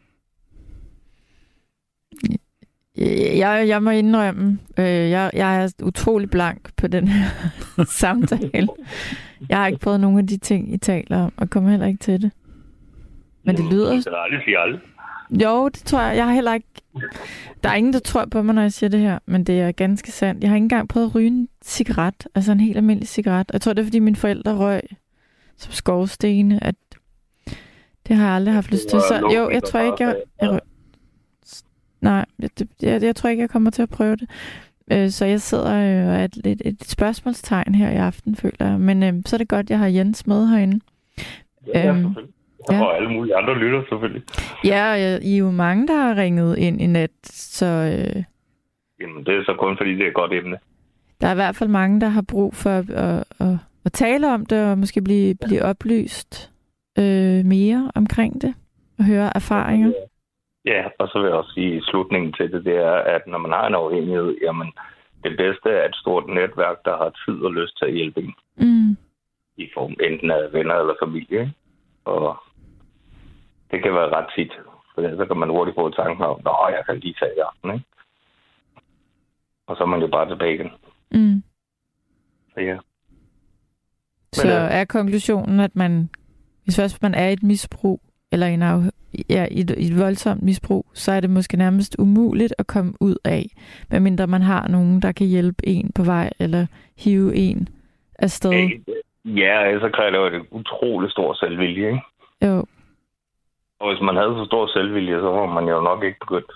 Jeg, jeg må indrømme, øh, jeg, jeg er utrolig blank på den her samtale. Jeg har ikke prøvet nogen af de ting, I taler om, og kommer heller ikke til det. Men det lyder... Det er aldrig sige aldrig. Jo, det tror jeg. Jeg har heller ikke... Der er ingen, der tror på mig, når jeg siger det her, men det er ganske sandt. Jeg har ikke engang prøvet at ryge en cigaret, altså en helt almindelig cigaret. Jeg tror, det er, fordi mine forældre røg som skorstene, at det har jeg aldrig haft lyst til. Så jo, jeg tror ikke, jeg... jeg røg... Nej, jeg, jeg, jeg tror ikke, jeg kommer til at prøve det. Øh, så jeg sidder og er et, et, et spørgsmålstegn her i aften, føler jeg. Men øh, så er det godt, jeg har Jens med herinde. Ja, øhm, selvfølgelig. Ja. Og alle mulige andre lytter, selvfølgelig. Ja, og I er jo mange, der har ringet ind i nat, så... Øh, Jamen, det er så kun, fordi det er et godt emne. Der er i hvert fald mange, der har brug for at, at, at, at tale om det, og måske blive, blive oplyst øh, mere omkring det, og høre erfaringer. Ja, og så vil jeg også sige, at slutningen til det, det er, at når man har en afhængighed, jamen, det bedste er et stort netværk, der har tid og lyst til at hjælpe en. Mm. I form enten af venner eller familie, og det kan være ret tit, for så kan man hurtigt få tanken om, nå, jeg kan lige tage i aften, ikke? Og så er man jo bare tilbage igen. Mm. Så ja. Så Men, er konklusionen, at man, hvis først man er i et misbrug, eller en af, ja, i, et, i et voldsomt misbrug, så er det måske nærmest umuligt at komme ud af, medmindre man har nogen, der kan hjælpe en på vej, eller hive en afsted. Ja, så kræver det et utroligt stor selvvilje, ikke? Jo. Og hvis man havde så stor selvvilje, så var man jo nok ikke begyndt.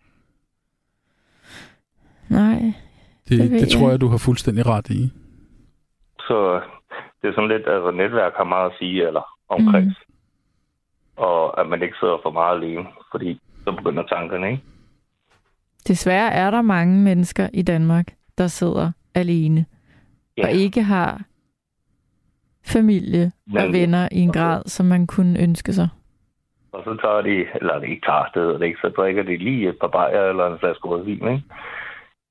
Nej. Det, det, det tror jeg, du har fuldstændig ret i. Så det er sådan lidt, altså netværk har meget at sige, eller omkring. Mm. Og at man ikke sidder for meget alene, fordi så begynder tankerne, ikke? Desværre er der mange mennesker i Danmark, der sidder alene, ja. Og ikke har familie Men, og venner i en grad, som man kunne ønske sig. Og så tager de, eller det ikke tager stedet, ikke, så drikker de lige et par bajer eller en flaske rødvin, ikke?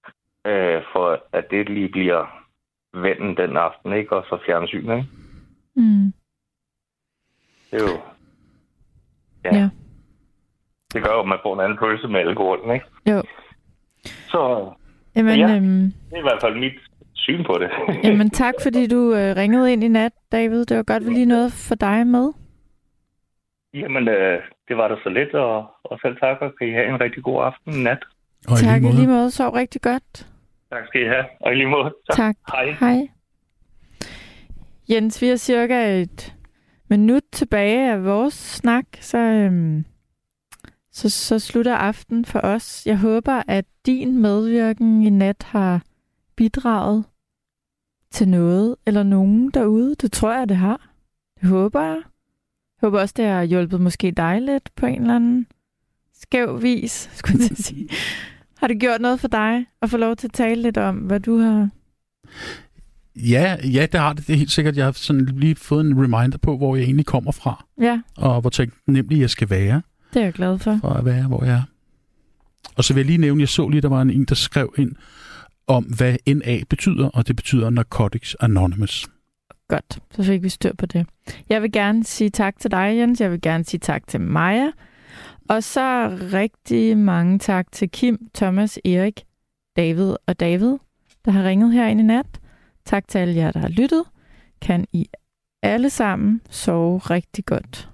øh, for at det lige bliver vennen den aften, ikke? Og så fjernsyn, ikke? Mm. Det er jo... Ja. ja. Det gør jo, at man får en anden følelse med alkoholen, ikke? Jo. Så... Jamen, ja, øhm... det er i hvert fald mit syn på det. Jamen tak, fordi du øh, ringede ind i nat, David. Det var godt, vi lige noget for dig med. Jamen, øh, det var da så lidt, og, og selv tak, og kan I have en rigtig god aften nat. Og tak, i lige måde. I lige måde. Sov rigtig godt. Tak skal I have, og i lige måde. Tak. tak. Hej. Hej. Jens, vi har cirka et minut tilbage af vores snak, så, øhm, så, så slutter aften for os. Jeg håber, at din medvirken i nat har bidraget til noget eller nogen derude. Det tror jeg, det har. Det håber jeg. Jeg håber også, det har hjulpet måske dig lidt på en eller anden skæv vis, skulle jeg sige. Har det gjort noget for dig at få lov til at tale lidt om, hvad du har... Ja, ja, det har det. Det er helt sikkert. Jeg har sådan lige fået en reminder på, hvor jeg egentlig kommer fra. Ja. Og hvor taknemmelig jeg skal være. Det er jeg glad for. For at være, hvor jeg er. Og så vil jeg lige nævne, jeg så lige, der var en, der skrev ind om, hvad N A betyder, og det betyder Narcotics Anonymous. Godt, så fik vi styr på det. Jeg vil gerne sige tak til dig, Jens. Jeg vil gerne sige tak til Maja. Og så rigtig mange tak til Kim, Thomas, Erik, David og David, der har ringet her ind i nat. Tak til alle jer, der har lyttet. Kan I alle sammen sove rigtig godt.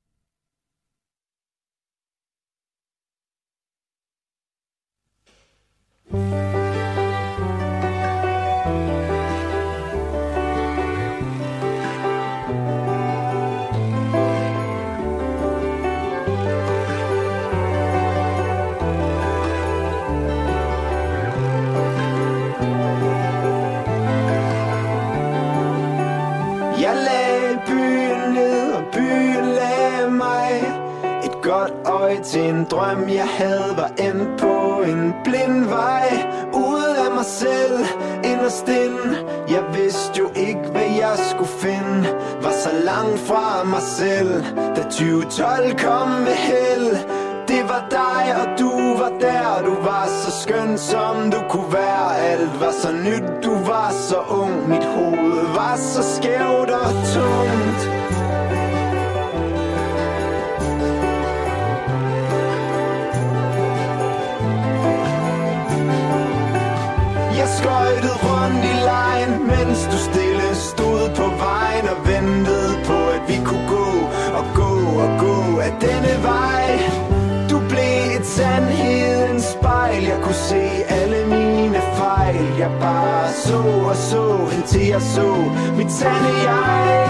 Jeg lagde byen ned, og byen lagde mig. Et godt øje til en drøm, jeg havde, var endt på en blind vej. Ude af mig selv, inderst inde. Jeg vidste jo ikke, hvad jeg skulle finde. Var så langt fra mig selv, da tyve tolv kom med held. Det var dig, og du var der. Du var så skøn, som du kunne være. Alt var så nyt, du var så ung. Mit hoved var så skævt og tungt. Jeg skøjtede rundt i lejen, mens du stille stod på vejen og ventede på, at vi kunne gå og gå og gå af denne vej. Du blev et sandhedens spejl. Jeg kunne se alle mine fejl. Jeg bare så og så, indtil jeg så mit sande jeg.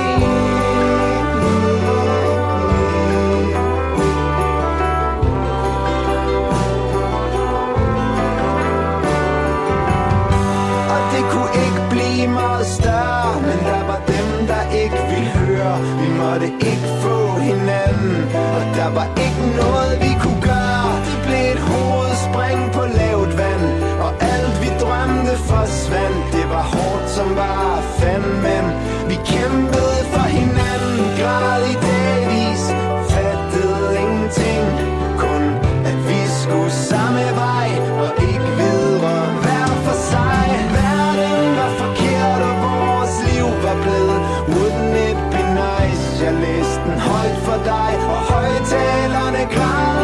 Og det kunne ikke blive meget større, men der var dem, der ikke ville høre. Vi måtte ikke få hinanden, og der var ikke noget, vi kunne gøre. Det blev et hovedspring på lavt vand, og alt vi drømte forsvandt. Det var hårdt som var fanden, men vi kæmpede for hinanden. Græd i dagvis, fattede ingenting. Kun at vi skulle samme vej, og ikke videre hver for sig. Verden var forkert, og vores liv var blevet. Wouldn't it be nice? Jeg læste den højt for dig, og højtalerne græd.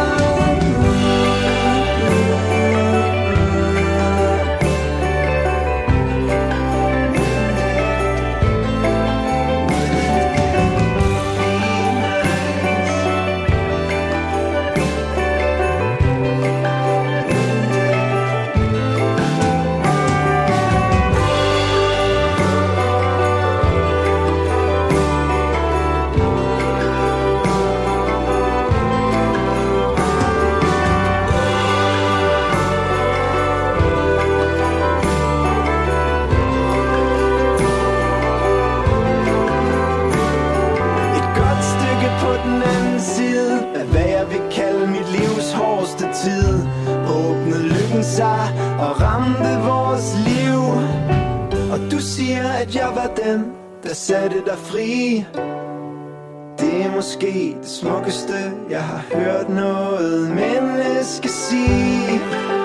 Og ramte vores liv. Og du siger, at jeg var den, der satte dig fri. Det er måske det smukkeste, jeg har hørt noget menneske sige.